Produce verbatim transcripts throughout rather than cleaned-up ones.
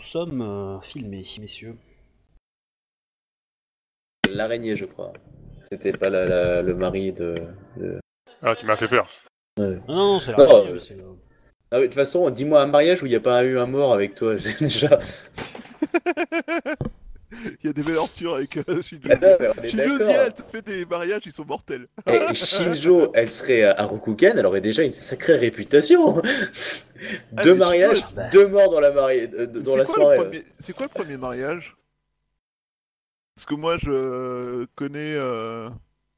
sommes euh, filmés, messieurs. L'araignée, je crois. C'était pas la, la- le mari de. de- Ah, tu m'as fait peur. Ouais. Non, non, c'est Non, l'araignée. euh, c'est le- Ah oui, de toute façon, dis-moi un mariage où il n'y a pas eu un mort avec toi, j'ai déjà. Il y a des valeurs avec euh, Shinjo. Ah non, mais on est Shinjo, d'accord. elle te fait des mariages, ils sont mortels. Et Shinjo, elle serait à Rokugan, elle aurait déjà une sacrée réputation. Ah, Deux mais mariages, Shinjo, elle- deux morts dans la, mari... euh, dans C'est la quoi soirée. le premier... C'est quoi le premier mariage? Parce que moi, je connais... euh,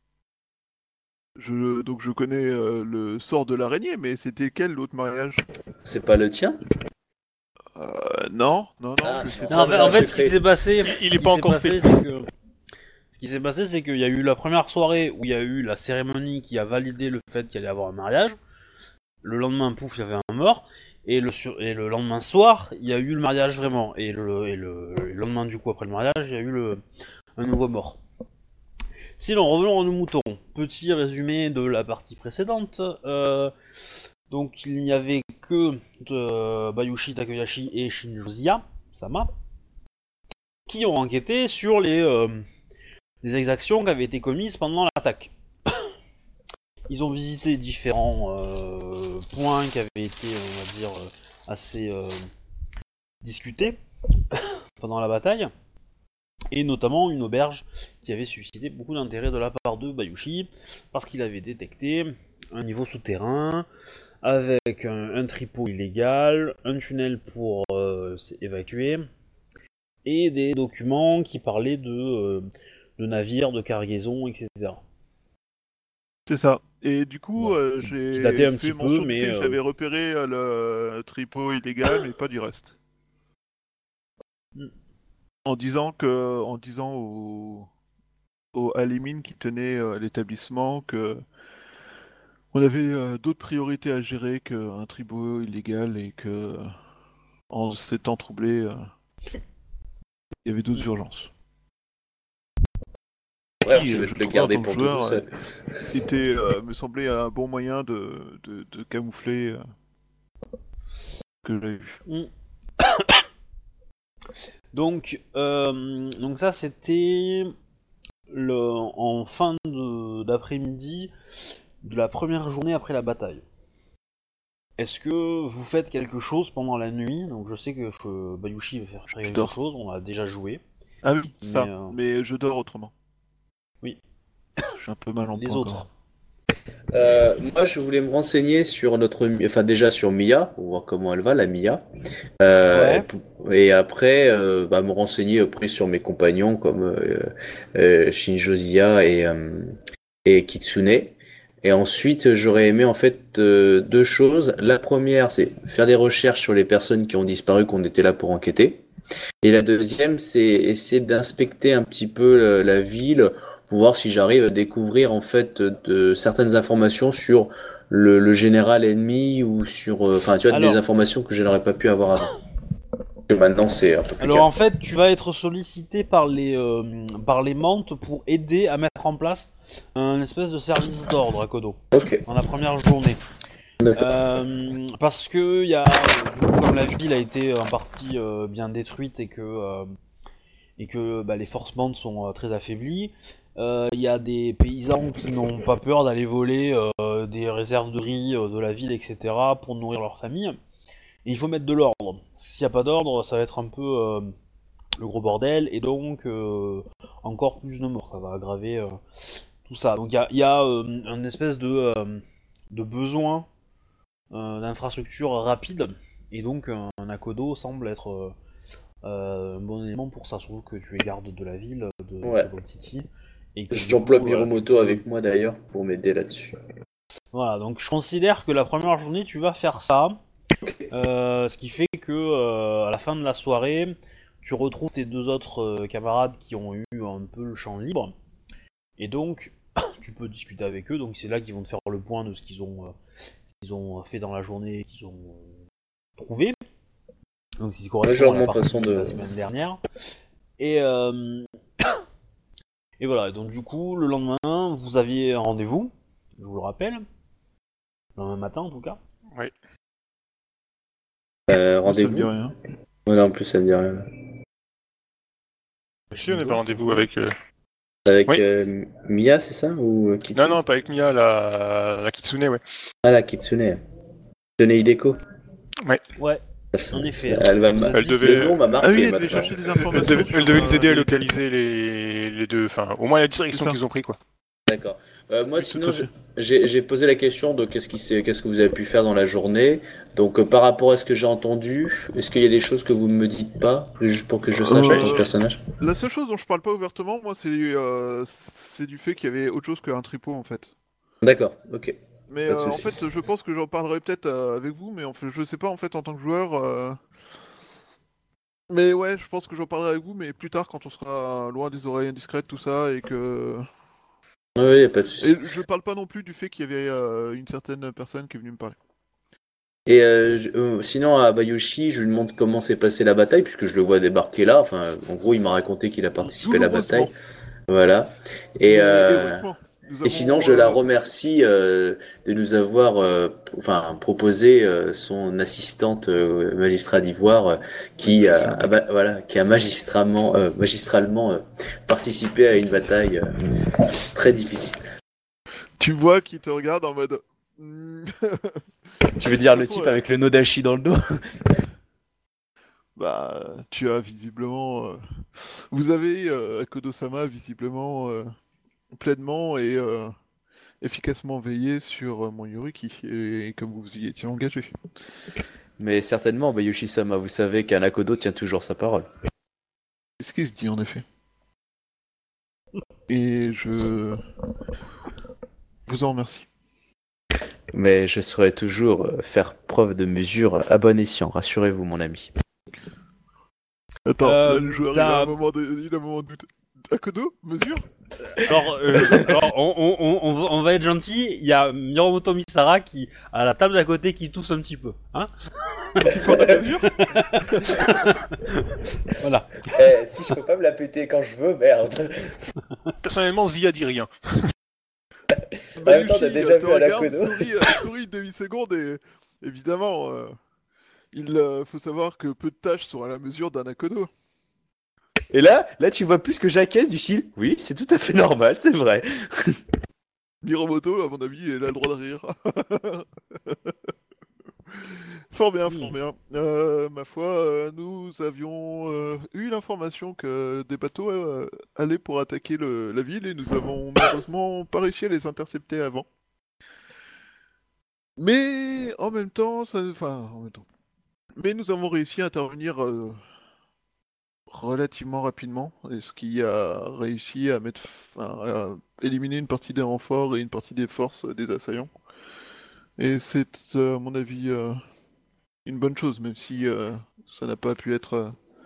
Je... Donc je connais euh, le sort de l'araignée, mais c'était quel l'autre mariage? C'est pas le tien? euh, Non, non, non. Ah, je sais non, Non, en Ça, fait, c'est en un fait, ce secret. qui s'est passé, Il- il ce est qui pas s'est encore passé, fait. c'est que ce qui s'est passé, c'est qu'il y a eu la première soirée où il y a eu la cérémonie qui a validé le fait qu'il allait y avoir un mariage. Le lendemain, pouf, il y avait un mort. Et le, sur... et le lendemain soir, il y a eu le mariage vraiment. Et le, et le... et le lendemain, du coup, après le mariage, il y a eu le... un nouveau mort. Sinon, revenons à nos moutons. Petit résumé de la partie précédente. Euh, Donc, il n'y avait que euh, Bayushi Takeyashi et Shinjozia Sama qui ont enquêté sur les, euh, les exactions qui avaient été commises pendant l'attaque. Ils ont visité différents euh, points qui avaient été, on va dire, euh, assez euh, discutés pendant la bataille, et notamment une auberge qui avait suscité beaucoup d'intérêt de la part de Bayushi, parce qu'il avait détecté un niveau souterrain, avec un, un tripot illégal, un tunnel pour euh, s'évacuer, et des documents qui parlaient de, euh, de navires, de cargaisons, et cetera. C'est ça. Et du coup, Bon, euh, qui- j'ai qui datait un fait petit peu, mention du mais, fait que euh, j'avais repéré euh, le tripot illégal, mais pas du reste. Mm. En disant que, en disant au, au à Limine qui tenait euh, l'établissement que on avait euh, d'autres priorités à gérer qu'un tripot illégal et que en s'étant troublé, euh, il y avait d'autres urgences. Bref, Qui, je euh, vais je te le trouve, en garder tant que pour tout joueur, seul. était, euh, me semblait un bon moyen de, de, de camoufler euh, ce que j'avais vu. Mm. Donc, euh, donc ça c'était le, en fin de- d'après-midi de la première journée après la bataille. Est-ce que vous faites quelque chose pendant la nuit? Donc je sais que je, Bayushi va faire quelque dors. chose, on a déjà joué. Ah oui, Mais, ça. euh, Mais je dors autrement. Oui. Je suis un peu mal en Les point, autres. Euh, moi, je voulais me renseigner sur notre, enfin déjà sur Mia, pour voir comment elle va, la Mia. Euh, Ouais. et, pou- et après, euh, bah, me renseigner après sur mes compagnons comme euh, euh, Shinjozia et, euh, et Kitsune. Et ensuite, j'aurais aimé en fait euh, deux choses. La première, c'est faire des recherches sur les personnes qui ont disparu, qu'on était là pour enquêter. Et la deuxième, c'est essayer d'inspecter un petit peu euh, la ville pour voir si j'arrive à découvrir en fait de certaines informations sur le, le général ennemi ou sur, euh, enfin tu vois, Alors- des informations que je n'aurais pas pu avoir avant. Que maintenant c'est un peu plus Alors calme. en fait, tu vas être sollicité par les euh, par les mantes pour aider à mettre en place un espèce de service d'ordre à Kodo Ok. dans la première journée. D'accord. Euh, parce que y a, du coup, comme la ville a été en partie euh, bien détruite et que euh, et que bah, les forces bandes sont euh, très affaiblies, il y a des paysans qui n'ont pas peur d'aller voler euh, des réserves de riz euh, de la ville, et cetera pour nourrir leur famille. Et il faut mettre de l'ordre. S'il n'y a pas d'ordre, ça va être un peu euh, le gros bordel et donc euh, encore plus de morts. Ça va aggraver euh, tout ça. Donc il y a, y a euh, un espèce de, euh, de besoin euh, d'infrastructure rapide et donc un, un Akodo semble être euh, euh, un bon élément pour ça. Surtout que tu es garde de la ville de Ouais. Gold City. Et que, du J'emploie coup, Miromoto euh, avec moi d'ailleurs pour m'aider là-dessus. Voilà, donc je considère que la première journée tu vas faire ça. Euh, ce qui fait que euh, à la fin de la soirée, tu retrouves tes deux autres euh, camarades qui ont eu un peu le champ libre, et donc tu peux discuter avec eux. Donc c'est là qu'ils vont te faire le point de ce qu'ils ont, euh, ce qu'ils ont fait dans la journée, qu'ils ont euh, trouvé. Donc c'est correspond à la Légèrement partie façon de de- la semaine dernière. Et euh, et voilà. Et donc du coup, le lendemain, vous aviez un rendez-vous. Je vous le rappelle. Le lendemain matin en tout cas. Oui. Euh, Ça me dit rendez-vous. rien. Ouais, non, en plus, ça me dit rien. Si, on avait rendez-vous avec... euh, Avec Oui. euh, Mia, c'est ça? Ou euh, Kitsune? Non, non, pas avec Mia, la, la Kitsune, ouais. Ah, la Kitsune. Kitsune Hideko. Ouais, Ça, ça- en effet. ça- elle va Elle m'a- nous a Elle dit- devait- Le nom m'a marqué Ah oui, elle maintenant. devait chercher des Elle informations. devait, sur, elle devait euh, nous aider à les- localiser les, les deux, enfin, au moins la direction ça. qu'ils ont pris, quoi. D'accord. Euh, moi, Oui, tout sinon, à je- fait. j'ai j'ai posé la question de qu'est-ce qui s'est- qu'est-ce que vous avez pu faire dans la journée. Donc, euh, par rapport à ce que j'ai entendu, est-ce qu'il y a des choses que vous ne me dites pas, juste pour que je sache en Euh, tant que personnage? La seule chose dont je parle pas ouvertement, moi, c'est euh, c'est du fait qu'il y avait autre chose qu'un tripot, en fait. D'accord, ok. Mais Pas de euh, en souci. fait, je pense que j'en parlerai peut-être euh, avec vous, mais en fait, je sais pas, en fait, en tant que joueur... euh, Mais ouais, je pense que j'en parlerai avec vous, mais plus tard, quand on sera loin des oreilles indiscrètes, tout ça, et que... Oui, y a pas de souci. Et je parle pas non plus du fait qu'il y avait euh, une certaine personne qui est venue me parler. Et euh, je- euh, sinon, à Bayoshi, je lui demande comment s'est passée la bataille, puisque je le vois débarquer là. Enfin, en gros, il m'a raconté qu'il a participé à la Douloureusement. bataille. Voilà. Et, Mais euh, héroïquement. Nous et sinon, je avons, la euh, remercie euh, de nous avoir euh, p- enfin, proposé euh, son assistante euh, magistrat d'Ivoire euh, qui, C'est a, ça. a ba- voilà, qui a magistralement, euh, magistralement euh, participé à une bataille euh, très difficile. Tu vois qui te regarde en mode... Hmm. Tu veux dire De le toute type façon, avec le Nodashi dans le dos? Bah, tu as visiblement... euh, Vous avez euh, Akodo-sama visiblement euh, pleinement et euh, efficacement veillé sur euh, mon Yoruki, et, et comme vous vous y étiez engagé. Mais certainement, bah, Yoshi-sama, vous savez qu'un Akodo tient toujours sa parole. C'est ce qui se dit en effet. Et je vous en remercie. Mais je saurais toujours euh, faire preuve de mesure à bon escient, rassurez-vous, mon ami. Attends, Euh, là, le joueur il t'as- a un moment de, il a un moment de doute. Akodo, mesure. Alors, euh, alors, on, on, on, on va- on va être gentil, il y a Miromoto Misara qui, à la table d'à côté, qui tousse un petit peu. Hein Tu prends la mesure. Voilà. Eh, si je peux pas me la péter quand je veux, merde. Personnellement, Zia dit rien. En même temps, t'as Bayushi, déjà te vu à regarde, l'Akodo. sourit, euh, sourit une demi-seconde et évidemment, euh, il euh, faut savoir que peu de tâches sont à la mesure d'un Akodo. Et là, là, tu vois plus que j'acquiesce du style. Oui, c'est tout à fait normal, c'est vrai. Miromoto, à mon avis, il a le droit de rire. Fort bien, fort bien. Euh, ma foi, euh, nous avions euh, eu l'information que des bateaux euh, allaient pour attaquer le- la ville et nous avons malheureusement pas réussi à les intercepter avant. Mais en même temps, ça... enfin, en même temps. Mais nous avons réussi à intervenir euh, relativement rapidement, et ce qui a réussi à mettre, enfin, à éliminer une partie des renforts et une partie des forces des assaillants. Et c'est, euh, à mon avis, euh, une bonne chose, même si euh, ça n'a pas pu être. euh,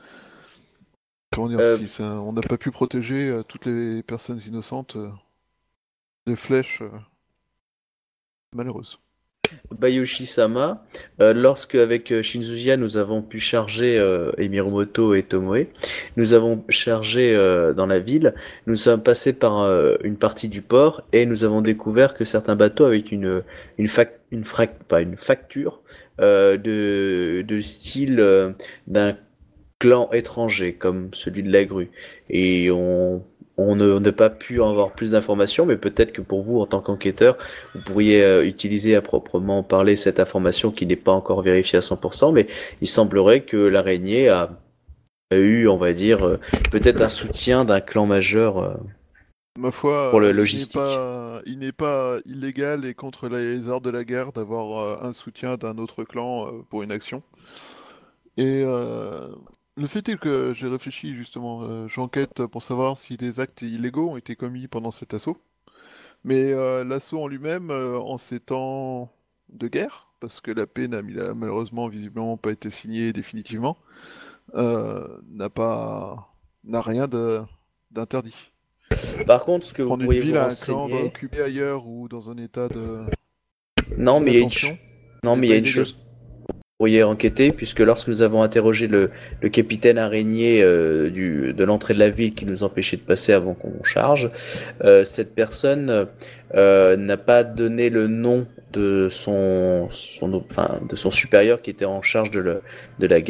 Comment dire, Euh, si ça, on n'a pas pu protéger euh, toutes les personnes innocentes euh, des flèches euh, malheureuses. Bayoshi-sama, euh, lorsque avec euh, Shinzuya nous avons pu charger euh, Emiromoto et Tomoe, nous avons chargé euh, dans la ville, nous sommes passés par euh, une partie du port et nous avons découvert que certains bateaux avaient une une fac, une frac, pas une facture euh, de de style euh, d'un clan étranger comme celui de la grue et on on ne- n'a pas pu en avoir plus d'informations, mais peut-être que pour vous, en tant qu'enquêteur, vous pourriez euh, utiliser à proprement parler cette information qui n'est pas encore vérifiée à cent pour cent, mais il semblerait que l'araignée a, a eu, on va dire, euh, peut-être un soutien d'un clan majeur. euh. Ma foi, Pour le euh, il n'est logistique. pas, il n'est pas illégal et contre les arts de la guerre d'avoir euh, un soutien d'un autre clan euh, pour une action. Et euh, le fait est que j'ai réfléchi justement, euh, j'enquête pour savoir si des actes illégaux ont été commis pendant cet assaut. Mais euh, l'assaut en lui-même, euh, en ces temps de guerre, parce que la paix n'a mis- a malheureusement visiblement pas été signée définitivement, euh, n'a pas, n'a rien de- d'interdit. Par contre, ce que vous Prendre une pourriez ville vous à un clan renseigner... occupé ailleurs ou dans un état de Non, mais il y a une, d'inattention, ch- non, n'est mais il y a pas une illégal. chose que vous pourriez enquêter, puisque lorsque nous avons interrogé le, le capitaine araignée euh, du, de l'entrée de la ville qui nous empêchait de passer avant qu'on charge, euh, cette personne euh, n'a pas donné le nom de son, son, enfin, de son supérieur qui était en charge de, le, de la guerre.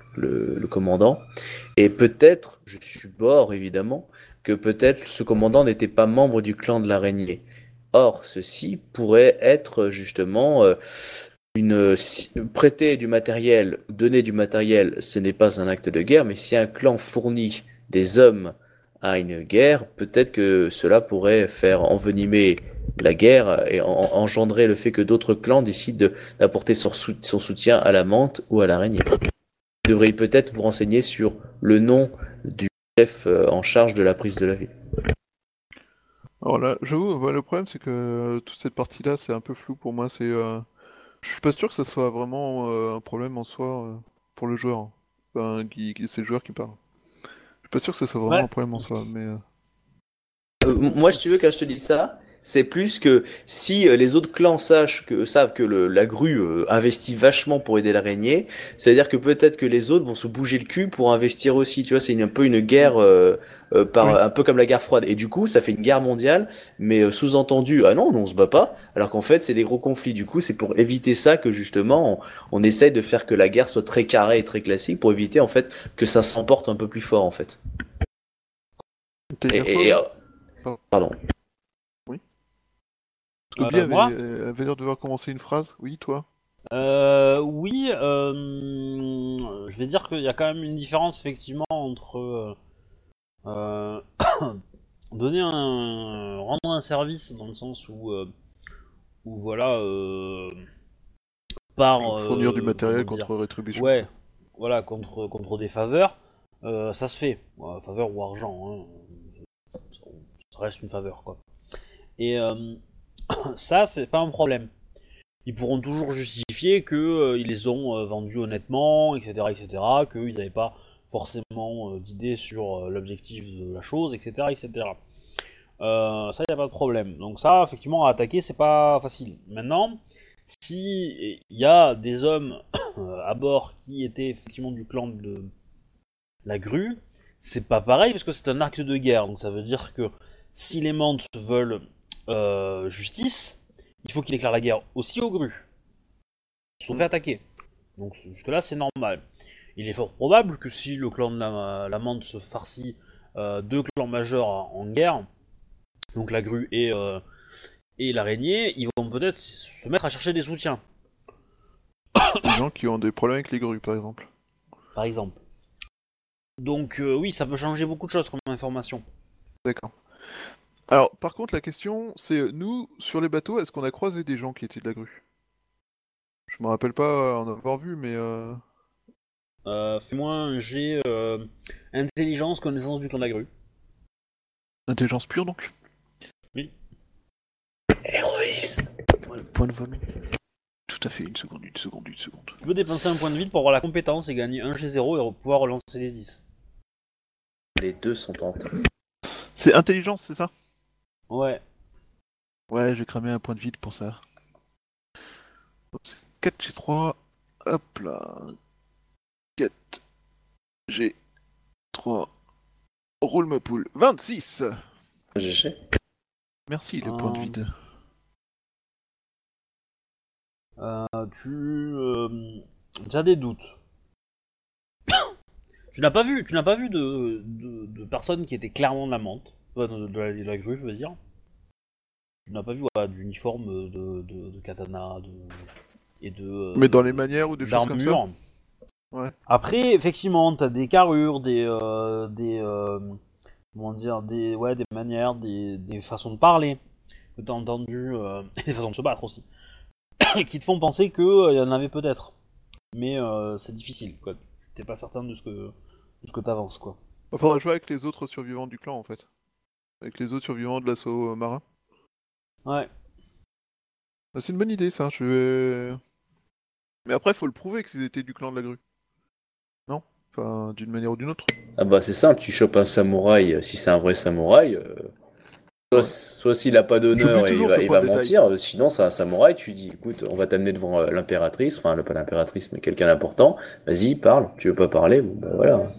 le, le commandant. Et peut-être, je suppose évidemment, que peut-être ce commandant n'était pas membre du clan de l'araignée. Or, ceci pourrait être justement euh, une si- prêter du matériel, donner du matériel, ce n'est pas un acte de guerre, mais si un clan fournit des hommes à une guerre, peut-être que cela pourrait faire envenimer la guerre et en- engendrer le fait que d'autres clans décident de- d'apporter son, sou- son soutien à la menthe ou à l'araignée. Vous devriez peut-être vous renseigner sur le nom du chef euh, en charge de la prise de la ville. Alors là, j'avoue, bah, le problème c'est que euh, toute cette partie-là, c'est un peu flou pour moi. C'est, euh, je suis pas sûr que ça soit vraiment euh, un problème en soi euh, pour le joueur. hein. Enfin, qui, qui- c'est le joueur qui parle. Je suis pas sûr que ça soit vraiment Ouais. un problème en soi, mais euh, Euh, moi, si tu veux, quand je te dis ça, c'est plus que si euh, les autres clans sachent que, savent que le, la grue euh, investit vachement pour aider l'araignée, c'est-à-dire que peut-être que les autres vont se bouger le cul pour investir aussi. Tu vois, c'est une- un peu une guerre, euh, euh, par, Oui. un peu comme la guerre froide. Et du coup, ça fait une guerre mondiale, mais euh, sous-entendu, ah non, on se bat pas, alors qu'en fait, c'est des gros conflits. Du coup, c'est pour éviter ça que justement, on, on essaye de faire que la guerre soit très carrée et très classique pour éviter en fait que ça s'emporte un peu plus fort en fait. t'as Et, dire quoi, et- oui euh, Pardon. pardon. Scobie Euh, avait, moi avait l'air de devoir commencer une phrase. Oui, toi. Euh, oui, euh, je vais dire qu'il y a quand même une différence effectivement entre euh, euh, donner un, rendre un service dans le sens où, euh, où voilà, euh, par, Fournir du euh, matériel comment dire, contre rétribution. ouais, voilà, contre contre des faveurs, euh, ça se fait, ouais, faveur ou argent, hein, ça reste une faveur quoi. Et euh, ça, c'est pas un problème. Ils pourront toujours justifier que euh, ils les ont euh, vendus honnêtement, et cetera, et cetera, qu'ils n'avaient pas forcément euh, d'idée sur euh, l'objectif de la chose, et cetera, et cetera. Euh, ça, y a pas de problème. Donc ça, effectivement, à attaquer, c'est pas facile. Maintenant, si il y a des hommes à bord qui étaient effectivement du clan de la grue, c'est pas pareil parce que c'est un acte de guerre. Donc ça veut dire que si les mantes veulent euh, justice, il faut qu'ils déclarent la guerre aussi aux grues. Ils se sont fait attaquer. Donc jusque-là, c'est normal. Il est fort probable que si le clan de la, la menthe se farcit euh, deux clans majeurs en guerre, donc la grue et, euh, et l'araignée, ils vont peut-être se mettre à chercher des soutiens, Des gens qui ont des problèmes avec les grues, par exemple. par exemple. Donc euh, oui, ça peut changer beaucoup de choses comme information. D'accord. Alors, par contre, la question, c'est euh, nous, sur les bateaux, est-ce qu'on a croisé des gens qui étaient de la grue? Je me rappelle pas en avoir vu, mais euh... Euh, Fais-moi un jet euh, intelligence, connaissance du clan de la grue. intelligence pure donc. Oui. Héroïsme. Point, point de volonté. Tout à fait, une seconde, une seconde, une seconde. Tu peux dépenser un point de vide pour avoir la compétence et gagner un G zéro et pouvoir relancer les dix. Les deux sont tentés. C'est intelligence, c'est ça? Ouais. Ouais, j'ai cramé un point de vide pour ça. quatre G trois, hop là. quatre G trois. Roule ma poule. vingt-six. G G. Merci, le Ah. point de vide. Euh, tu, euh, tu as des doutes. tu n'as pas vu, tu n'as pas vu de, de, de personnes qui étaient clairement de la menthe, euh, de, de la, de la grue, je veux dire. Tu n'as pas vu voilà, d'uniforme de, de, de katana, de et de. euh, Mais dans les manières ou des choses comme ça? d'armure. Ouais. Après, effectivement, t'as des carrures, des, euh, des, euh, comment dire, des, ouais, des manières, des, des façons de parler que t'as entendu, euh, et des façons de se battre aussi, qui te font penser que euh, y en avait peut-être. Mais euh, c'est difficile, quoi. T'es pas certain de ce que, de ce que t'avances, quoi. Il faudra jouer avec les autres survivants du clan en fait. Avec les autres survivants de l'assaut euh, marin. Ouais. Bah, c'est une bonne idée ça, je vais. Mais après, faut le prouver qu'ils étaient du clan de la grue. Non? Enfin, d'une manière ou d'une autre. Ah bah c'est simple, tu chopes un samouraï, euh, si c'est un vrai samouraï, euh, soit, Ouais. soit s'il a pas d'honneur J'oublie et il toujours va, ce il point va de détail. mentir, euh, sinon c'est un samouraï, tu dis écoute, on va t'amener devant euh, l'impératrice, enfin le- pas l'impératrice mais quelqu'un d'important, vas-y parle, tu veux pas parler, bon bah voilà.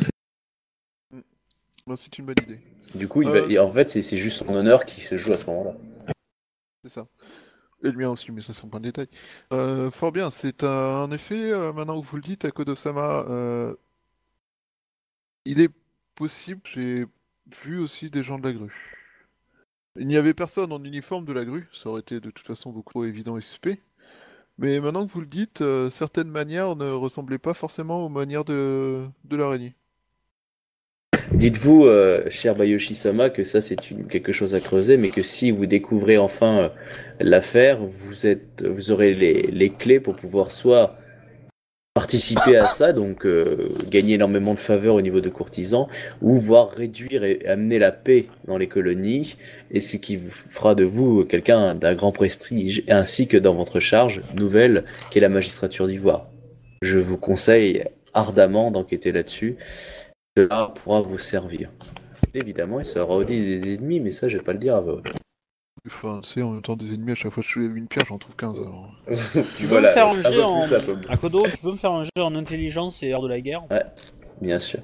Bah, c'est une bonne idée. Du coup il Euh, va, et en fait c'est c'est juste son honneur qui se joue à ce moment-là. C'est ça. Et le mien aussi, mais ça c'est un point de détail. Euh, fort bien, c'est un... en effet, euh, maintenant que vous le dites, à Kodosama, euh, il est possible, j'ai vu aussi des gens de la grue. Il n'y avait personne en uniforme de la grue, ça aurait été de toute façon beaucoup trop évident et suspect. Mais maintenant que vous le dites, euh, certaines manières ne ressemblaient pas forcément aux manières de, de l'araignée. Dites-vous, euh, cher Bayoshi-sama, que ça c'est une, quelque chose à creuser, mais que si vous découvrez enfin euh, l'affaire, vous êtes, vous aurez les, les clés pour pouvoir soit participer à ça, donc euh, gagner énormément de faveur au niveau de courtisans, ou voir réduire et amener la paix dans les colonies, et ce qui vous fera de vous quelqu'un d'un grand prestige, ainsi que dans votre charge nouvelle, qui est la magistrature d'Ivoire. Je vous conseille ardemment d'enquêter là-dessus. Cela pourra vous servir. Évidemment, il sera audit des ennemis, mais ça, je vais pas le dire à vous. Enfin, c'est en même temps des ennemis, à chaque fois que je soulève une pierre, j'en trouve quinze. Alors... Tu peux Voilà, me faire un un jet peu en... plus, un peu plus. À Kodo, tu peux me faire un jet en intelligence et art de la guerre? Ouais, bien sûr.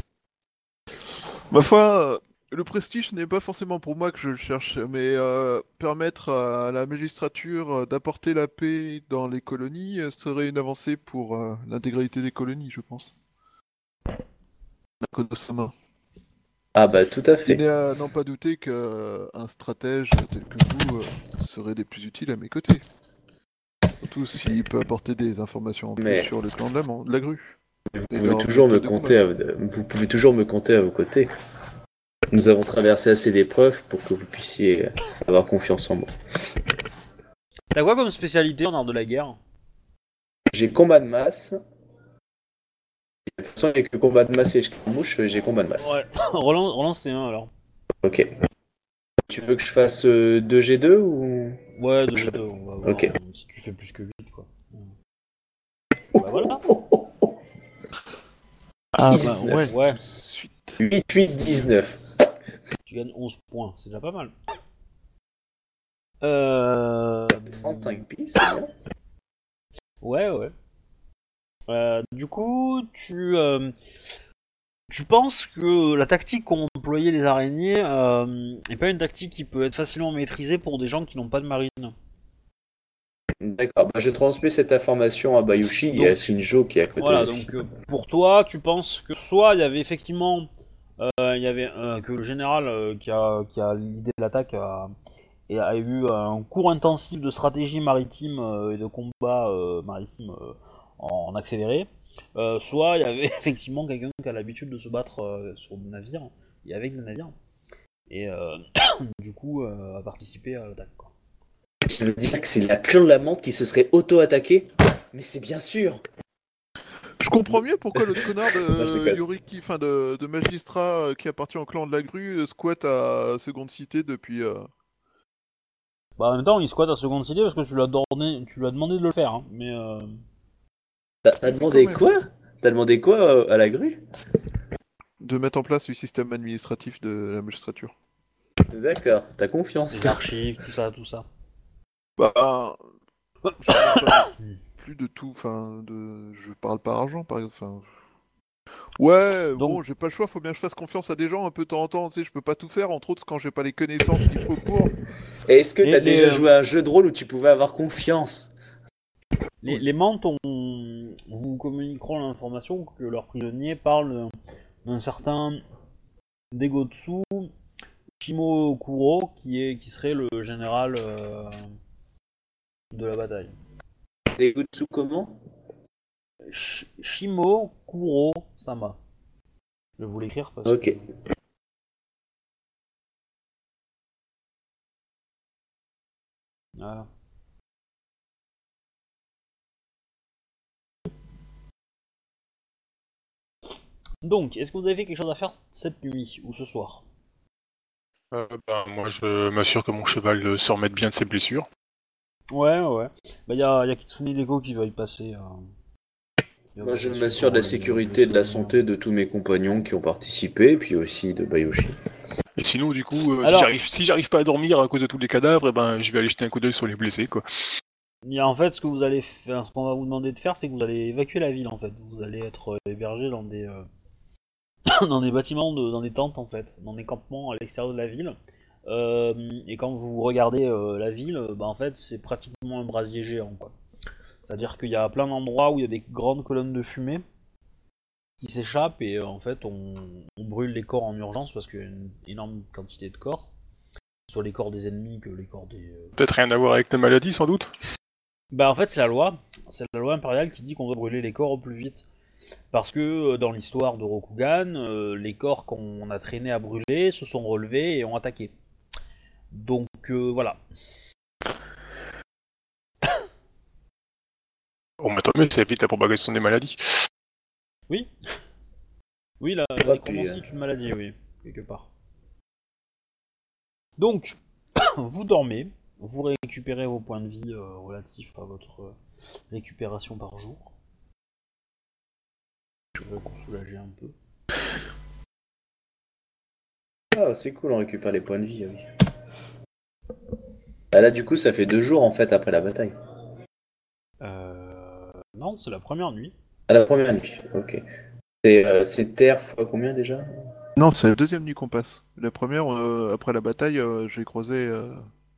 Ma foi, euh, le prestige n'est pas forcément pour moi que je le cherche, mais euh, permettre à la magistrature euh, d'apporter la paix dans les colonies euh, serait une avancée pour euh, l'intégralité des colonies, je pense. Kodosama. Ah bah tout à Il fait. n'est à n'en pas douter qu'un stratège tel que vous euh, serait des plus utiles à mes côtés. Surtout s'il peut apporter des informations en plus Mais- sur le clan de la, man- de la grue. Vous Et pouvez leur toujours me méthode de compter. À... Vous pouvez toujours me compter à vos côtés. Nous avons traversé assez d'épreuves pour que vous puissiez avoir confiance en moi. T'as quoi comme spécialité en art de la guerre? J'ai combat de masse. De toute façon, avec le combat de masse et escarmouche, j'ai combat de masse. Ouais, relance, relance T un alors. Ok. Tu veux que je fasse euh, deux G deux ou... Ouais, deux deux, on va voir Ok. euh, si tu fais plus que huit quoi. Bah voilà. Ah dix-neuf. bah ouais, Ouais. tout de suite. huit, huit, dix-neuf. Tu gagnes onze points, c'est déjà pas mal. Euh... trente-cinq piles, c'est bien. Ouais, ouais. Euh, du coup, tu, euh, tu penses que la tactique qu'ont employé les araignées euh, est pas une tactique qui peut être facilement maîtrisée pour des gens qui n'ont pas de marine. D'accord, bah, je transmets cette information à Bayushi et à Donc, Shinjo qui est à côté. Voilà, aussi. donc euh, pour toi, tu penses que soit il y avait effectivement, euh, il y avait euh, que le général euh, qui a qui a l'idée de l'attaque a, et a eu un cours intensif de stratégie maritime euh, et de combat euh, maritime euh, en accéléré, euh, soit il y avait effectivement quelqu'un qui a l'habitude de se battre euh, sur des navires et avec des navires et euh, du coup euh, a participé à l'attaque. Quoi. Ça veut dire que c'est la clan de la menthe qui se serait auto-attaqué. Mais c'est bien sûr. Je comprends mieux pourquoi l'autre connard Non, je de déconne. Yoriki, enfin de, de magistrat euh, qui appartient au clan de la grue, euh, squatte à Seconde Cité depuis... euh, Bah en même temps il squatte à Seconde Cité parce que tu lui as donné, tu lui as demandé de le faire, hein, mais euh... T'as, t'as demandé Quand même. quoi T'as demandé quoi euh, à la grue de mettre en place le système administratif de la magistrature. D'accord, t'as confiance. les archives, tout ça, tout ça. Bah... je parle pas plus de tout, enfin, de... je parle par argent, par exemple, enfin... Ouais, Donc- bon, j'ai pas le choix, faut bien que je fasse confiance à des gens un peu de temps en temps, tu sais, je peux pas tout faire, entre autres quand j'ai pas les connaissances qu'il faut pour... Et est-ce que Et- t'as et, déjà euh, joué à un jeu de rôle où tu pouvais avoir confiance Les, les mantes ont, vous communiqueront l'information que leurs prisonniers parlent d'un certain Degotsu Shimokuro qui est qui serait le général euh, de la bataille. Des Gutsu comment Sh- Shimokuro Sama. Je vais vous l'écrire parce que... Ok. Voilà. Donc, est-ce que vous avez fait quelque chose à faire cette nuit ou ce soir? Euh, bah, moi, je m'assure que mon cheval euh, se remette bien de ses blessures. Ouais, ouais. Bah, y a, y a Kitsune Deko qui va y passer. Euh... il va Moi, je passer m'assure de la sur, euh, sécurité et les de la soins. santé de tous mes compagnons qui ont participé, et puis aussi de Bayoshi. Et sinon, du coup, euh, Alors- si j'arrive si j'arrive pas à dormir à cause de tous les cadavres, eh ben, je vais aller jeter un coup d'œil sur les blessés, quoi. Et en fait, ce que vous allez faire, ce qu'on va vous demander de faire, c'est que vous allez évacuer la ville. En fait, vous allez être euh, hébergé dans des euh, dans des bâtiments, de, dans des tentes en fait, dans des campements à l'extérieur de la ville. Euh, et quand vous regardez euh, la ville, bah en fait c'est pratiquement un brasier géant, quoi. C'est-à-dire qu'il y a plein d'endroits où il y a des grandes colonnes de fumée qui s'échappent et euh, en fait on, on brûle les corps en urgence parce qu'il y a une énorme quantité de corps, soit les corps des ennemis que les corps des... euh, Peut-être rien à voir avec la maladie, sans doute. Bah en fait c'est la loi, c'est la loi impériale qui dit qu'on doit brûler les corps au plus vite. Parce que euh, dans l'histoire de Rokugan, euh, les corps qu'on a traînés à brûler se sont relevés et ont attaqué. Donc euh, voilà. Bon, bah tant mieux, ça évite la propagation des maladies. Oui. Oui, la, la puis, nécromancie euh, est une maladie, oui, quelque part. Donc, vous dormez, vous récupérez vos points de vie euh, relatifs à votre euh, récupération par jour. Je vais vous soulager un peu. Ah, c'est cool, on récupère les points de vie, oui. Ah, là, du coup, ça fait deux jours en fait après la bataille. Euh... Non, c'est la première nuit. À la première nuit, ok. C'est euh, c'est terre fois combien déjà? Non, c'est la deuxième nuit qu'on passe. La première, euh, après la bataille, euh, j'ai croisé. euh,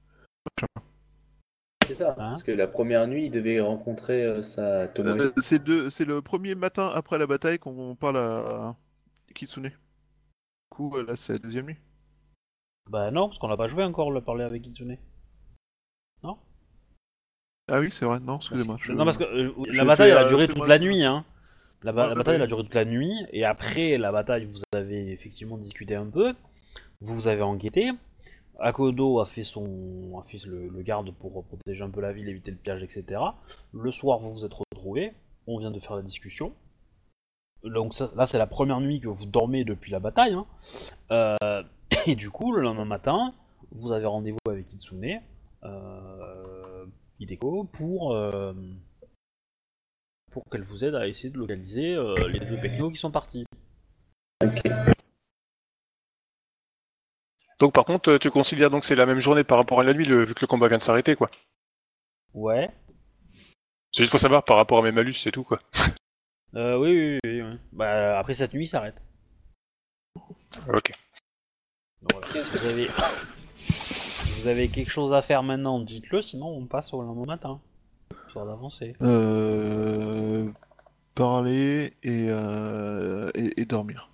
C'est ça, Hein parce que la première nuit, il devait rencontrer euh, sa Tomoe. euh, c'est deux- c'est le premier matin après la bataille qu'on parle à Kitsune. Du coup, euh, là, c'est la deuxième nuit. Bah non, parce qu'on n'a pas joué encore le parler avec Kitsune. Non Ah oui, c'est vrai, non, excusez-moi. je- Non, parce que euh, je la bataille fais, elle a euh, duré fais-moi toute la ça. nuit, hein. La, ba- Ouais, la ouais, bataille elle ouais. a duré toute la nuit, et après la bataille vous avez effectivement discuté un peu, vous avez enquêté, Akodo a fait son, a fait le, le garde pour protéger un peu la ville, éviter le piège, et cetera. Le soir vous vous êtes retrouvés, on vient de faire la discussion. Donc ça, là c'est la première nuit que vous dormez depuis la bataille, hein. Euh, et du coup le lendemain matin, vous avez rendez-vous avec Kitsune, euh, Hideko, pour... euh, pour qu'elle vous aide à essayer de localiser euh, les deux pecnos qui sont partis. Ok. Donc par contre, tu considères donc que c'est la même journée par rapport à la nuit, le- vu que le combat vient de s'arrêter, quoi. Ouais. C'est juste pour savoir par rapport à mes malus, c'est tout, quoi. Euh, oui, oui, oui, oui. Bah, après cette nuit, il s'arrête. Ok. Donc, voilà. Si vous avez... si vous avez quelque chose à faire maintenant, dites-le, sinon on passe au lendemain matin. Histoire d'avancer. Euh, Parler et, euh, et, et dormir.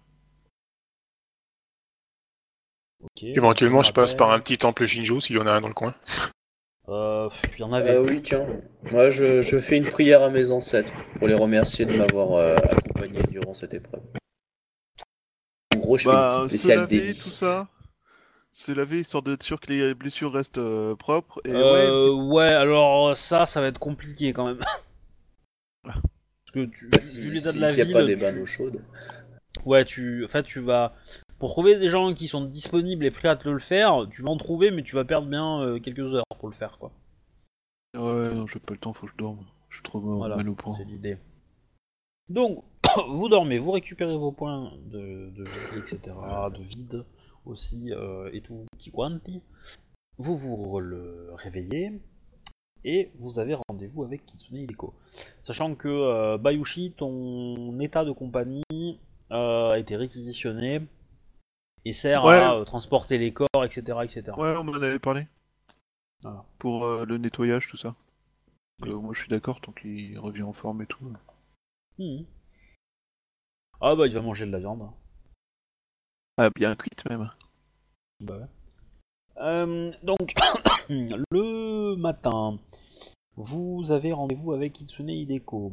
Ok. Éventuellement, je passe par un rappelle. petit temple Shinjo, s'il y en a un dans le coin. Euh, il y en avait. Euh, oui, tiens. Moi, je, je fais une prière à mes ancêtres pour les remercier de m'avoir euh, accompagné durant cette épreuve. En gros, je fais Bah, une se spéciale laver, délit. tout ça. Se laver, histoire d'être sûr que les blessures restent euh, propres. Et ouais, une Euh, petite- ouais, alors ça, ça va être compliqué quand même. Ah. Parce que tu, Bah, vu si- l'état si- de la s'il n'y a ville, pas des tu- bains d'eau chaude. ouais, tu, en fait, tu vas, pour trouver des gens qui sont disponibles et prêts à te le faire, tu vas en trouver, mais tu vas perdre bien euh, quelques heures pour le faire, quoi. Ouais, non, j'ai pas le temps, faut que je dorme. Je suis trop mal Voilà, mal au point. c'est l'idée. Donc, vous dormez, vous récupérez vos points de, de vie, et cetera, de vide aussi, euh, et tout, petit quanti. Vous vous le réveillez, et vous avez rendez-vous avec Kitsune Hideko. Sachant que, euh, Bayushi, ton état de compagnie euh, a été réquisitionné, et sert Ouais. à euh, transporter les corps, et cetera, et cetera. Ouais, on m'en avait parlé. Voilà. Pour euh, le nettoyage, tout ça. Oui. Euh, moi, je suis d'accord, tant qu'il revient en forme et tout. Mhm. Ah bah il va manger de la viande. Ah, bien cuite même. Bah ouais. Euh, donc, le matin, vous avez rendez-vous avec Kitsune Hideko.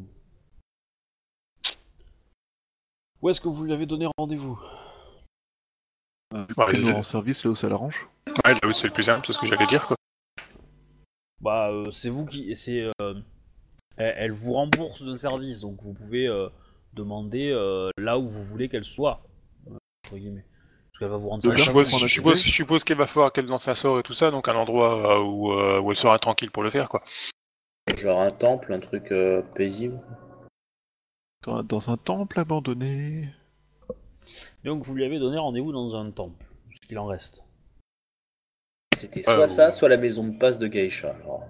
Où est-ce que vous lui avez donné rendez-vous? Euh, Ouais, qu'elle nous je- rend service là où ça l'arrange. Ouais, là où c'est le plus simple, c'est ce que j'allais dire, quoi. Bah, euh, c'est vous qui... c'est euh, elle, elle vous rembourse d'un service, donc vous pouvez euh, demander euh, là où vous voulez qu'elle soit, euh, entre guillemets. Parce qu'elle va vous rendre Donc, Ouais, je service. là, suppose, faut prendre je un suppose, petit je suppose qu'elle va falloir qu'elle lance un sort et tout ça, donc un endroit euh, où, euh, où elle sera tranquille pour le faire, quoi. Genre un temple, un truc euh, paisible. Dans, dans un temple abandonné. Donc vous lui avez donné rendez-vous dans un temple, ce qu'il en reste. C'était soit Euh, ça, ou- soit la maison de passe de Geisha. Alors,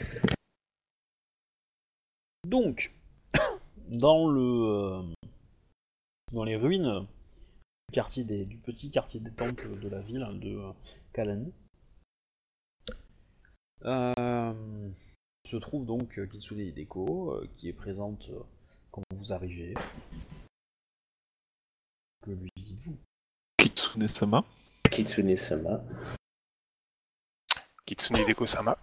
Donc, dans le... euh, dans les ruines du, quartier des, du petit quartier des temples de la ville de euh, Kalani, Euh, se trouve donc euh, Kitsune Hideko, euh, qui est présente euh, quand vous arrivez. Que lui dites-vous? Kitsune-sama. Kitsune-sama. Kitsune Hideko-sama.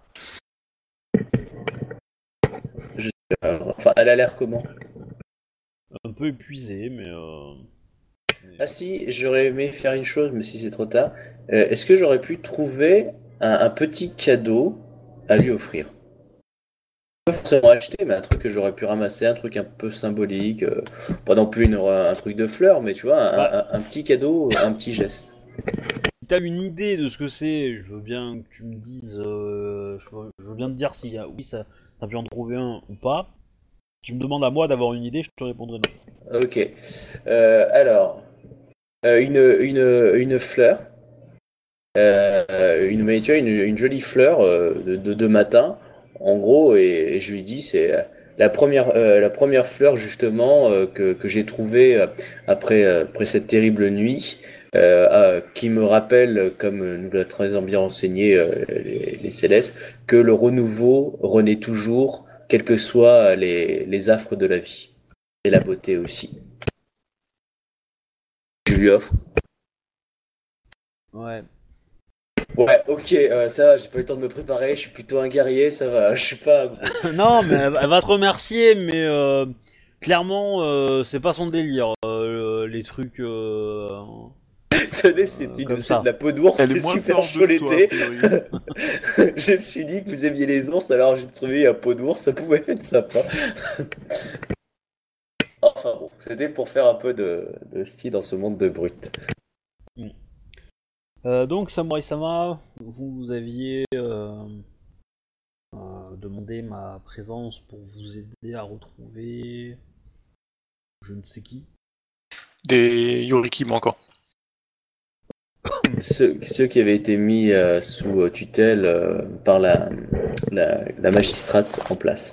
Euh, enfin, elle a l'air comment? Un peu épuisé, mais... Euh... mais- Ah si, j'aurais aimé faire une chose, mais si c'est trop tard. Euh, est-ce que j'aurais pu trouver un, un petit cadeau à lui offrir? Pas forcément acheter, mais un truc que j'aurais pu ramasser, un truc un peu symbolique. euh, pas non plus une- un truc de fleurs, mais tu vois, un, Bah. un- un petit cadeau, un petit geste. Si t'as une idée de ce que c'est, je veux bien que tu me dises... euh, je, veux, je veux bien te dire si euh, oui, ça, t'as pu en trouver un ou pas. Tu me demandes à moi d'avoir une idée, je te répondrai non. Ok. Euh, alors, euh, une, une, une fleur. Euh, une, mais tu vois, une, une jolie fleur euh, de, de, de matin, en gros, et, et je lui dis, c'est euh, la première, euh, la première fleur justement euh, que, que j'ai trouvée euh, après, euh, après cette terrible nuit, euh, euh, qui me rappelle, comme nous l'a très bien enseigné euh, les, les Célestes, que le renouveau renaît toujours, quels que soient les, les affres de la vie, et la beauté aussi. Je lui offre. Ouais. Ouais, ok, euh, ça va, j'ai pas eu le temps de me préparer, je suis plutôt un guerrier, ça va, je suis pas... Non, mais elle, elle va te remercier, mais euh, clairement, euh, c'est pas son délire. euh, les trucs euh, Tenez, c'est euh, une, comme c'est de ça. la peau d'ours, Elle est c'est moins super forte chaud que toi, a l'été. priori. Je me suis dit que vous aimiez les ours, alors j'ai trouvé un peau d'ours, ça pouvait être sympa. Enfin bon, c'était pour faire un peu de, de style dans ce monde de brut. Euh, donc, Samurai Sama, vous aviez euh, euh, demandé ma présence pour vous aider à retrouver je ne sais qui. Des Yoriki manquants. Ceux, ceux qui avaient été mis euh, sous euh, tutelle euh, par la, la, la magistrate en place.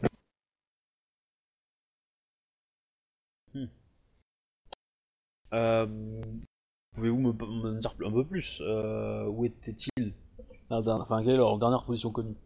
Euh, Pouvez-vous me, me dire un peu plus euh, où étaient-ils? Ah, ben, Enfin, quelle est leur dernière position connue?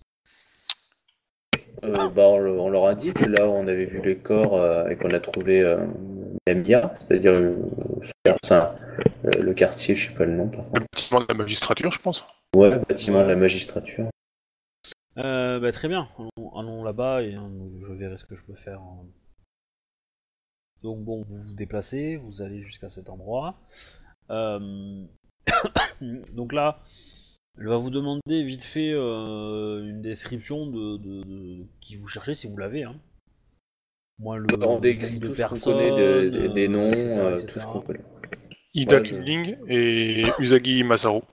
Euh, bah, on, le- on leur a dit que là où on avait vu les corps euh, et qu'on a trouvé euh, Namia, c'est-à-dire euh, enfin, euh, le quartier, je sais pas le nom par Le contre. bâtiment de la magistrature, je pense. Ouais, bâtiment Ouais. de la magistrature. Euh, bah, très bien, allons, allons là-bas et euh, je verrai ce que je peux faire. hein. Donc bon, vous vous déplacez, vous allez jusqu'à cet endroit. Euh, Donc là, elle va vous demander vite fait euh, une description de, de, de qui vous cherchez si vous l'avez. Hein. Moi, le, On le décrit nombre de tout ce qu'on connaît de- personnes, de- des euh, noms, et cetera, euh, tout ce et cetera. qu'on connaît. Ida Ouais, je- Kipling et Usagi Masaru.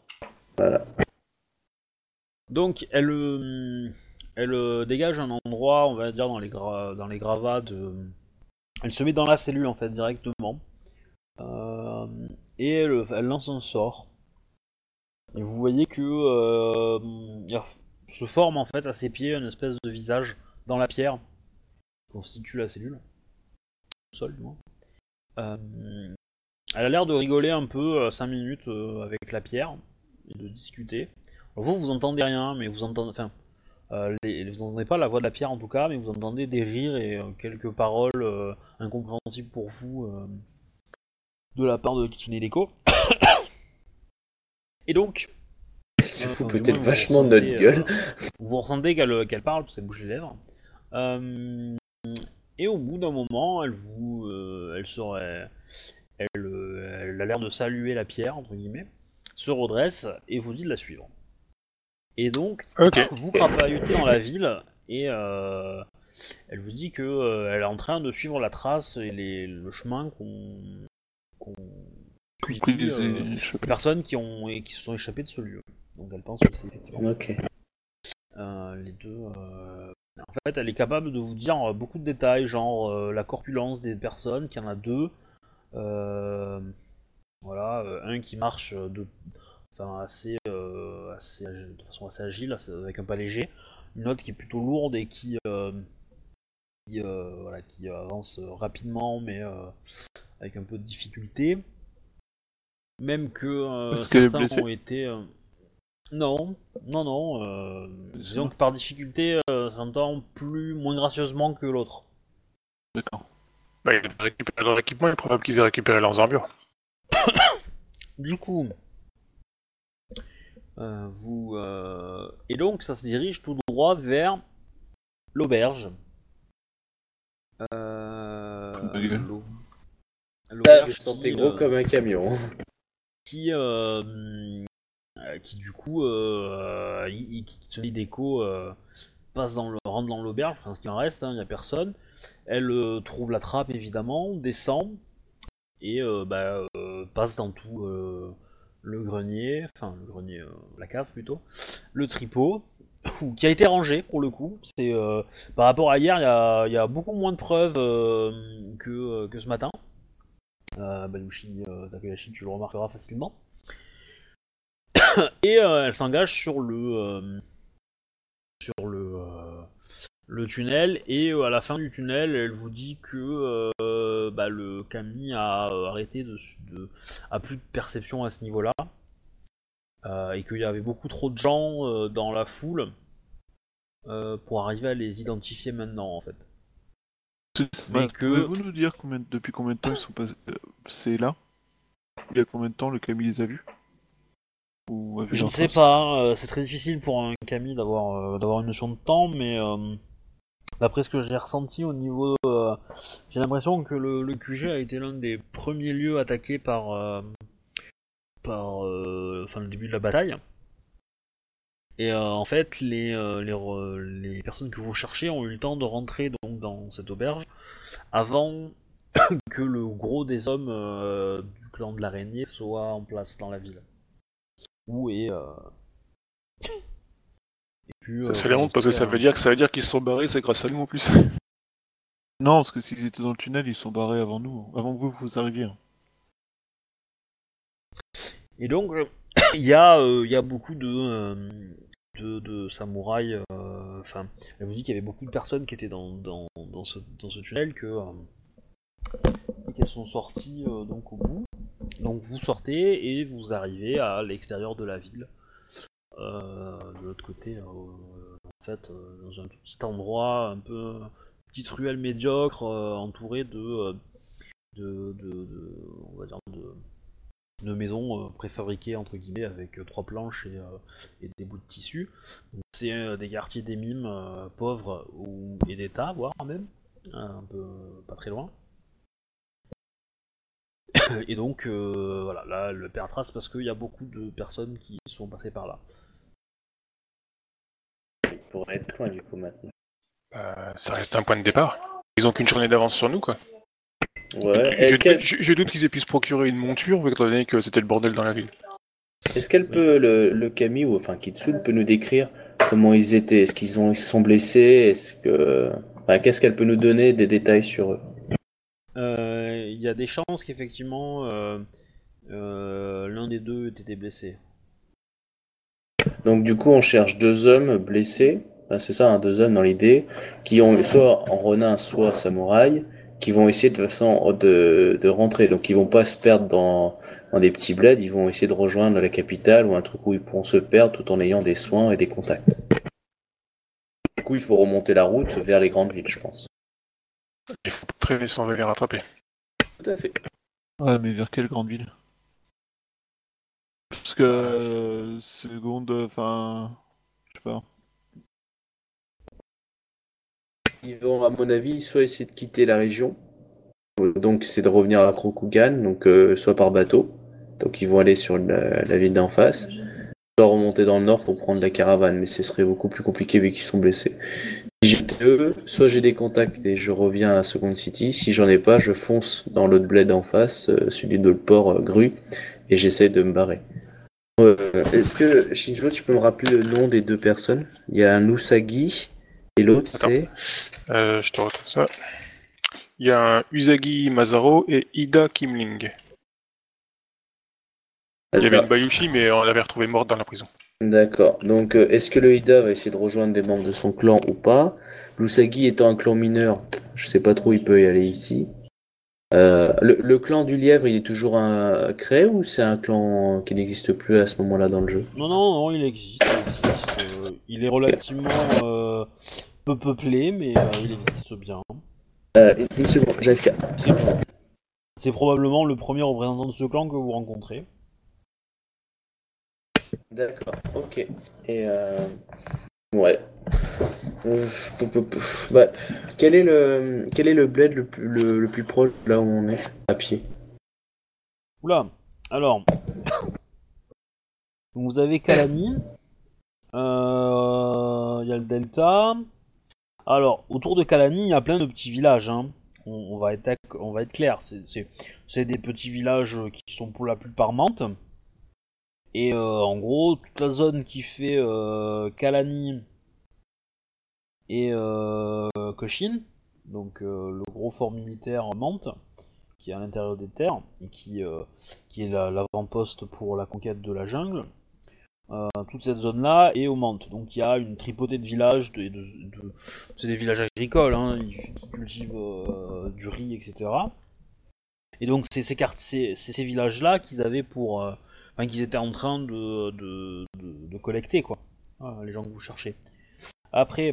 Donc elle, euh, elle euh, dégage un endroit, on va dire dans les gra- dans les gravats de. Elle se met dans la cellule en fait directement. Euh, et elle, elle lance un sort. Et vous voyez que euh, il se forme en fait à ses pieds une espèce de visage dans la pierre qui constitue la cellule, au sol du moins. Euh, elle a l'air de rigoler un peu cinq minutes euh, avec la pierre et de discuter. Alors vous vous entendez rien, mais vous entendez, enfin, euh, les, vous entendez pas la voix de la pierre en tout cas, mais vous entendez des rires et euh, quelques paroles euh, incompréhensibles pour vous euh, de la part de Kitsune Hideko. Et donc, Elle se euh, fout enfin, du peut-être moins, vous vachement de notre ressentez, gueule. euh, vous ressentez qu'elle qu'elle parle parce qu'elle bouge les lèvres. Euh, et au bout d'un moment, elle vous, euh, elle serait, elle, euh, elle a l'air de saluer la pierre entre guillemets, se redresse et vous dit de la suivre. Et donc, Ok. vous crapahutez dans la ville et euh, elle vous dit que euh, elle est en train de suivre la trace et les, le chemin qu'on qu'on suit Compris les euh, échappés. les personnes qui ont et qui se sont échappées de ce lieu. Donc elle pense que c'est effectivement Ok. euh, les deux. Euh... En fait, elle est capable de vous dire beaucoup de détails, genre euh, la corpulence des personnes, qu'il y en a deux. Euh... Voilà, euh, un qui marche de, enfin assez, euh, assez, de façon assez agile, assez- avec un pas léger. Une autre qui est plutôt lourde et qui, euh, qui, euh, voilà, qui avance rapidement, mais euh, avec un peu de difficulté. Même que euh, Est-ce qu'elle est certains blessée? ont été. euh, Non, non, non. Euh, C'est disons bon. que par difficulté, euh, ça s'entend plus, moins gracieusement que l'autre. D'accord. Bah, ils ont récupéré leur équipement, il est probable qu'ils aient récupéré leurs armures. Du coup, euh, vous... euh, Et donc, ça se dirige tout droit vers l'auberge. Euh... Fous de ma gueule. l'au- Là, je L'auberge me sentais qui, gros euh, comme un camion. qui, euh, euh, qui du coup, euh, il, il- qui se lit d'écho, euh, passe dans le, rentre dans l'auberge, enfin ce qui en reste, il n'y a personne. Elle euh, trouve la trappe évidemment, descend et euh, bah, euh, passe dans tout euh, le grenier, enfin le grenier, euh, la cave plutôt, le tripot, qui a été rangé pour le coup. C'est euh, par rapport à hier, il y a, il y a beaucoup moins de preuves euh, que, euh, que ce matin. Euh, Balushi, euh, Takahashi, tu le remarqueras facilement. Et euh, elle s'engage sur le euh, sur le euh, le tunnel et euh, à la fin du tunnel, elle vous dit que euh, bah, le Kami a euh, arrêté de, de a plus de perception à ce niveau-là euh, et qu'il y avait beaucoup trop de gens euh, dans la foule euh, pour arriver à les identifier maintenant en fait. C'est- Mais bah, que Pouvez-vous nous dire combien, depuis combien de temps ils sont passés euh, c'est là? Il y a combien de temps le Camille les a vus? Ou a vu je ne leur sais trace? pas, euh, c'est très difficile pour un Kami d'avoir euh, d'avoir une notion de temps, mais euh, d'après ce que j'ai ressenti au niveau, euh, j'ai l'impression que le, le Q G a été l'un des premiers lieux attaqués par euh, par euh, enfin le début de la bataille. Et euh, en fait, les, euh, les, re- les personnes que vous cherchez ont eu le temps de rentrer donc dans cette auberge avant que le gros des hommes euh, du clan de l'araignée soit en place dans la ville. Où est euh, et pu Ça, euh, ça les honte parce que commencer ça à... veut dire que ça veut dire qu'ils se sont barrés, c'est grâce à nous en plus. Non, parce que s'ils étaient dans le tunnel, ils sont barrés avant nous, avant que vous vous arriviez. hein. Et donc, euh, il y, a, euh, il y a beaucoup de, euh, de, de samouraïs. euh, Enfin, elle vous dit qu'il y avait beaucoup de personnes qui étaient dans, dans, dans, ce, dans ce tunnel, que euh, et qu'elles sont sorties euh, donc au bout. Donc vous sortez et vous arrivez à l'extérieur de la ville, euh, de l'autre côté, euh, en fait, euh, dans un tout petit endroit, un peu petite ruelle médiocre, euh, entourée de, euh, de, de, de, on va dire de, de maisons euh, préfabriquées entre guillemets avec euh, trois planches et, euh, et des bouts de tissu. Donc, c'est euh, des quartiers des mimes euh, pauvres ou et d'État, voire même un peu pas très loin. Et donc, euh, voilà, là, le père trace parce qu'il y a beaucoup de personnes qui sont passées par là. Pour être loin du coup maintenant. Euh, ça reste un point de départ. Ils ont qu'une journée d'avance sur nous, quoi. Ouais. Je, Est-ce qu'elle je- je doute qu'ils aient pu se procurer une monture, étant donné que c'était le bordel dans la ville. est-ce qu'elle peut, le, le Camille, ou enfin Kitsune, peut nous décrire comment ils étaient? Est-ce qu'ils ont, ils se sont blessés? Est-ce que. Enfin, qu'est-ce qu'elle peut nous donner des détails sur eux? Euh, Il y a des chances qu'effectivement euh, euh, l'un des deux ait été blessé. Donc du coup, on cherche deux hommes blessés, enfin, c'est ça, hein, deux hommes dans l'idée, qui ont soit en ronin, soit samouraï, qui vont essayer de toute façon de, de rentrer. Donc ils vont pas se perdre dans, dans des petits bleds, ils vont essayer de rejoindre la capitale ou un truc où ils pourront se perdre tout en ayant des soins et des contacts. Du coup, il faut remonter la route vers les grandes villes, je pense. Il faut pas traîner sans venir rattraper. Tout à fait. Ouais, mais vers quelle grande ville? Parce que euh, seconde, enfin, je sais pas. Ils vont, à mon avis, soit essayer de quitter la région, donc c'est de revenir à Krokugan, donc euh, soit par bateau, donc ils vont aller sur la, la ville d'en face, soit remonter dans le nord pour prendre la caravane, mais ce serait beaucoup plus compliqué vu qu'ils sont blessés. Si j'étais eux, soit j'ai des contacts et je reviens à Second City, si j'en ai pas, je fonce dans l'autre bled en face, euh, celui de le port euh, Grue, et j'essaie de me barrer. Euh, Est-ce que, Shinjo, tu peux me rappeler le nom des deux personnes? Il y a un Usagi, et l'autre Attends. c'est... Euh, je te retrouve ça. Il y a un Usagi Mazaro et Ida Kimling. Il y avait une Bayushi, mais on l'avait retrouvée morte dans la prison. D'accord. Donc, euh, est-ce que le Ida va essayer de rejoindre des membres de son clan ou pas? L'Usagi étant un clan mineur, je sais pas trop, il peut y aller ici. Euh, le, le clan du lièvre, il est toujours un, créé ou c'est un clan qui n'existe plus à ce moment-là dans le jeu? Non, non, non, il existe, il existe. euh, il est relativement euh, peu peuplé, mais euh, il existe bien. Euh, une, une seconde, j'arrive qu'à... C'est, c'est probablement le premier représentant de ce clan que vous rencontrez. D'accord, ok. Et euh... ouais. Euh, pou- pou- pou- bah, quel est le quel est le bled le plus le, le plus proche de là où on est à pied? Oula, alors, donc vous avez Calami, euh, il y a le Delta. Alors, autour de Calami, il y a plein de petits villages, hein. On, on va être, d'ac- on va être clair, c'est, c'est, c'est des petits villages qui sont pour la plupart Mantes. Et euh, en gros, toute la zone qui fait euh, Kalani et euh, Cochin, donc euh, le gros fort militaire Mantes, qui est à l'intérieur des terres, et qui, euh, qui est la- l'avant-poste pour la conquête de la jungle, euh, toute cette zone-là est aux Mantes. Donc il y a une tripotée de villages, de, de- de- c'est des villages agricoles, hein, ils, qui cultivent euh, du riz, et cetera. Et donc c'est ces, quart- c'est- c'est ces villages-là qu'ils avaient pour... euh, enfin, qu'ils étaient en train de, de, de- de collecter, quoi. Voilà, les gens que vous cherchez. Après,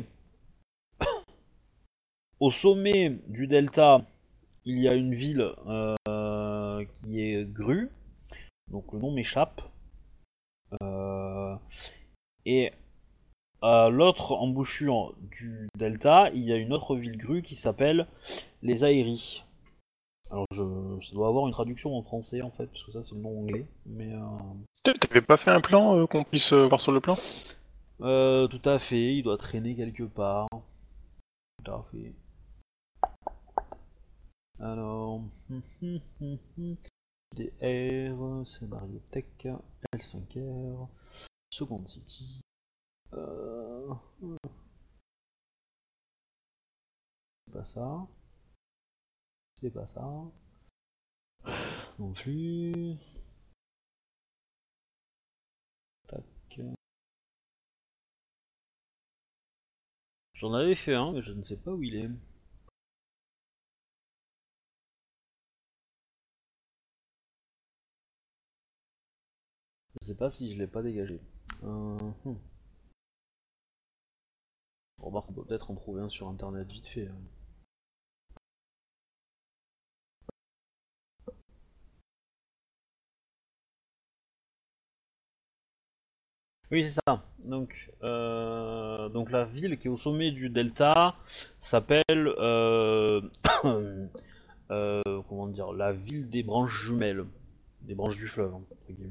au sommet du delta, il y a une ville euh, qui est Gru, donc le nom m'échappe. Euh, et à l'autre embouchure du delta, il y a une autre ville Gru qui s'appelle les Aéris. Alors, je, ça doit avoir une traduction en français en fait, parce que ça c'est le nom anglais. Mais euh, T'a- T'avais pas fait un plan euh, qu'on puisse euh, voir sur le plan? euh, tout à fait, il doit traîner quelque part. Tout à fait. Alors, D R, scénario tech, L cinq R, Second City. Euh... C'est pas ça. C'est pas ça. Non plus. Tac. J'en avais fait un, mais je ne sais pas où il est. Je sais pas si je l'ai pas dégagé. Euh... hmm. Remarque, on peut peut-être en trouver un sur internet vite fait. hein. Oui, c'est ça. Donc, euh, donc la ville qui est au sommet du delta s'appelle, euh, euh, comment dire, la ville des branches jumelles, des branches du fleuve. hein, entre guillemets.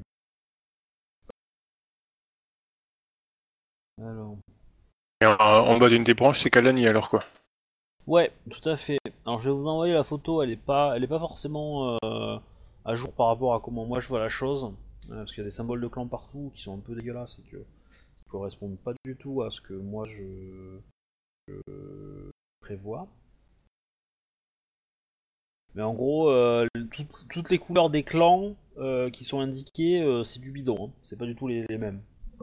Alors, Et en, en bas d'une des branches, c'est Kalani alors quoi. ouais, tout à fait. Alors, je vais vous envoyer la photo. Elle est pas, elle est pas forcément euh, à jour par rapport à comment moi je vois la chose, euh, parce qu'il y a des symboles de clan partout qui sont un peu dégueulasses et que qui correspondent pas du tout à ce que moi je, je prévois. Mais en gros, euh, tout- toutes les couleurs des clans euh, qui sont indiquées, euh, c'est du bidon. Hein. C'est pas du tout les, les mêmes.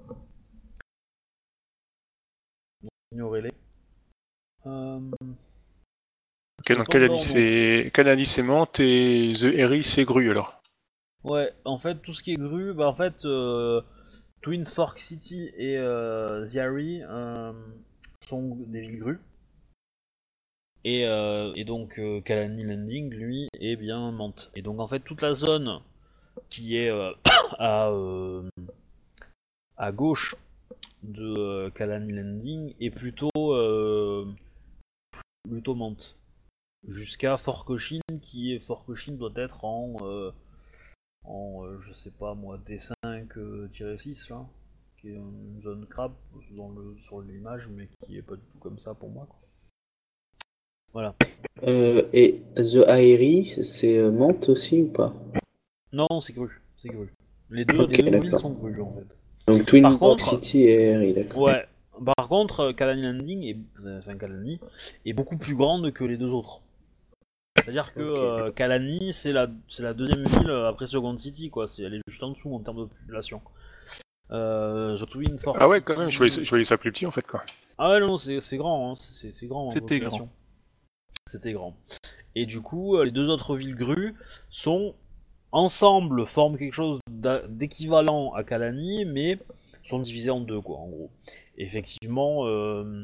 Ignorez-les. Euh, Ok, donc cependant, Kalani c'est Kalani c'est Mantes et The Harry c'est Gru alors. ouais, en fait, tout ce qui est grue, bah en fait, euh, Twin Fork City et euh, Ziari euh, sont des villes grues. Et, euh, et donc, euh, Kalani Landing, lui, est bien Mantes. Et donc, en fait, toute la zone qui est euh, à, euh, à gauche de euh, Kalani Landing est plutôt, euh, plutôt Mantes. Jusqu'à Fort Cochin, qui est Fort Cochin doit être en, euh, en euh, je sais pas moi, D cinq six là, qui est une zone crabe dans le, sur l'image, mais qui est pas du tout comme ça pour moi. Quoi. Voilà. Euh, et The Aerie, c'est euh, Mantes aussi ou pas? Non, c'est cru, c'est cru. Les deux, Ok, les deux villes d'accord. sont crues en fait. Donc Twin Par Park contre, City et Aerie, d'accord. ouais. Par contre, Kalani Landing est, enfin Kalani est beaucoup plus grande que les deux autres. C'est-à-dire que Ok. euh, Kalani, c'est la, c'est la deuxième ville après Second City, quoi. C'est, elle est juste en dessous en termes de population. Euh, The Twin Fork Ah ouais, City- quand même, je voyais, je voyais ça plus petit en fait quoi. Ah ouais, non, c'est, c'est grand, hein. c'est, c'est grand en C'était population. C'était grand. Et du coup, euh, les deux autres villes grues sont ensemble forment quelque chose d'a- d'équivalent à Kalani, mais sont divisées en deux, quoi, en gros. Et effectivement, euh...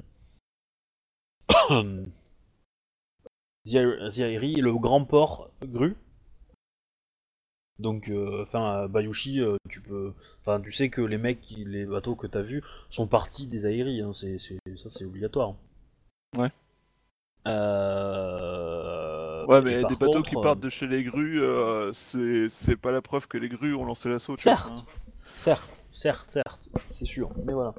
Zairi est le grand port gru. Donc, enfin, euh, Bayushi, euh, tu peux, enfin, tu sais que les mecs, qui- les bateaux que t'as vus sont partis des Airi, hein, c'est, c'est, ça c'est obligatoire. Ouais. Euh... Ouais, Et mais par des bateaux contre, qui euh, partent de chez les grues, euh, c'est c'est pas la preuve que les grues ont lancé l'assaut. tu vois, certes, hein. certes, certes, certes, c'est sûr, mais voilà.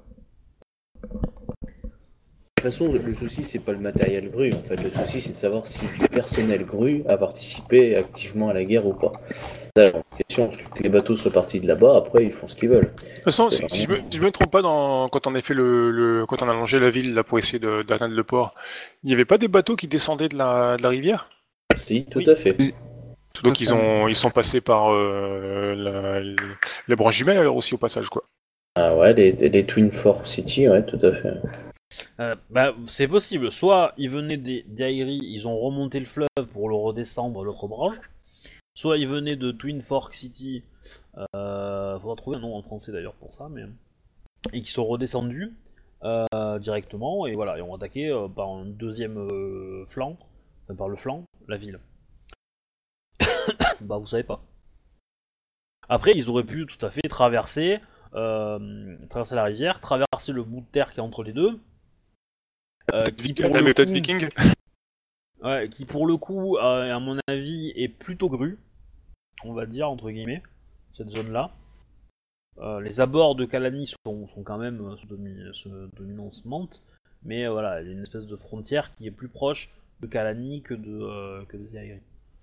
De toute façon, le souci, c'est pas le matériel grue. En fait, le souci, c'est de savoir si le personnel grue a participé activement à la guerre ou pas. C'est ça la question. Parce que les bateaux sont partis de là-bas, après, ils font ce qu'ils veulent. De toute façon, C'est si, si je me, vraiment- si je me trompe pas, dans, quand on a fait le, le- quand on a longé la ville là pour essayer de- d'atteindre le port, il n'y avait pas des bateaux qui descendaient de la, de la rivière? Si, tout Oui. à fait. Oui. Tout à Donc ils fait. ont, ils sont passés par euh, la, les branches jumelles alors aussi au passage quoi. Ah ouais, les, les Twin Force City, ouais, tout à fait. Euh, bah, c'est possible. Soit ils venaient des d'Airi, ils ont remonté le fleuve pour le redescendre l'autre branche. Soit ils venaient de Twin Fork City. Euh, faudra trouver un nom en français d'ailleurs pour ça, mais et qui sont redescendus euh, directement et voilà, et ont attaqué euh, par un deuxième euh, flanc, enfin, par le flanc, la ville. Bah vous savez pas. Après, ils auraient pu tout à fait traverser, euh, traverser la rivière, traverser le bout de terre qui est entre les deux. Euh, Peut-être qui, vi- pour la le méthode coup, viking. ouais, qui pour le coup, euh, à mon avis, est plutôt grue, on va dire, entre guillemets, cette zone-là. Euh, les abords de Kalani sont, sont quand même euh, sous, domi- sous dominance mante, mais euh, voilà, il y a une espèce de frontière qui est plus proche de Kalani que de euh, que des Zaïri.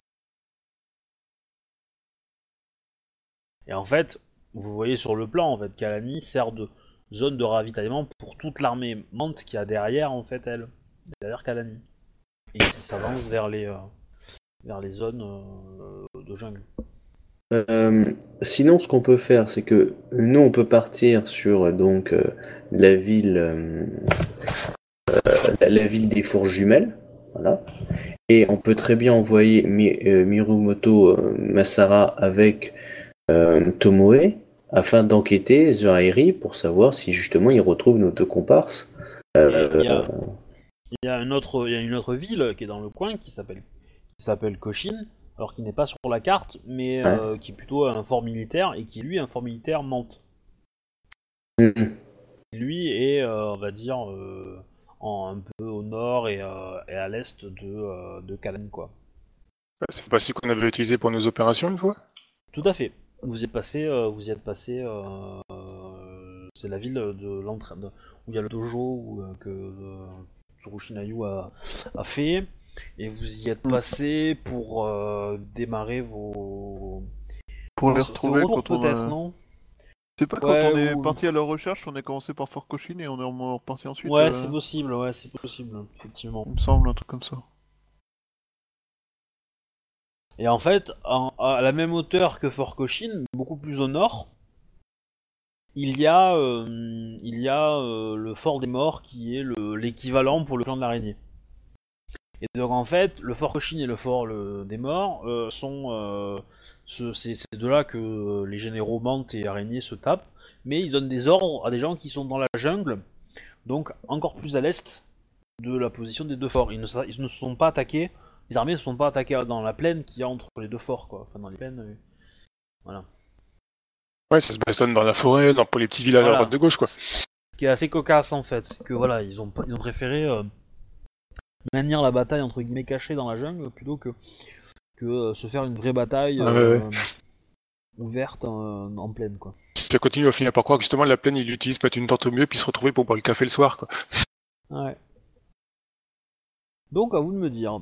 Et en fait, vous voyez sur le plan, en fait, Kalani sert de zone de ravitaillement pour toute l'armée mante qui a derrière, en fait, elle, derrière Kalani, et qui s'avance vers les euh, vers les zones euh, de jungle. Euh, sinon, ce qu'on peut faire, c'est que nous, on peut partir sur donc euh, la ville, euh, la, la ville des fourches jumelles, voilà. Et on peut très bien envoyer Mi- euh, Mirumoto euh, Masara avec euh, Tomoe afin d'enquêter sur Airi pour savoir si justement ils retrouvent nos deux comparses. Et il Euh, y a il y a une autre il y a une autre ville qui est dans le coin qui s'appelle qui s'appelle Koshin, alors qui n'est pas sur la carte, mais ouais. euh, qui est plutôt un fort militaire et qui lui est un fort militaire mante. Mhm. Lui est, euh, on va dire, euh, en, un peu au nord et, euh, et à l'est de, euh, de Kalan, quoi. C'est pas celui qu'on avait utilisé pour nos opérations une fois. Tout à fait. Vous y êtes passé, euh, vous y êtes passé. Euh, euh, c'est la ville de l'entrée de- où il y a le dojo où, euh, que euh, Tsurushi Nayu a, a fait, et vous y êtes Mm. passé pour euh, démarrer vos. Pour Non, les c'est- c'est au retrouver retour quand on peut-être, a... non? C'est pas quand Ouais, on est ou- parti à leur recherche, on a commencé par Fort Cochin et on est reparti ensuite. Ouais, euh, c'est possible, ouais, c'est possible, effectivement. Il me semble, un truc comme ça. Et en fait, en- à la même hauteur que Fort Cochin, beaucoup plus au nord, il y a, euh, il y a euh, le Fort des Morts qui est le- l'équivalent pour le clan de l'araignée. Et donc en fait, le Fort Cochin et le Fort le- des Morts euh, sont, euh, ce- c'est c'est de là que les généraux Mante et Araignée se tapent, mais ils donnent des ordres à des gens qui sont dans la jungle, donc encore plus à l'est de la position des deux forts. Ils ne, sa- ils ne se sont pas attaqués, les armées ne se sont pas attaquées dans la plaine qu'il y a entre les deux forts, quoi. Enfin dans les plaines, euh, voilà. Ouais, ça se bastonne dans la forêt, dans pour les petits villages à Voilà. droite de gauche quoi. Ce qui est assez cocasse en fait, que voilà, ils ont, ils ont préféré euh, maintenir la bataille entre guillemets cachée dans la jungle plutôt que, que euh, se faire une vraie bataille Ah, ouais, euh, ouais. ouverte en, en plaine, quoi. Si ça continue, on va finir par croire que justement la plaine, ils l'utilisent pour mettre une tente au mieux puis se retrouver pour boire le café le soir quoi. Ouais. Donc à vous de me dire.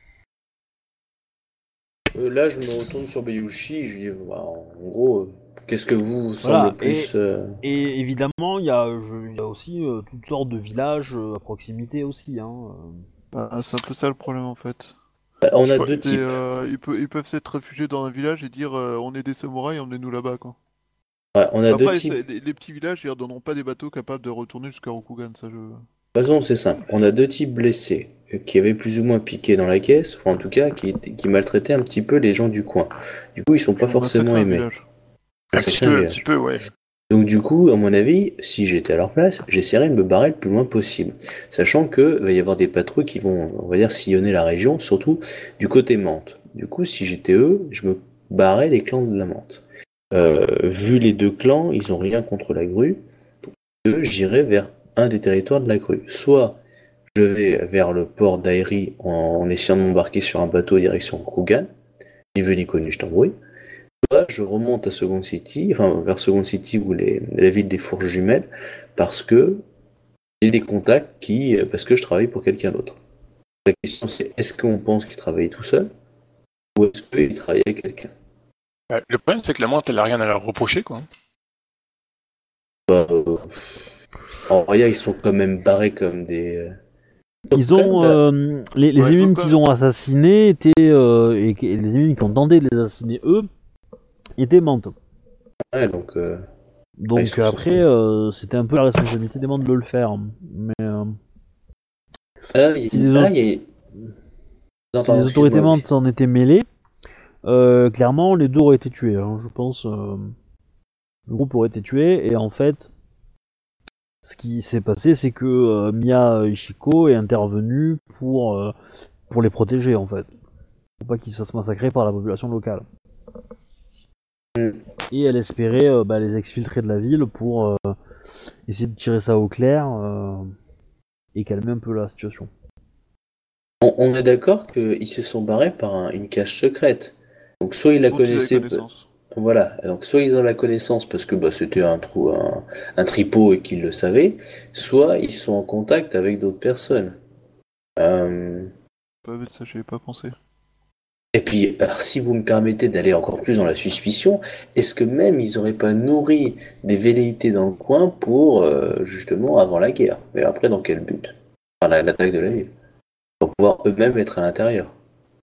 Euh, là, je me retourne sur Bayushi et je lui dis, bah, en gros, euh, qu'est-ce que vous semble Voilà, le plus euh, Et évidemment, il y, a, je- il y a aussi euh, toutes sortes de villages euh, à proximité aussi. Hein. euh. Bah, c'est un peu ça le problème en fait. bah, on a Ouais, deux C'est, types. euh, ils, pe- ils peuvent s'être réfugiés dans un village et dire euh, on est des samouraïs, emmenez-nous là-bas quoi. Ouais, on a deux Après, types. c'est- les, les petits villages, ils leur donneront pas des bateaux capables de retourner jusqu'à Rokugan, ça je. toute façon, c'est simple. On a deux types blessés euh, qui avaient plus ou moins piqué dans la caisse, enfin en tout cas qui, étaient- qui maltraitaient un petit peu les gens du coin. Du coup, ils sont pas On forcément massacre un aimés. village. Un C'est petit ça, peu, un mais- petit peu, ouais. Donc du coup, à mon avis, si j'étais à leur place, j'essaierais de me barrer le plus loin possible, sachant que va y avoir des patrouilles qui vont, on va dire, sillonner la région, surtout du côté Mantes. Du coup, si j'étais eux, je me barrais les clans de la Mantes. Euh, vu les deux clans, ils ont rien contre la grue. Donc, eux, j'irais vers un des territoires de la grue. Soit je vais vers le port d'Aéry en, en essayant de m'embarquer sur un bateau direction Krugan, ni vu ni connu, je t'embrouille. Soit je remonte à Second City, enfin vers Second City ou les, la ville des Fourches Jumelles, parce que j'ai des contacts qui, parce que je travaille pour quelqu'un d'autre. La question c'est, est-ce qu'on pense qu'il travaille tout seul, ou est-ce qu'il travaille avec quelqu'un? Bah, le problème, c'est que la Mante, elle a rien à leur reprocher, quoi. Bah, euh, en vrai, ils sont quand même barrés comme des... euh, Ils quand ont même, euh, les, les Ouais, ils émimes ont pas- qu'ils ont assassinés étaient euh, et, et les émimes qui ont tenté de les assassiner eux étaient Mantes. ouais, donc... euh, Donc ils sont après sortis. euh, c'était un peu la responsabilité des Mantes de le faire. Mais euh, Ah, il y a- si les, ah, autres- il y a- non, si pardon, les autorités excuse-moi, oui. Mantes s'en étaient mêlées, euh, clairement les deux auraient été tués. Hein, je pense euh, le groupe aurait été tué et en fait ce qui s'est passé c'est que euh, Miya Ishiko est intervenue pour euh, pour les protéger en fait, pour pas qu'ils se fassent massacrer par la population locale. Mm. Et elle espérait euh, bah, les exfiltrer de la ville pour euh, essayer de tirer ça au clair euh, et calmer un peu la situation. On, on est d'accord qu'ils se sont barrés par un- une cache secrète. Donc soit ils la dont ils avaient connaissaient... connaissance. Voilà, donc soit ils ont la connaissance parce que bah, c'était un trou, un, un tripot et qu'ils le savaient, soit ils sont en contact avec d'autres personnes. Euh, Pas bête, ça, j'y avais pas pensé. Et puis, alors, si vous me permettez d'aller encore plus dans la suspicion, est-ce que même ils auraient pas nourri des velléités dans le coin pour euh, justement avant la guerre? Mais après, dans quel but? Enfin, la- l'attaque de la ville. Pour pouvoir eux-mêmes être à l'intérieur.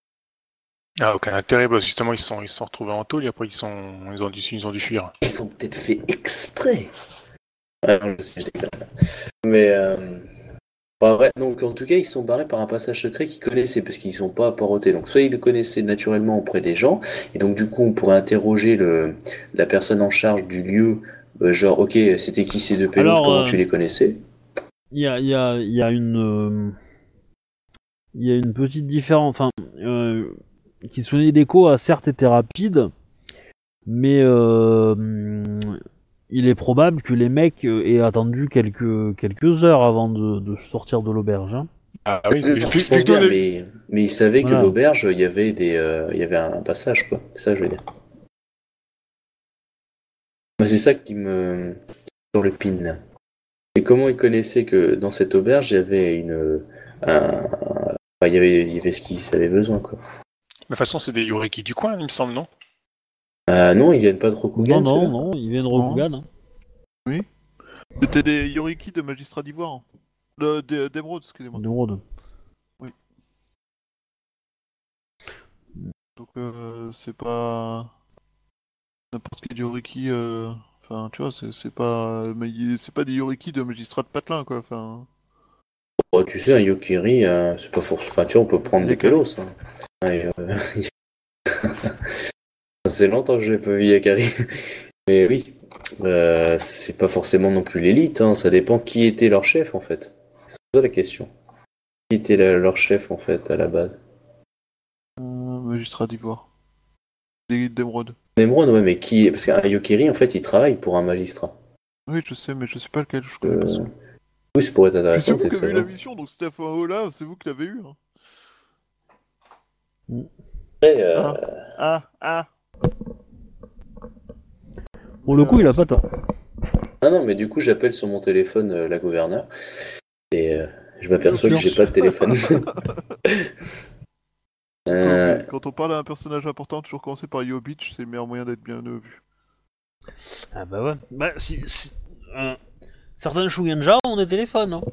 Ah, aucun intérêt, bah, justement, ils se sont, ils se sont retrouvés en tôle et après, ils, sont, ils, ont dû, ils ont dû fuir. Ils ont peut-être fait exprès. Ouais, non, je sais, je déconne. Mais euh, bah ouais, donc en tout cas, ils sont barrés par un passage secret qu'ils connaissaient parce qu'ils sont pas apparentés. Donc soit ils le connaissaient naturellement auprès des gens, et donc du coup, on pourrait interroger le, la personne en charge du lieu, euh, genre, ok, c'était qui ces deux pélos, Alors, comment euh, tu les connaissais? il y a, y a- y a une, euh, il y a une petite différence. Enfin, euh, Kitsune Deko a certes été rapide, mais euh, il est probable que les mecs euh, aient attendu quelques quelques heures avant de, de sortir de l'auberge. Hein. Ah oui, Euh, vu, Je vu pense que nous, bien, on est- mais, mais ils savaient que Voilà. l'auberge, il y avait des, euh, il y avait un passage, quoi. C'est ça que je veux dire. Moi, c'est ça qui me, sur le pin. Et comment ils connaissaient que dans cette auberge, il y avait une, un, enfin, il y avait, il y avait ce qu'ils avaient besoin, quoi. de toute façon, c'est des Yoriki du coin, il me semble, non? Ah non, ils viennent pas de Non, Rokugan, non, ceux-là non, ils viennent de Non. Rokugan. Hein. C'était des Yoriki de magistrats d'Ivoire. De, de- d'Emeraude, excusez-moi. D'émeraude. Donc, euh, c'est pas n'importe quel Yoriki. euh, Enfin, tu vois, c'est c'est pas, mais il- c'est pas des Yoriki de magistrats de patelin, quoi. Enfin, Oh, tu sais, un Yokiri, euh, c'est pas forcément... Enfin, tu vois, on peut prendre Il des est calme. pélos, hein. Ouais, euh, c'est longtemps que j'ai pas vu Yakari. Mais oui, euh, c'est pas forcément non plus l'élite, hein. Ça dépend qui était leur chef, en fait. C'est ça la question. Qui était la- leur chef, en fait, à la base? euh, magistrats d'Ivoire. Des- D'Emeraude. Nemron, ouais, mais qui... Parce qu'un Yokiri, en fait, il travaille pour un magistrat. Oui, je sais, mais je sais pas lequel. Je connais Euh, pas son. Oui, ça pourrait être Puis c'est intéressant, vous c'est qui de avez eu la savoir. mission, donc cette info-là, c'est vous qui l'avez eu. Hein. Après, euh, Ah, ah, ah. Pour le coup, il a pas tort. Ah non, mais du coup, j'appelle sur mon téléphone euh, la gouverneure et euh, je m'aperçois que Bien j'ai sûr. pas de téléphone. Euh, Quand, quand on parle à un personnage important, toujours commencer par Yo Beach, c'est le meilleur moyen d'être bien euh, vu. Ah bah ouais. Bah si, si euh, certains Shugenja ont des téléphones. Hein.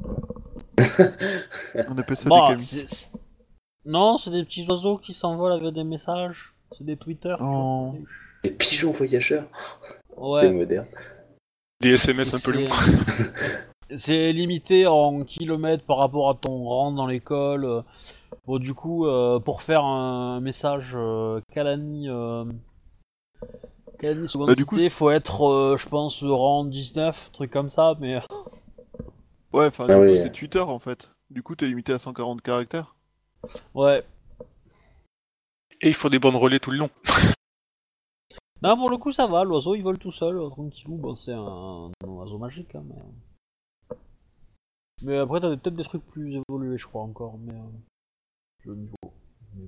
On appelle ça Bon, des camis. c'est- c'est- non, c'est des petits oiseaux qui s'envolent avec des messages. C'est des Twitter. tu Oh. vois. les pigeons voyageurs, c'est Ouais. moderne. Des S M S un peu C'est- longs. c'est limité en kilomètres par rapport à ton rang dans l'école. euh. Bon, du coup, euh, pour faire un message euh, Kalani, euh, Kalani seconde Bah, du coup, cité, c'est- faut être, euh, je pense, rang dix-neuf, truc comme ça, mais... Ouais, enfin, Ah du oui. coup, c'est Twitter en fait. Du coup, t'es limité à cent quarante caractères. Ouais. Et il faut des bandes relais tout le long. Non, pour le coup, ça va, l'oiseau, il vole tout seul, euh, tranquillou. Bon, c'est un, un oiseau magique, hein, mais... Mais après, t'as des- peut-être des trucs plus évolués, je crois, encore, mais... Euh, le niveau. Mais-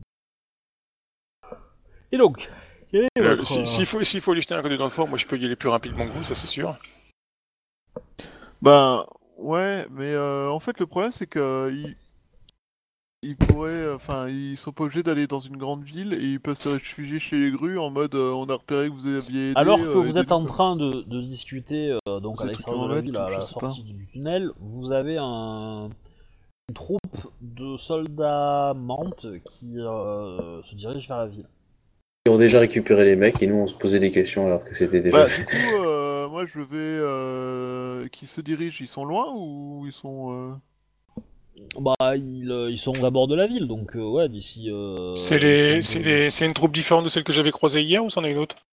Et donc, quel est Euh, votre... si- euh, S'il faut, s'il faut aller jeter un coup d'œil dans le fort, moi je peux y aller plus rapidement que vous, ça c'est sûr. Bah, ouais, mais euh, en fait, le problème, c'est que euh, ils, ils pourraient, enfin, ils sont pas obligés d'aller dans une grande ville et ils peuvent se réfugier chez les grues en mode, euh, on a repéré que vous aviez aidé. Alors que euh, vous êtes aidez-nous, en quoi. train de, de discuter, euh, donc à Ces trucs l'extérieur en de la mètres, ville, ou à je la sais pas. sortie du tunnel, vous avez un, une troupe de soldats mantes qui euh, se dirige vers la ville. Ils ont déjà récupéré les mecs et nous on se posait des questions alors que c'était déjà Bah, fait. du coup, euh, moi, je vais, euh, qui se dirigent, ils sont loin ou ils sont euh, Bah, ils, euh, ils sont à bord de la ville, donc euh, ouais, d'ici... C'est Euh, d'ici un les, peu- c'est les, c'est une troupe différente de celle que j'avais croisée hier ou c'en est une autre?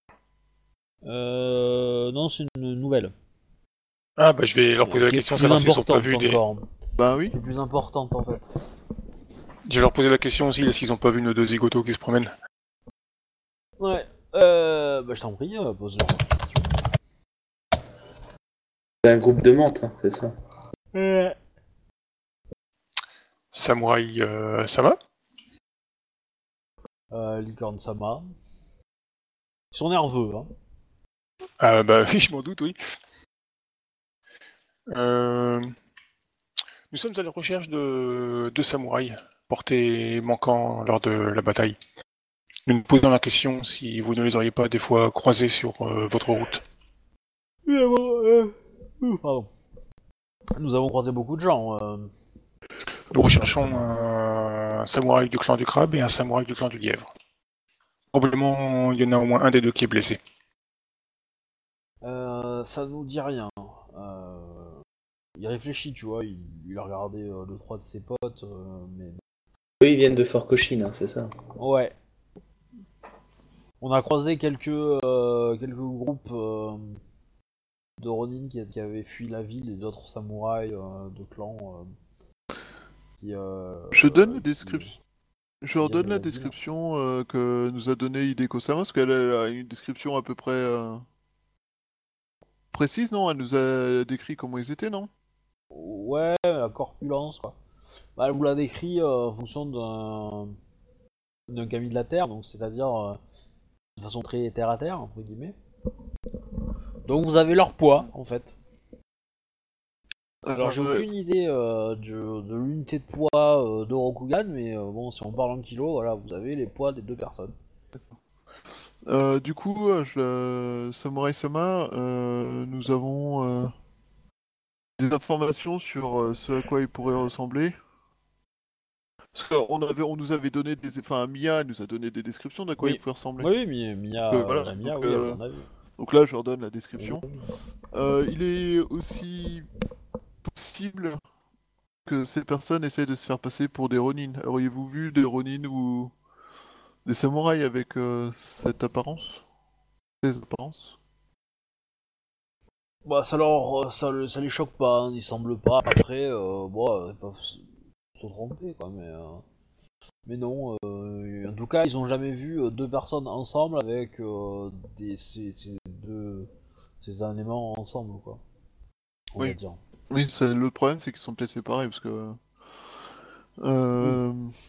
Euh, non, c'est une nouvelle. Ah bah je vais leur poser la Qui est question, plus savoir s'ils ont pas importante vu des. encore. Bah oui. Qui est plus importante, en fait. Je vais leur poser la question aussi, là, s'ils ont pas vu nos deux zigotos qui se promènent. Ouais. Euh, bah, je t'en prie, euh, pose leur question. C'est un groupe de menthes, hein, c'est ça. Ouais. Samouraï, euh, ça va? Euh, Licorne Sama. Ils sont nerveux, hein. Ah bah oui, je m'en doute, oui. Euh, Nous sommes à la recherche de deux samouraïs portés manquants lors de la bataille. Nous nous posons la question si vous ne les auriez pas des fois croisés sur euh, votre route. Nous avons, euh, ouh, pardon. Nous avons croisé beaucoup de gens. Euh... Nous recherchons un samouraï du clan du crabe et un samouraï du clan du lièvre. Probablement, il y en a au moins un des deux qui est blessé. Euh, ça nous dit rien. Euh... Il réfléchit, tu vois. Il, il a regardé euh, deux trois de ses potes, euh, mais Eux ils viennent de Fort Cochin, hein, c'est ça. ouais. On a croisé quelques euh, quelques groupes euh, de Ronin qui, qui avaient fui la ville et d'autres samouraïs euh, de clans euh, qui. Euh, Je donne la qui- description. Je leur viennent donne de la la ville. description euh, que nous a donnée Hideko Sama, parce qu'elle a une description à peu près euh, précise, non? Elle nous a décrit comment ils étaient, non? Ouais, la corpulence, quoi. Bah, elle vous l'a décrit euh, en fonction d'un d'un Camille de la Terre, donc c'est-à-dire euh, de façon très terre à terre, entre guillemets. Donc vous avez leur poids, en fait. Alors j'ai Euh, aucune idée euh, de, de l'unité de poids euh, de Rokugan, mais euh, bon, si on parle en kilos, voilà, vous avez les poids des deux personnes. euh, du coup, euh, je, Samurai Sama, euh, nous avons euh, des informations sur euh, ce à quoi il pourrait ressembler. Parce qu'on avait, on nous avait donné des, enfin Mia nous a donné des descriptions d'à quoi il Oui. pouvait ressembler. Oui, oui, Mi- Mia, Euh, euh, voilà, la Mia, donc, oui, elle euh, en a vu. Donc là, je leur donne la description. Euh, il est aussi possible que ces personnes essayent de se faire passer pour des Ronin. Auriez-vous vu des Ronin ou des samouraïs avec euh, cette apparence? Ces apparences? Bah, ça leur, ça, le- ça les choque pas, hein, ils semblent pas. Après, euh, bon, euh, ils peuvent se, se tromper, quoi, mais. euh, Mais non, euh, en tout cas, ils ont jamais vu euh, deux personnes ensemble avec euh, des, ces, ces deux ces éléments ensemble, quoi. On va Oui. dire. Oui, c'est- l'autre problème, c'est qu'ils sont peut-être séparés, parce que... Euh...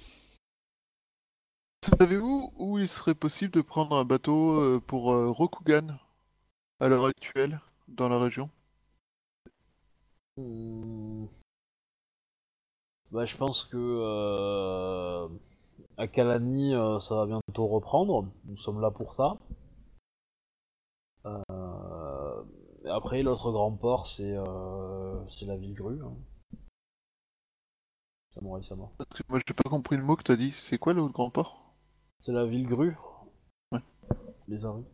Savez-vous où il serait possible de prendre un bateau euh, pour euh, Rokugan, à l'heure actuelle, dans la région? Hmm. Bah, je pense que euh, à Kalani, euh, ça va bientôt reprendre. Nous sommes là pour ça. Euh, et après, l'autre grand port, c'est euh, c'est la ville grue. Hein. Samurai Sama. Parce que moi, j'ai pas compris le mot que t'as dit. C'est quoi le grand port? C'est la ville grue. Ouais. Les Aris.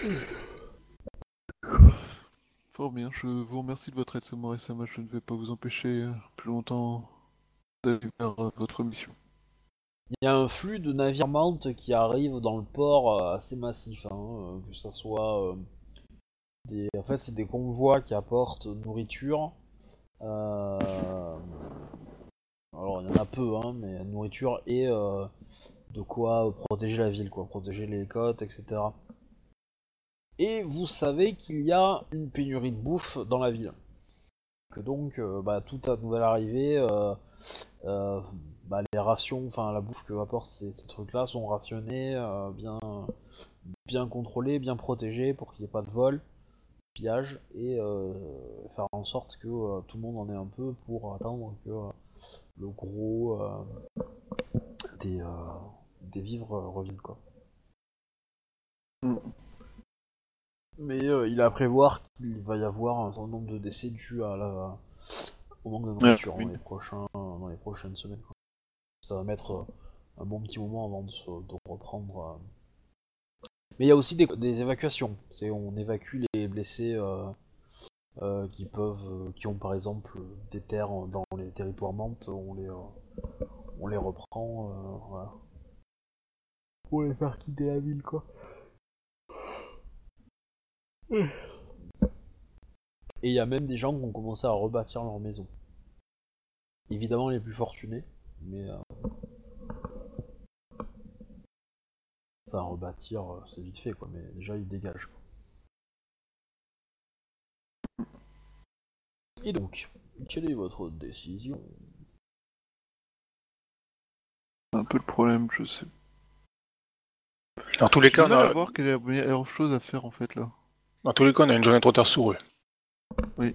Fort bien, je vous remercie de votre aide, Samurai Sama. Je ne vais pas vous empêcher euh, plus longtemps d'aller vers euh, votre mission. Il y a un flux de navires Mount qui arrive dans le port euh, assez massif, hein, euh, que ça soit euh, des... En fait, c'est des convois qui apportent nourriture. Euh... Alors, il y en a peu, hein, mais nourriture et euh, de quoi protéger la ville, quoi, protéger les côtes, et cetera. Et vous savez qu'il y a une pénurie de bouffe dans la ville. Que donc, euh, bah, toute à nouvelle arrivée, euh, euh, bah, les rations, enfin la bouffe que apportent ces, ces trucs-là sont rationnés, euh, bien, bien contrôlés, bien protégés pour qu'il n'y ait pas de vol, pillage, et euh, faire en sorte que euh, tout le monde en ait un peu pour attendre que euh, le gros euh, des, euh, des vivres euh, revienne, quoi. Mm. Mais euh, il est à prévoir qu'il va y avoir un certain nombre de décès dus à la... au manque de nourriture oui. dans, les prochains... dans les prochaines semaines, quoi. Ça va mettre euh, un bon petit moment avant de, se... de reprendre. Euh... Mais il y a aussi des, des évacuations. C'est on évacue les blessés euh, euh, qui peuvent, euh, qui ont par exemple des terres dans les territoires Mantes, on les, euh, on les reprend, euh, voilà. Pour les faire quitter la ville, quoi. Et il y a même des gens qui ont commencé à rebâtir leur maison. Évidemment les plus fortunés, mais... Euh... Enfin, rebâtir, euh, c'est vite fait, quoi, mais déjà ils dégagent, quoi. Et donc, quelle est votre décision? C'est un peu le problème, je sais. Dans tous les J'ai cas, du on mal a... à voir quelle est la meilleure chose à faire en fait là. Dans tous les cas, on a une journée trop tard sur eux. Oui.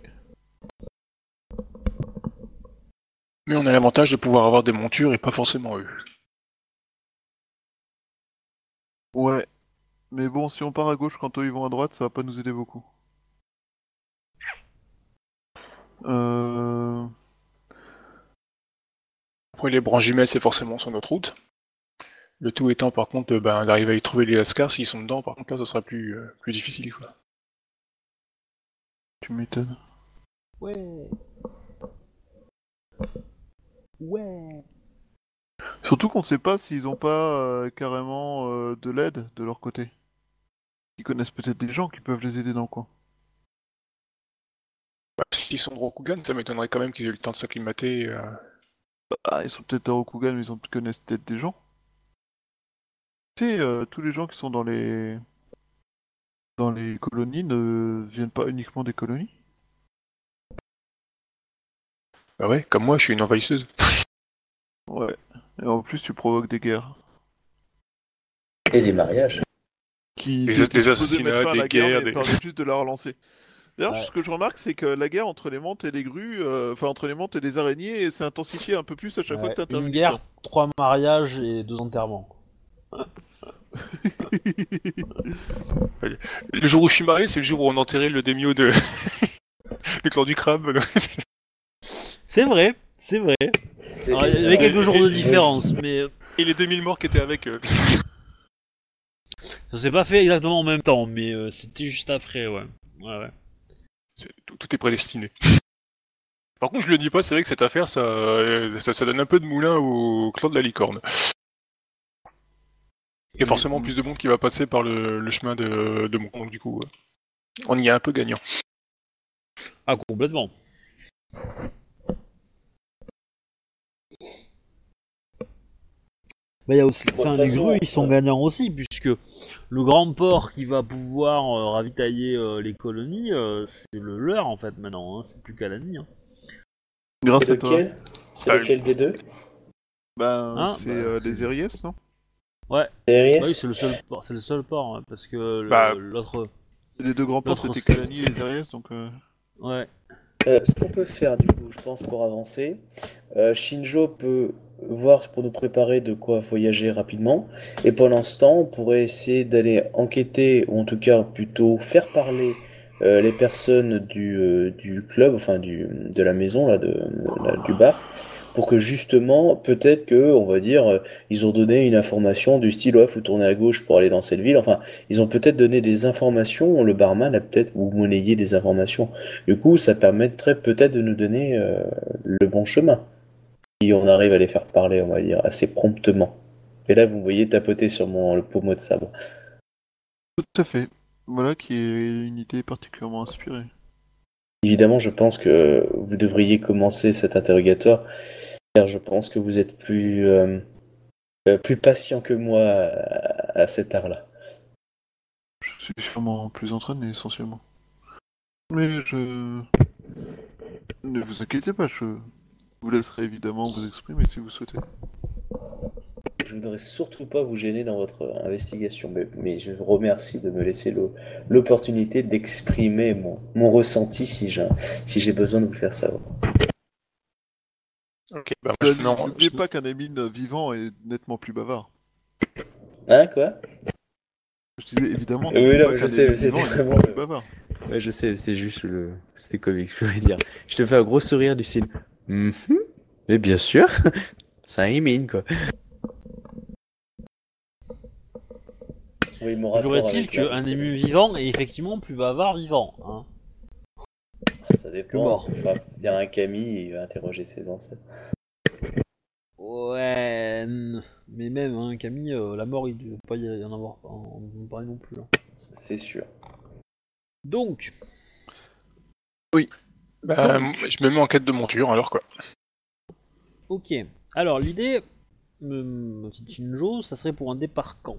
Mais on a l'avantage de pouvoir avoir des montures et pas forcément eux. Ouais. Mais bon, si on part à gauche quand eux ils vont à droite, ça va pas nous aider beaucoup. Euh... Après, les branches jumelles, c'est forcément sur notre route. Le tout étant, par contre, ben, d'arriver à y trouver les lascars. S'ils sont dedans, par contre, là, ça sera plus, euh, plus difficile, quoi. Tu m'étonnes. Ouais. Ouais. Surtout qu'on sait pas s'ils ont pas euh, carrément euh, de l'aide de leur côté. Ils connaissent peut-être des gens qui peuvent les aider dans le coin. Bah, s'ils sont de Rokugan, ça m'étonnerait quand même qu'ils aient eu le temps de s'acclimater. Euh... Ah, ils sont peut-être à Rokugan, mais ils ont connaissent peut-être des gens. Tu sais, euh, tous les gens qui sont dans les dans les colonies ne viennent pas uniquement des colonies. Bah ouais, comme moi, je suis une envahisseuse. Ouais. Et en plus, tu provoques des guerres. Et des mariages. Qui Des- étaient des supposés assassinats, mettre fin à des la guerre, guerres, mais des- permettent juste de la relancer. D'ailleurs, Ouais. ce que je remarque, c'est que la guerre entre les mantes et les grues, euh, enfin entre les mantes et les araignées, s'est intensifiée un peu plus à chaque fois Ouais, que t'interviens. une guerre, trois mariages et deux enterrements. Le jour où je suis marié, c'est le jour où on enterrait le démio de... du clan du crabe. là. C'est vrai, c'est vrai. C'est- Alors, il y avait quelques euh, jours de et- différence, mais Et les deux mille morts qui étaient avec. euh. ça s'est pas fait exactement en même temps, mais euh, c'était juste après, ouais. Ouais, ouais. C'est- Tout, tout est prédestiné. Par contre, je le dis pas, c'est vrai que cette affaire, ça, euh, ça, ça donne un peu de moulin au clan de la licorne. Il y a forcément Mm. plus de monde qui va passer par le, le chemin de, de mon compte, du coup. euh, On y est un peu gagnant. Ah, complètement. Bah, y a aussi, Bon, de enfin, toute les façon, grues, ils sont euh, gagnants aussi, puisque le grand port qui va pouvoir euh, ravitailler euh, les colonies, euh, c'est le leur en fait maintenant, hein, c'est plus qu'Alani. Hein. Grâce C'est à toi. lequel C'est Bah, lequel des deux Ben, Hein, c'est bah, euh, c'est- les Eries, non? Ouais, T R S bah oui, c'est le seul port, c'est le seul port, hein, parce que le- Bah. l'autre, Les deux grands ports, L'autre, c'était c'est- Kalani et les Eries, donc... euh, ouais. Euh, ce qu'on peut faire du coup, je pense, pour avancer, euh, Shinjo peut voir pour nous préparer de quoi voyager rapidement, et pendant ce temps, on pourrait essayer d'aller enquêter, ou en tout cas plutôt faire parler euh, les personnes du, euh, du club, enfin du, de la maison, là, de, là, du bar, pour que justement, peut-être que, on va dire, euh, ils ont donné une information du style, ouais, faut tourner à gauche pour aller dans cette ville. Enfin, ils ont peut-être donné des informations, le barman a peut-être, ou monnayé des informations. Du coup, ça permettrait peut-être de nous donner euh, le bon chemin. Si on arrive à les faire parler, on va dire, assez promptement. Et là, vous me voyez tapoter sur mon le pommeau de sabre. Tout à fait. Voilà qui est une idée particulièrement inspirée. Évidemment, je pense que vous devriez commencer cet interrogatoire, car je pense que vous êtes plus, euh, euh, plus patient que moi à, à cet art-là. Je suis sûrement plus entraîné essentiellement. Mais je... Ne vous inquiétez pas, je vous laisserai évidemment vous exprimer si vous souhaitez. Je voudrais surtout pas vous gêner dans votre investigation, mais, mais je vous remercie de me laisser l'o- l'opportunité d'exprimer mon, mon ressenti si j'ai si j'ai besoin de vous faire savoir. Ok, bah moi je me mets en... N'oubliez je- pas qu'un Amine vivant est nettement plus bavard. Hein, quoi? Je disais évidemment, Oui, n'oubliez non, pas mais je qu'un sais, Amine c'était vivant est vraiment nettement plus le- bavard. Ouais, je sais, c'est juste le. C'était comique, je pouvais dire. Je te fais un gros sourire du style. Mhm. Mais bien sûr, ça émine quoi. Oui, mon Toujours rapport est-il avec la qu'un ému c'est- vivant est effectivement plus bavard vivant. Hein. Ça Que dépend. mort. Enfin, il y a un Camille, il va interroger ses ancêtres. Ouais, n- mais même, hein, Camille, euh, la mort, il ne doit pas y en avoir en, en parler non plus. Hein. C'est sûr. Donc, Bah, je me mets en quête de monture, alors quoi. ok. Alors, l'idée, me- ma petite Shinjo, ça serait pour un départ quand?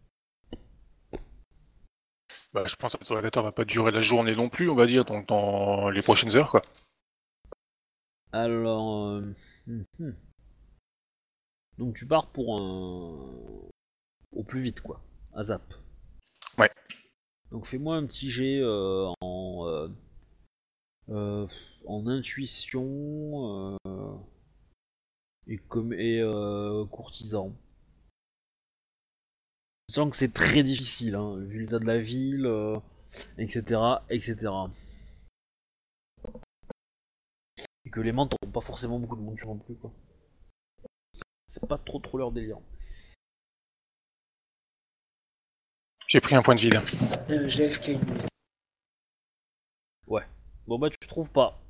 Bah, je pense que l'interrogatoire va pas durer la journée non plus, on va dire, donc dans les prochaines heures, quoi. Alors, euh, hum, hum. Donc tu pars pour un... au plus vite, quoi. À zap. Ouais. Donc fais-moi un petit jet euh, en... euh, euh, en intuition euh, et, comme, et euh, courtisan. Sachant que c'est très difficile, hein, vu l'état de la ville, euh, et cetera, et cetera. Et que les mantes n'ont pas forcément beaucoup de monture non plus, quoi. C'est pas trop trop leur délire. J'ai pris un point de vide. Euh, G F K. Bon bah tu trouves pas.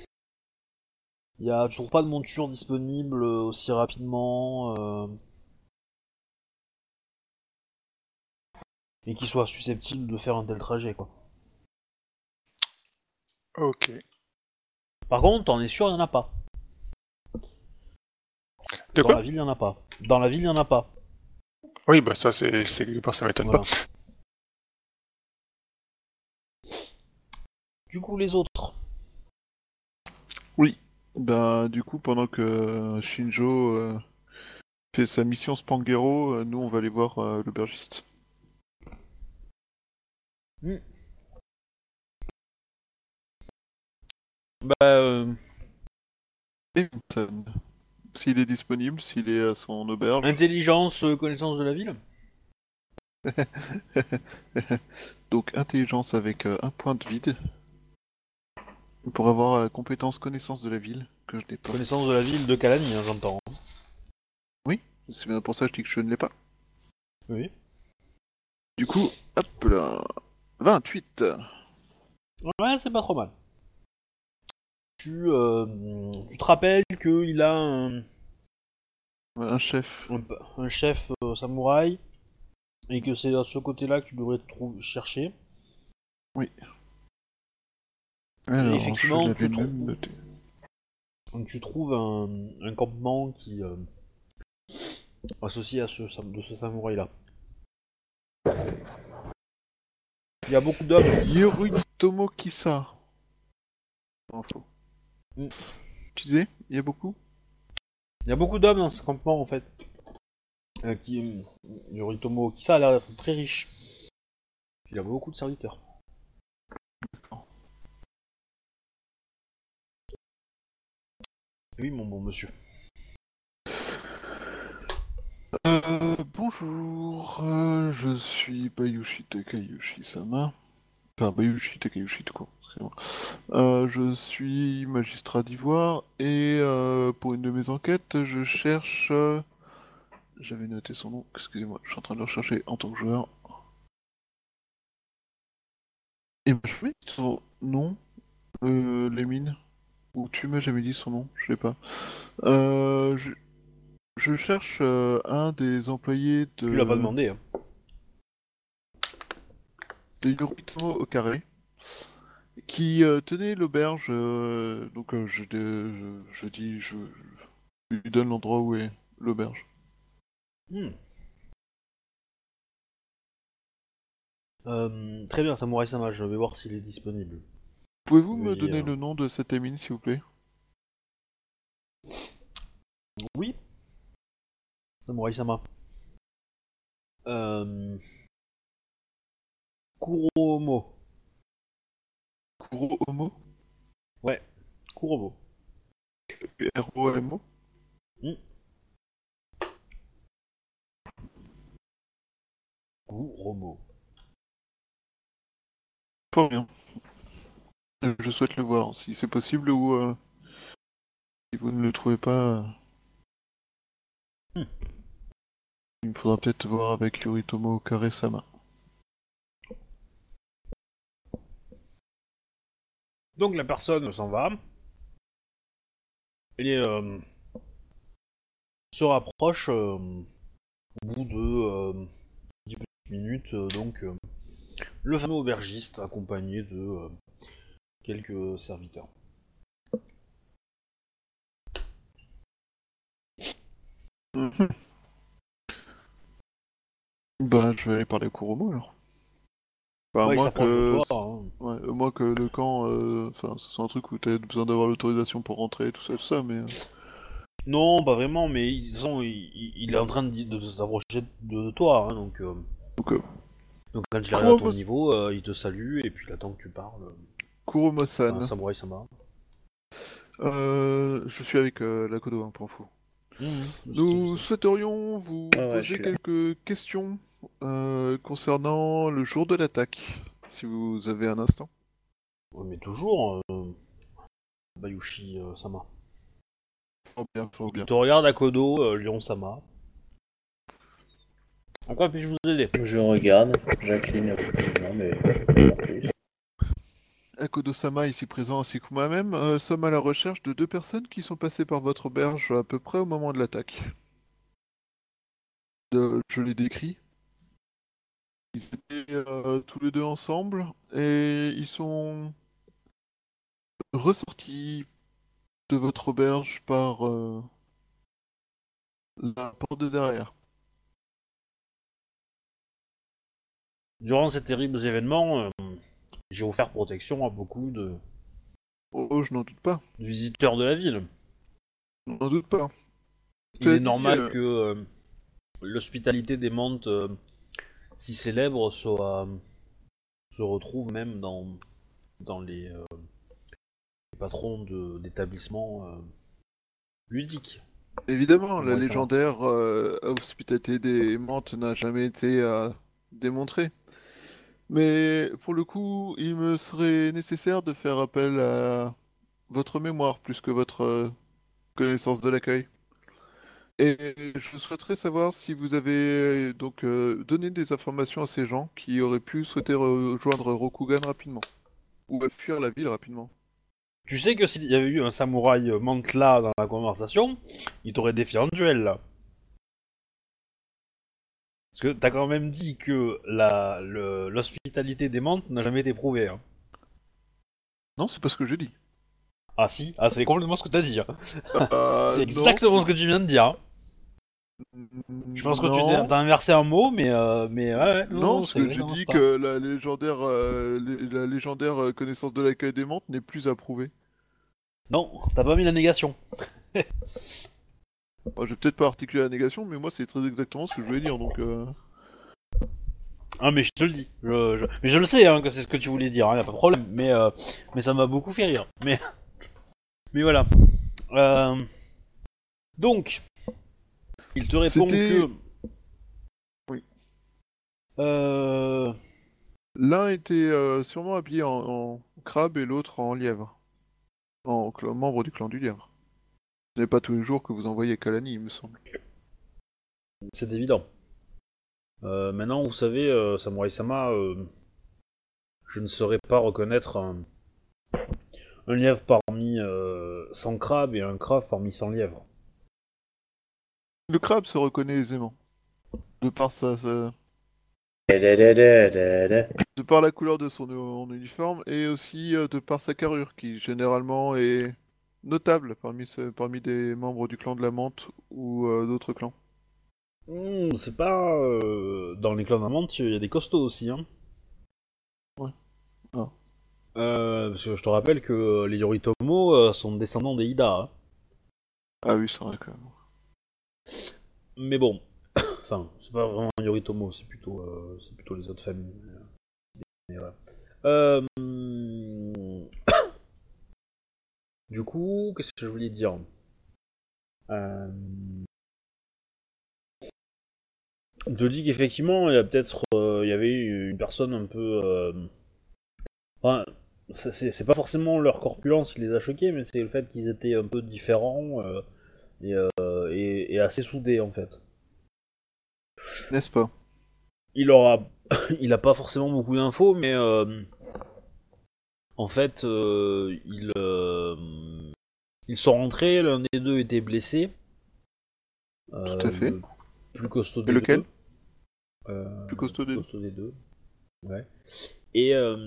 Y a, tu trouves pas de monture disponible euh, aussi rapidement euh, et qui soit susceptible de faire un tel trajet, quoi. Ok. Par contre, t'en es sûr, y en a pas. De Dans quoi la ville, y en a pas. Dans la ville, y en a pas. Oui, bah ça, c'est c'est quelque part, ça m'étonne Voilà. pas. Du coup, les autres. Oui. Ben du coup, pendant que Shinjo euh, fait sa mission Spanghero, euh, nous on va aller voir euh, l'aubergiste. Hmm. Bah, euh, Et Vincent, s'il est disponible, s'il est à son auberge. intelligence, euh, connaissance de la ville. Donc intelligence avec euh, un point de vide. Pour avoir la compétence connaissance de la ville, que je n'ai pas. Connaissance de la ville de Calani, hein, j'entends. C'est bien pour ça que je dis que je ne l'ai pas. Oui. Du coup, hop là. vingt-huit. Ouais, c'est pas trop mal. Tu, euh, tu te rappelles qu'il a un, Un chef. un, un chef euh, samouraï et que c'est à ce côté-là que tu devrais te trouver, chercher. Alors, effectivement, je l'avais tu même trouves- noté. Donc tu trouves un, un campement qui euh, associé à ce sam- de ce samouraï-là. Il y a beaucoup d'hommes. Yoritomo Kisa. Info. Mm. Tu disais, il y a beaucoup. Il y a beaucoup d'hommes dans ce campement en fait. Euh, qui, Yoritomo Kisa a l'air d'être très riche. Il a beaucoup de serviteurs. D'accord. Oui, mon bon monsieur. Euh, bonjour, euh, je suis Bayushi Takayushi-sama. Enfin, Bayushi Takayushi, tout court. excusez-moi. Euh, je suis magistrat d'Ivoire et euh, pour une de mes enquêtes, je cherche. euh, J'avais noté son nom, excusez-moi, je suis en train de le rechercher en tant que joueur. Et ben, je mets son nom, euh, les mines. Ou tu m'as jamais dit son nom, je sais pas. Euh, je, je cherche euh, un des employés de. Tu l'as pas demandé. Hein. de Yoritomo au carré, qui euh, tenait l'auberge. euh, donc euh, je, je, je dis, je, je lui donne l'endroit où est l'auberge. Hmm. Euh, très bien, Samurai Sama, je vais voir s'il est disponible. Pouvez-vous Oui, me donner euh. le nom de cette émine, s'il vous plaît? Oui, Samurai Sama. Euh... Kuromo. Kuro Homo? Ouais, Kuromo. R O M O? Hmm. Kuromo. Fort bien. Euh, Je souhaite le voir, si c'est possible, ou euh, si vous ne le trouvez pas, euh, Hmm. il me faudra peut-être voir avec Yoritomo Kare-sama. Donc la personne s'en va. Et euh, se rapproche euh, au bout de euh, dix petites minutes. euh, donc euh, le fameux aubergiste accompagné de euh, quelques serviteurs. Mhm. Bah, je vais aller parler à Kuromo alors. Bah, à Ouais, il moins s'approche de que... toi. Hein. Ouais, à moins que le camp, euh, enfin, ce soit un truc où t'as besoin d'avoir l'autorisation pour rentrer, tout ça, tout ça, mais... euh, Non, pas vraiment, mais il, de toute façon, il, il- il est en train de, de, de s'approcher de, de toi. Hein, donc, euh, Donc, euh, donc quand il arrive à ton Kuromo... niveau, euh, il te salue et puis il attend que tu parles. Enfin, Kuromo-san, Samurai Sama. euh, je suis avec euh, la Kodo, hein, pour info. Mmh, Nous souhaiterions vous Ouais, ouais, je poser suis là. quelques questions euh, concernant le jour de l'attaque, si vous avez un instant. Ouais, mais toujours, euh, Bayushi euh, Sama. Fort bien, fort bien. Il te regarde à Kodo, euh, Lion Sama. En quoi puis-je vous aider? Je regarde, j'incline rapidement, mais pas plus. Akodo-sama ici présent ainsi que moi-même euh, sommes à la recherche de deux personnes qui sont passées par votre auberge à peu près au moment de l'attaque. Euh, je les décris. Ils étaient euh, tous les deux ensemble et ils sont ressortis de votre auberge par euh, la porte de derrière. Durant ces terribles événements, euh, j'ai offert protection à beaucoup de, Oh, oh, je n'en doute pas. de visiteurs de la ville. Je n'en doute pas. Il Cela est dit, normal euh, que euh, l'hospitalité des Mantes euh, si célèbre soit, se retrouve même dans, dans les, euh, les patrons de- d'établissements euh, ludiques. évidemment, la Samurai Sama. légendaire euh, hospitalité des Mantes n'a jamais été euh, démontrée. Mais pour le coup, il me serait nécessaire de faire appel à votre mémoire plus que votre euh, connaissance de l'accueil. Et je souhaiterais savoir si vous avez euh, donc euh, donné des informations à ces gens qui auraient pu souhaiter rejoindre Rokugan rapidement. Ou fuir la ville rapidement. Tu sais que s'il y avait eu un samouraï euh, Mantla dans la conversation, il t'aurait défié en duel là. Parce que t'as quand même dit que la, le- l'hospitalité des Mantes n'a jamais été prouvée. Hein. Non, c'est pas ce que j'ai dit. Ah si, ah c'est complètement ce que t'as dit. Hein. Euh, C'est non, exactement ce c'est- que tu viens de dire. Hein. Je pense que tu t'es- Non. t'as inversé un mot, mais euh, mais ouais, ouais, non, Non, non, parce c'est que j'ai exactement dit ça. que la légendaire, euh, lé- la légendaire euh, connaissance de l'accueil des Mantes n'est plus approuvée. Non, t'as pas mis la négation. Bon, je vais peut-être pas articuler la négation, mais moi c'est très exactement ce que je voulais dire, donc... euh, Ah mais je te le dis. Je, je- Mais je le sais hein, que c'est ce que tu voulais dire, hein, y a pas de problème. Mais euh, mais ça m'a beaucoup fait rire. Mais mais voilà. Euh, Donc, il te répond C'était- que. Oui. Euh... L'un était euh, sûrement habillé en, en- crabe et l'autre en lièvre. En clan- membre du clan du lièvre. Ce n'est pas tous les jours que vous envoyez Kalani, il me semble. C'est évident. Euh, maintenant, vous savez, euh, Samurai-sama, euh, je ne saurais pas reconnaître un, un lièvre parmi euh, cent crabes et un crabe parmi cent lièvres. Le crabe se reconnaît aisément. De par sa, sa- Da-da-da-da-da-da. de par la couleur de son u- uniforme et aussi euh, de par sa carrure, qui généralement est notable parmi, ce- parmi des membres du clan de la Menthe ou euh, d'autres clans. Hmm, c'est pas... euh, dans les clans d'Amante, il y a des costauds aussi, hein. Ouais. Ah. Euh, parce que je te rappelle que euh, les Yoritomo euh, sont descendants des Ida, hein. Ah oui, c'est vrai que... Mais bon, enfin, c'est pas vraiment Yoritomo, c'est plutôt, euh, c'est plutôt les autres familles. Mais voilà. Euh, Du coup, qu'est-ce que je voulais dire euh... On te dit qu'effectivement, il y a peut-être, euh, il y avait une personne un peu... euh, Enfin, c'est- c'est c'est pas forcément leur corpulence qui les a choqués, mais c'est le fait qu'ils étaient un peu différents euh, et, euh, et- et assez soudés en fait. N'est-ce pas? Il aura, il a pas forcément beaucoup d'infos, mais euh, en fait, euh, ils, euh, ils sont rentrés, l'un des deux était blessé, Tout à euh, fait. le plus costaud Et des lequel? deux. Euh, Plus costaud des deux. des deux. Ouais. Et euh,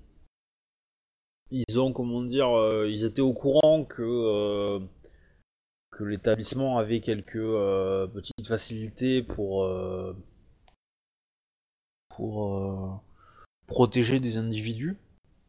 ils ont, comment dire, euh, ils étaient au courant que euh, que l'établissement avait quelques euh, petites facilités pour euh, pour euh, protéger des individus.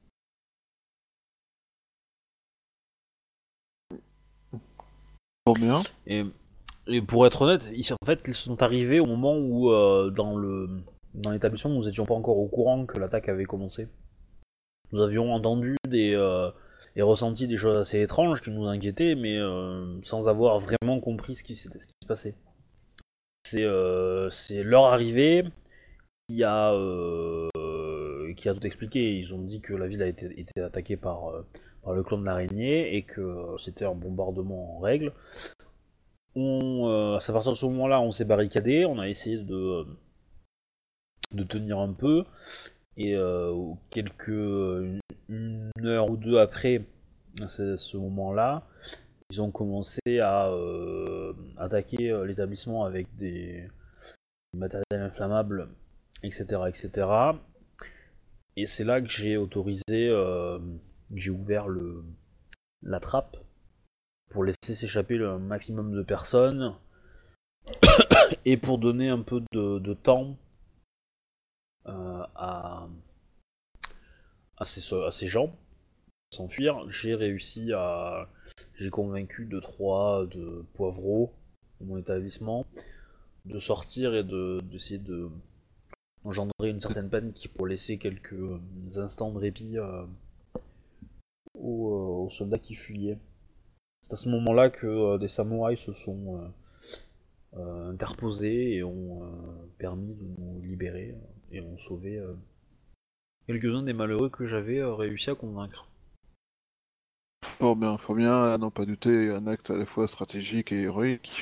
Fort bien. Et, et pour être honnête, ils, en fait, ils sont arrivés au moment où euh, dans le dans l'établissement, nous étions pas encore au courant que l'attaque avait commencé. Nous avions entendu des euh, et ressenti des choses assez étranges qui nous inquiétaient, mais euh, sans avoir vraiment compris ce qui, ce qui se passait. C'est euh, c'est leur arrivée qui a euh, qui a tout expliqué. Ils ont dit que la ville a été, été attaquée par, euh, par le clan de l'araignée et que euh, c'était un bombardement en règle. On, euh, à partir de ce moment-là, on s'est barricadé, on a essayé de, de tenir un peu et euh, quelques une heure ou deux après ce, ce moment-là, ils ont commencé à euh, attaquer euh, l'établissement avec des matériels inflammables, et cetera, et cetera. Et c'est là que j'ai autorisé, euh, j'ai ouvert le, la trappe pour laisser s'échapper le maximum de personnes et pour donner un peu de, de temps euh, à, à, ces, à ces gens s'enfuir. J'ai réussi à, j'ai convaincu deux trois de poivreaux de mon établissement de sortir et de d'essayer de engendrer une certaine panique pour laisser quelques instants de répit euh, aux, euh, aux soldats qui fuyaient. C'est à ce moment-là que euh, des samouraïs se sont euh, euh, interposés et ont euh, permis de nous libérer euh, et ont sauvé euh, quelques-uns des malheureux que j'avais euh, réussi à convaincre. Fort bien, fort bien, à n'en pas douter, un acte à la fois stratégique et héroïque.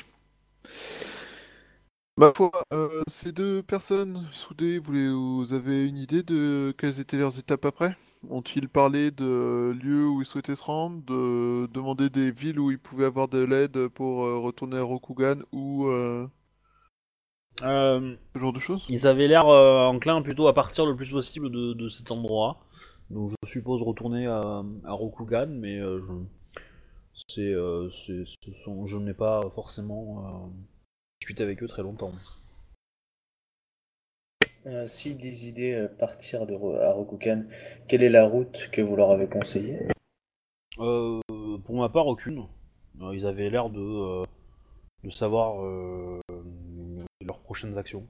Ma foi, euh, ces deux personnes soudées, vous, les- vous avez une idée de quelles étaient leurs étapes après? Ont-ils parlé de lieux où ils souhaitaient se rendre, de demander des villes où ils pouvaient avoir de l'aide pour euh, retourner à Rokugan ou euh, Euh, ce genre de choses? ils avaient l'air euh, enclins plutôt à partir le plus possible de, de cet endroit. Donc je suppose retourner à, à Rokugan, mais euh, je, c'est, euh, c'est, ce sont, je n'ai pas forcément euh, discuté avec eux très longtemps. Euh, si des idées euh, partir de Ro- à Rokugan, quelle est la route que vous leur avez conseillée? Euh, pour ma part, aucune. Euh, ils avaient l'air de, euh, de savoir euh, leurs prochaines actions.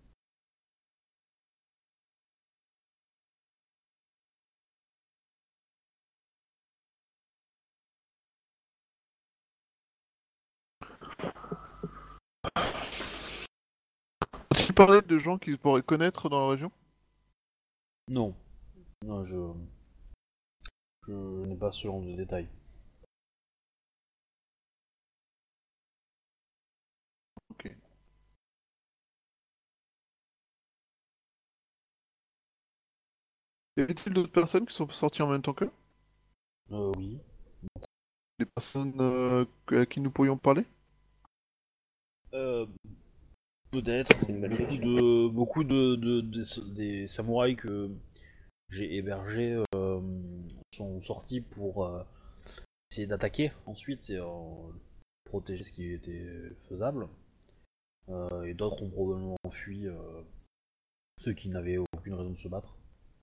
Ont-ils parlé de gens qu'ils pourraient connaître dans la région? Non, non, je, Je n'ai pas ce genre de détails. Ok. Y avait-il d'autres personnes qui sont sorties en même temps qu'eux? Euh, oui. Des personnes euh, que- à qui nous pourrions parler? Euh, Peut-être. C'est une bonne Beaucoup question. de, beaucoup de, de- des- des samouraïs que j'ai hébergés euh, sont sortis pour euh, essayer d'attaquer ensuite et euh, protéger ce qui était faisable. Euh, et d'autres ont probablement fui, euh, ceux qui n'avaient aucune raison de se battre.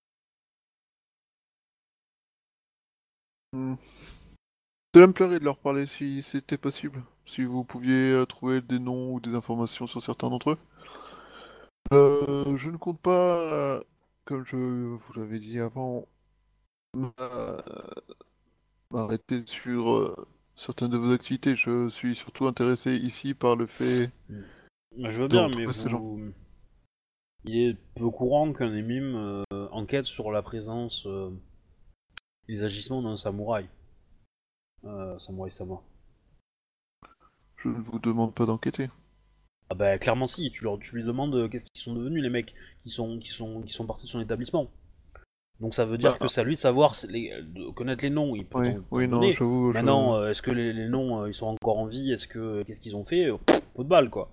Hmm. Cela me plairait de leur parler si c'était possible. Si vous pouviez euh, trouver des noms ou des informations sur certains d'entre eux. Euh, je ne compte pas, euh, comme je vous l'avais dit avant, m'a- m'arrêter sur euh, certaines de vos activités. Je suis surtout intéressé ici par le fait Bah, je veux de bien, mais retrouver ces gens. vous... il est peu courant qu'un émime euh, enquête sur la présence euh, et les agissements d'un samouraï. Euh, samouraï Sama. Je ne vous demande pas d'enquêter. Ah bah clairement si, tu, leur, tu lui demandes euh, qu'est-ce qu'ils sont devenus les mecs qui sont, qui sont, qui sont partis de son établissement. Donc ça veut dire que Bah, c'est à lui de savoir les, de connaître les noms, il peut oui, t'en, t'en oui, non, donner. j'avoue, je... Maintenant, euh, est-ce que les, les noms euh, ils sont encore en vie, est-ce que qu'est-ce qu'ils ont fait? Pff, Pot de balle quoi.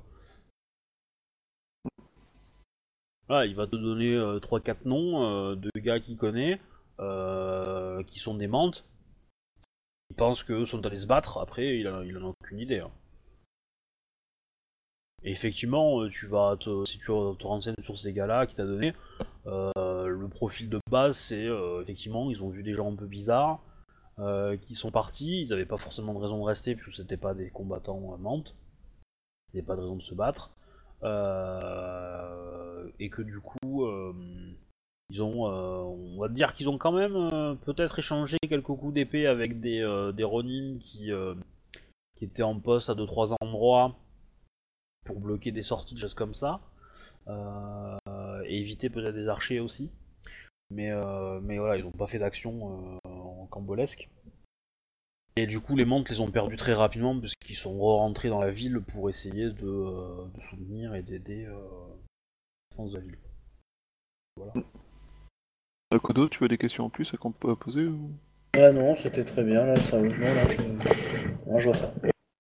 Voilà, il va te donner euh, trois quatre noms euh, de gars qu'il connaît, euh, qui sont des mantes. Il pense qu'eux sont allés se battre, après il en, il en a aucune idée. Hein. Et effectivement, euh, tu vas te, si tu te renseignes sur ces gars-là qui t'a donné, euh, le profil de base c'est euh, effectivement ils ont vu des gens un peu bizarres, euh, qui sont partis, ils n'avaient pas forcément de raison de rester puisque c'était pas des combattants euh, mantes, ils n'avaient pas de raison de se battre, euh, et que du coup euh, ils ont, euh, on va dire qu'ils ont quand même euh, peut-être échangé quelques coups d'épée avec des, euh, des Ronin qui, euh, qui étaient en poste à deux trois endroits pour bloquer des sorties, des choses comme ça, euh, et éviter peut-être des archers aussi. Mais, euh, mais voilà, ils n'ont pas fait d'action euh, en cambolesque. Et du coup, les mantes les ont perdus très rapidement parce qu'ils sont re-rentrés dans la ville pour essayer de, euh, de soutenir et d'aider euh, la défense de la ville. Voilà. Euh, Kodo, tu as des questions en plus à qu'on peut poser ou... Ah non, c'était très bien, là, ça... Non, là, je... Non, je vois pas.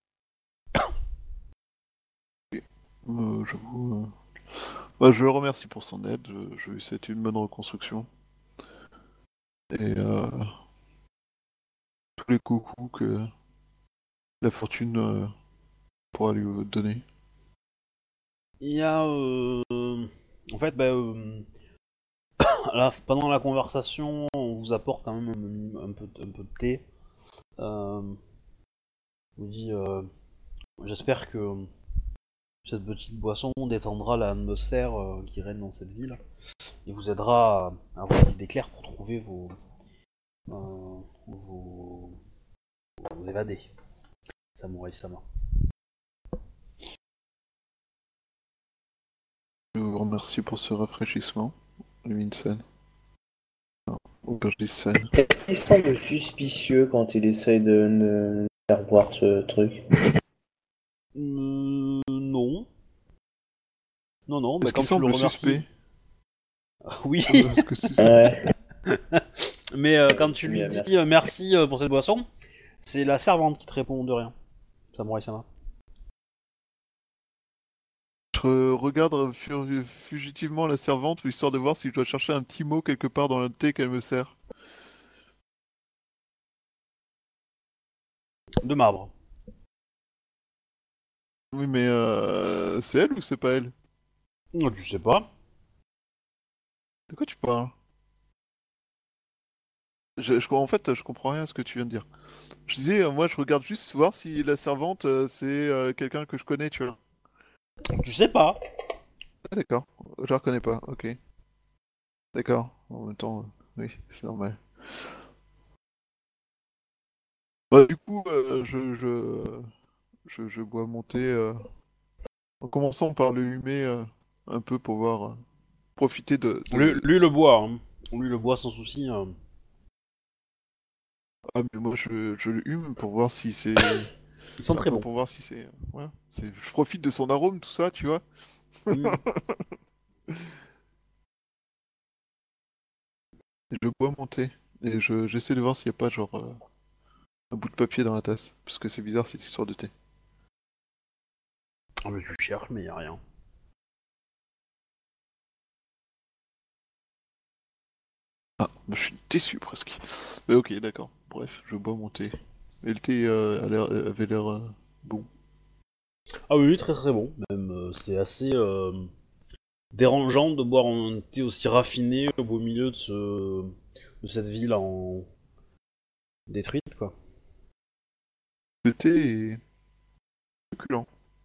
Euh, j'avoue... euh, Bah, je le remercie pour son aide, je, je... c'était une bonne reconstruction. Et euh, tous les coucous que la fortune euh, pourra lui donner. Il y a. Euh, en fait, bah, euh, là, pendant la conversation, on vous apporte quand même un, un peu, un peu de thé. Euh, je vous dis, euh, j'espère que cette petite boisson détendra l'atmosphère euh, qui règne dans cette ville et vous aidera à avoir des idées claires pour trouver vos, euh, vos, vos évadés. Samouraï Sama. Je vous remercie pour ce rafraîchissement, Luminsen. Non, Aubergisen. Est-ce qu'il semble suspicieux quand il essaye de nous faire boire ce truc? Euh, non. Non, non, bah Est-ce qu'il quand tu le semble remercies. suspect? Oui, Parce que c'est- Ouais. mais euh, quand tu lui Bien, dis merci. euh, merci euh, pour cette boisson, c'est la servante qui te répond de rien. Samouraï Sama. Je regarde fu- fugitivement la servante, histoire de voir si je dois chercher un petit mot quelque part dans le thé qu'elle me sert. De marbre. Oui, mais euh, c'est elle ou c'est pas elle? Oh, tu sais pas. De quoi tu parles? je, je- En fait, je comprends rien à ce que tu viens de dire. Je disais, euh, moi, je regarde juste voir si la servante, euh, c'est euh, quelqu'un que je connais, tu vois. Tu sais pas. Ah, d'accord, je la reconnais pas, ok. D'accord, en même temps, euh, oui, c'est normal. Bah, du coup, euh, je, je, je, je bois mon thé euh, en commençant par le humer euh, un peu pour voir, euh, profiter de, Lui, de... lui le boit. Hein. Lui le boit sans souci. hein. Ah, mais moi, je, je le hume pour voir si c'est... Ils sont enfin, très pas bons. pour voir si c'est... Ouais, c'est... Je profite de son arôme, tout ça, tu vois. Mm. Et je bois mon thé. Et je, j'essaie de voir s'il n'y a pas, genre, euh, un bout de papier dans la tasse. Parce que c'est bizarre, cette histoire de thé. Ah, mais tu cherches, mais y a rien. Ah, bah, je suis déçu, presque. Mais ok, d'accord. Bref, je bois mon thé. Et le thé euh, a l'air- avait l'air euh, bon. Ah oui, oui, très très bon. Même, euh, c'est assez euh, dérangeant de boire un thé aussi raffiné au beau milieu de, ce... de cette ville en détruite, quoi. Le thé est succulent.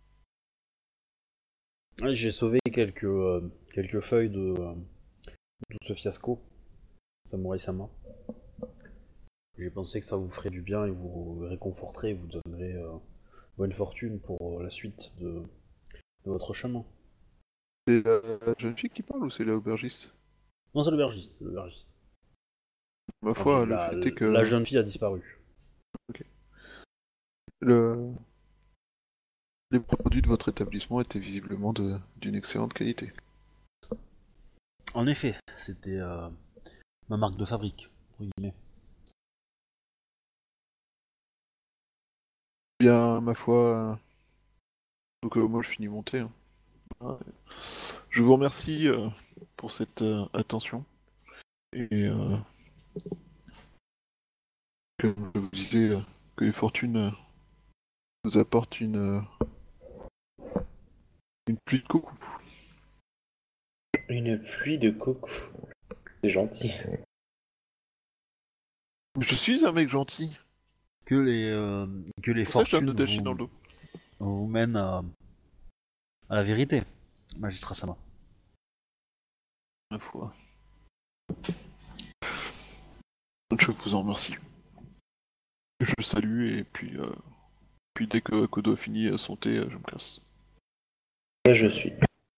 Ouais, j'ai sauvé quelques, euh, quelques feuilles de, euh, tout ce fiasco, Samurai Sama. J'ai pensé que ça vous ferait du bien et vous réconforterait et vous donnerait euh, bonne fortune pour euh, la suite de, de votre chemin. C'est la jeune fille qui parle ou c'est l'aubergiste? Non, c'est l'aubergiste, c'est l'aubergiste. Ma Enfin, j'ai- foi, le la, fait est la que jeune fille a disparu. le... les produits de votre établissement étaient visiblement de... d'une excellente qualité. En effet, c'était euh, ma marque de fabrique, entre guillemets. Bien, ma foi, euh, donc euh, moi je finis mon thé. Hein. Ouais. Je vous remercie euh, pour cette euh, attention. Et euh, comme je vous disais, euh, que les fortunes euh, nous apportent une, euh, une pluie de coucou. Une pluie de coco. C'est gentil. Mais je suis un mec gentil. Que les, euh, que les Pour ça, je donne fortunes de Dashi dans vous, le dos. vous mènent à, à la vérité, magistrat Sama. Ma foi. Je vous en remercie. Je le salue et puis, euh, puis dès que Kodo a fini euh, son thé, euh, je me casse. Là, je suis.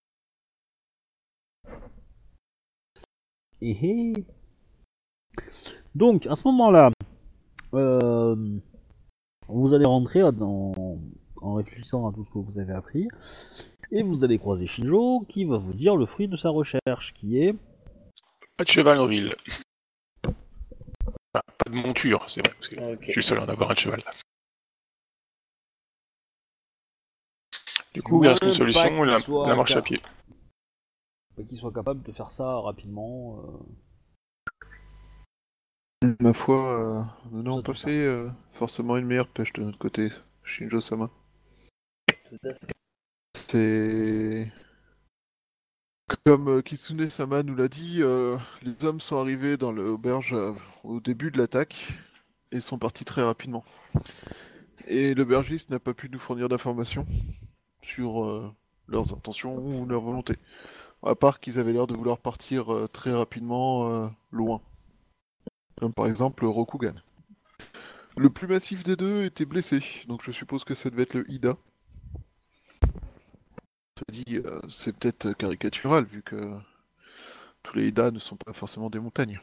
Et hé. Donc, à ce moment-là, euh, vous allez rentrer dans, en réfléchissant à tout ce que vous avez appris, et vous allez croiser Shinjo, qui va vous dire le fruit de sa recherche, qui est... Pas de cheval en ville. Enfin, pas de monture, c'est vrai. Parce que Ok. je suis seul à en avoir un de cheval. Du coup, il Loin reste une pas solution, qu'il la, soit la marche ca- à pied. Pas qu'il soit capable de faire ça rapidement. euh, Ma foi, euh, nous n'avons Ça, pas tout ça. fait euh, forcément une meilleure pêche de notre côté, Shinjo-sama. Tout à fait. C'est... Comme euh, Kitsune-sama nous l'a dit, euh, les hommes sont arrivés dans l'auberge euh, au début de l'attaque et sont partis très rapidement. Et l'aubergiste n'a pas pu nous fournir d'informations sur euh, leurs intentions ou leur volonté. À part qu'ils avaient l'air de vouloir partir euh, très rapidement euh, loin. Comme par exemple Rokugan. Le plus massif des deux était blessé, donc je suppose que ça devait être le Ida. Je te dis, euh, c'est peut-être caricatural vu que tous les Ida ne sont pas forcément des montagnes.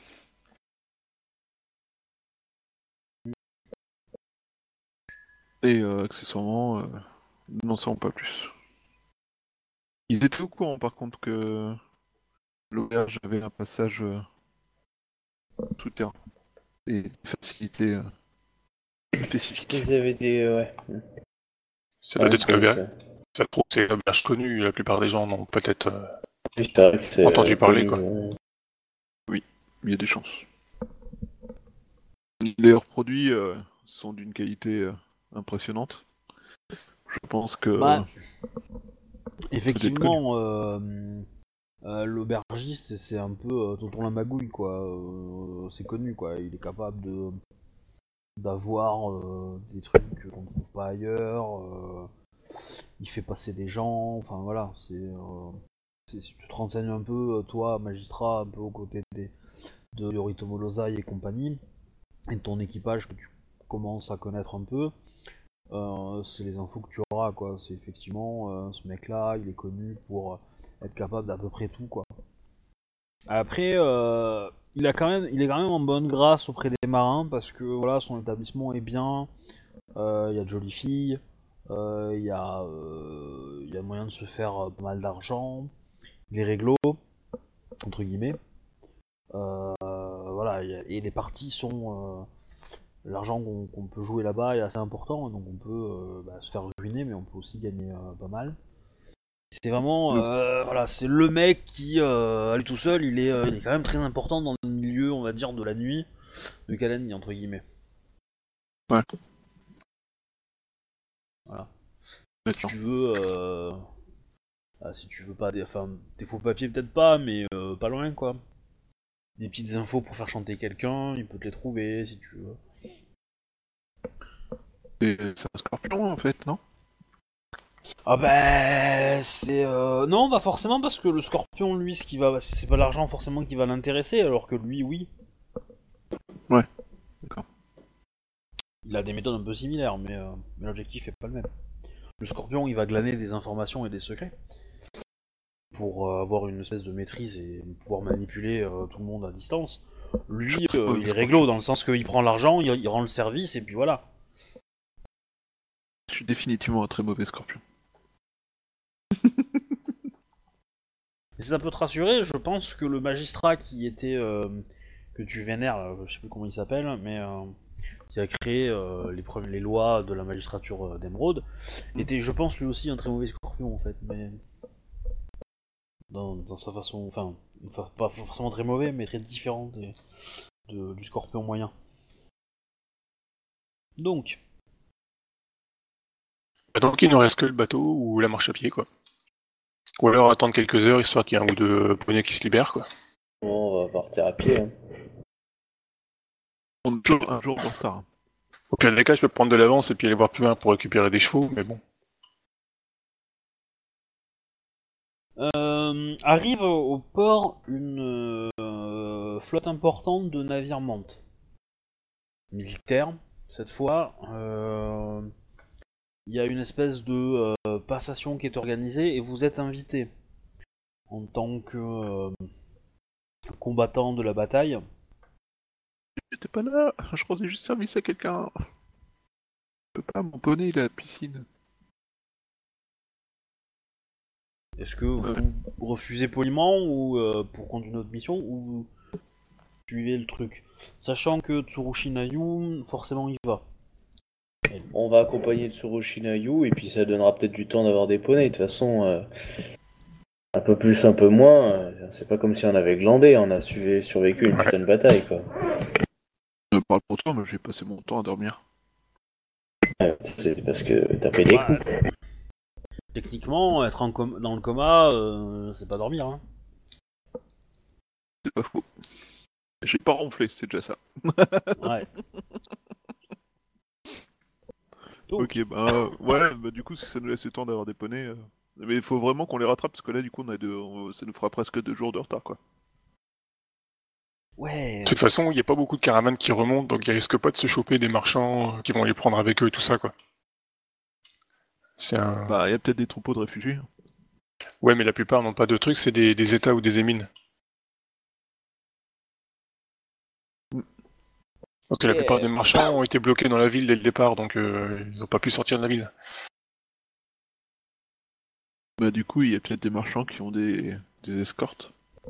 Et euh, accessoirement, euh, nous n'en savons pas plus. Ils étaient au courant par contre que l'auberge avait un passage euh, souterrain et des facilités euh, spécifiques. Ils avaient des. Ouais. Ça doit Ouais, être c'est l'auberge. vrai Ça prouve que c'est l'auberge connue. La plupart des gens n'ont peut-être euh, que- Oui, c'est vrai que c'est entendu euh, parler, connu, quoi. euh. Il y a des chances. Leurs produits euh, sont d'une qualité euh, impressionnante. Je pense que Bah, ça doit être connu. effectivement, euh, euh, l'aubergiste, c'est un peu euh, tonton la magouille, quoi. Euh, c'est connu, quoi. Il est capable de d'avoir euh, des trucs qu'on trouve pas ailleurs. euh, il fait passer des gens. Enfin voilà, c'est. Euh, c'est- si tu te renseignes un peu, euh, toi, magistrat, un peu aux côtés des, de Yoritomo Lozai et compagnie, et de ton équipage que tu commences à connaître un peu, euh, c'est les infos que tu auras, quoi. C'est effectivement, euh, ce mec-là, il est connu pour être capable d'à peu près tout, quoi. Après, euh, il a quand même, il est quand même en bonne grâce auprès des marins parce que voilà, son établissement est bien. Euh, Il y a de jolies filles. euh, Il y a, euh, il y a moyen de se faire euh, pas mal d'argent. Il est réglo entre guillemets. Euh, voilà, y a- et les parties sont, euh, l'argent qu'on qu'on peut jouer là-bas est assez important, donc on peut euh, bah, se faire ruiner, mais on peut aussi gagner euh, pas mal. C'est vraiment, euh, voilà, c'est le mec qui, euh, à lui tout seul, il est, euh, il est quand même très important dans le milieu, on va dire, de la nuit de Kalani, entre guillemets. Ouais. Voilà. Si D'accord. tu veux, euh, ah, si tu veux pas, des, enfin, des faux papiers peut-être pas, mais euh, pas loin quoi. Des petites infos pour faire chanter quelqu'un, il peut te les trouver si tu veux. C'est c'est un scorpion en fait, non? Ah bah c'est euh... non pas forcément parce que le scorpion lui ce qui va c'est pas l'argent forcément qui va l'intéresser alors que lui oui. Ouais, d'accord. Il a des méthodes un peu similaires mais, euh, mais l'objectif est pas le même. Le scorpion il va glaner des informations et des secrets pour euh, avoir une espèce de maîtrise et pouvoir manipuler euh, tout le monde à distance. Lui euh, il est réglo dans le sens qu'il prend l'argent, il, il rend le service et puis voilà. Je suis définitivement un très mauvais scorpion. Et si ça peut te rassurer, je pense que le magistrat qui était euh, que tu vénères, là, je sais plus comment il s'appelle, mais euh, qui a créé euh, les, premiers, les lois de la magistrature euh, d'Emeraude, Mm. était, je pense, lui aussi un très mauvais scorpion en fait, mais dans, dans sa façon, enfin, enfin, pas forcément très mauvais, mais très différent des, de, du scorpion moyen. Donc, Bah, donc il ne reste que le bateau ou la marche à pied, quoi. Ou alors attendre quelques heures histoire qu'il y ait un ou deux poneys qui se libèrent, quoi. Bon, on va partir à pied. Hein. On est toujours un jour de retard. Au pire des cas, je peux prendre de l'avance et puis aller voir plus loin pour récupérer des chevaux, mais bon. euh, arrive au port une euh, flotte importante de navires mantes militaires. Cette fois, euh, il y a une espèce de euh, passation qui est organisée et vous êtes invité en tant que euh, combattant de la bataille. J'étais pas là, je rendais juste service à quelqu'un. Je peux pas, mon poney il est à la piscine. Est-ce que vous Ouais. refusez poliment ou euh, pour continuer notre mission ou vous suivez le truc, sachant que Tsurushi Nayu forcément y va. On va accompagner Tsurushi Nayu et puis ça donnera peut-être du temps d'avoir des poneys. De toute façon, euh, un peu plus, un peu moins. euh, c'est pas comme si on avait glandé. On a suivi, survécu une Ouais. putain de bataille, quoi. Je parle pour toi, mais j'ai passé mon temps à dormir. Ouais, c'est parce que t'as pris des Ouais. coups. Techniquement, être en com- dans le coma, euh, c'est pas dormir. Hein. C'est pas faux. J'ai pas ronflé, c'est déjà ça. Ouais. Donc, Ok, bah euh, ouais, bah du coup, si ça nous laisse le temps d'avoir des poneys. euh, Mais il faut vraiment qu'on les rattrape parce que là, du coup, on a deux... on- ça nous fera presque deux jours de retard, quoi. ouais. De toute façon, il n'y a pas beaucoup de caravanes qui remontent, donc ils risquent pas de se choper des marchands euh, qui vont les prendre avec eux et tout ça, quoi. C'est un... Bah, il y a peut-être des troupeaux de réfugiés. Ouais, mais la plupart n'ont pas de trucs, c'est des, des états ou des émines. Parce que la Et, plupart euh, des marchands ont été bloqués dans la ville dès le départ, donc euh, ils n'ont pas pu sortir de la ville. Bah, du coup, il y a peut-être des marchands qui ont des, des escortes.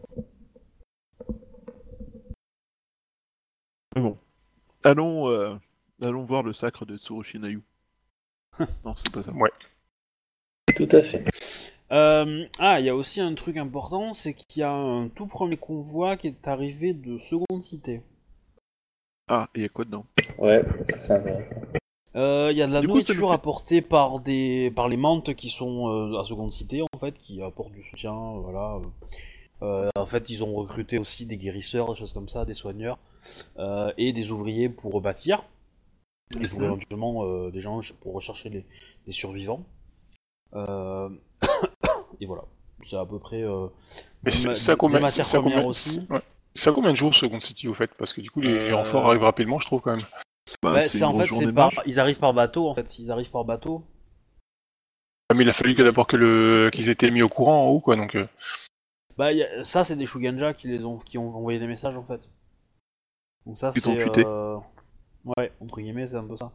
Mais bon. Allons, euh, allons voir le sacre de Tsurushi Nayu. Non, c'est pas ça. Ouais. Tout à fait. Euh, ah, il y a aussi un truc important, c'est qu'il y a un tout premier convoi qui est arrivé de Seconde Cité. Ah, et il y a quoi dedans? Ouais, ça c'est intéressant. Euh, Il y a de la Du coup, ça nourriture nous fait- apportée par des par les mantes qui sont euh, à Seconde Cité en fait, qui apportent du soutien, euh, voilà. Euh, en fait, ils ont recruté aussi des guérisseurs, des choses comme ça, des soigneurs euh, et des ouvriers pour rebâtir et pour Mhm. éventuellement euh, des gens pour rechercher les, les survivants. Euh, et voilà, c'est à peu près. Euh, Mais des c'est ma- c'est à des combien, matières c'est à premières combien, aussi. ouais. C'est à combien de jours Second City au fait? Parce que du coup les Euh, renforts arrivent rapidement, je trouve quand même. Bah, Bah, c'est c'est une en grosse fait, journée c'est de par, marche. ils arrivent par bateau en fait, ils arrivent par bateau. Ah, mais il a fallu que d'abord que le qu'ils aient été mis au courant en haut, quoi. Donc euh, Bah, y a- ça, c'est des Shugenja qui les ont, qui ont envoyé des messages en fait. Donc ça, Ils c'est. ont tweeté. euh, Ouais, entre guillemets, c'est un peu ça.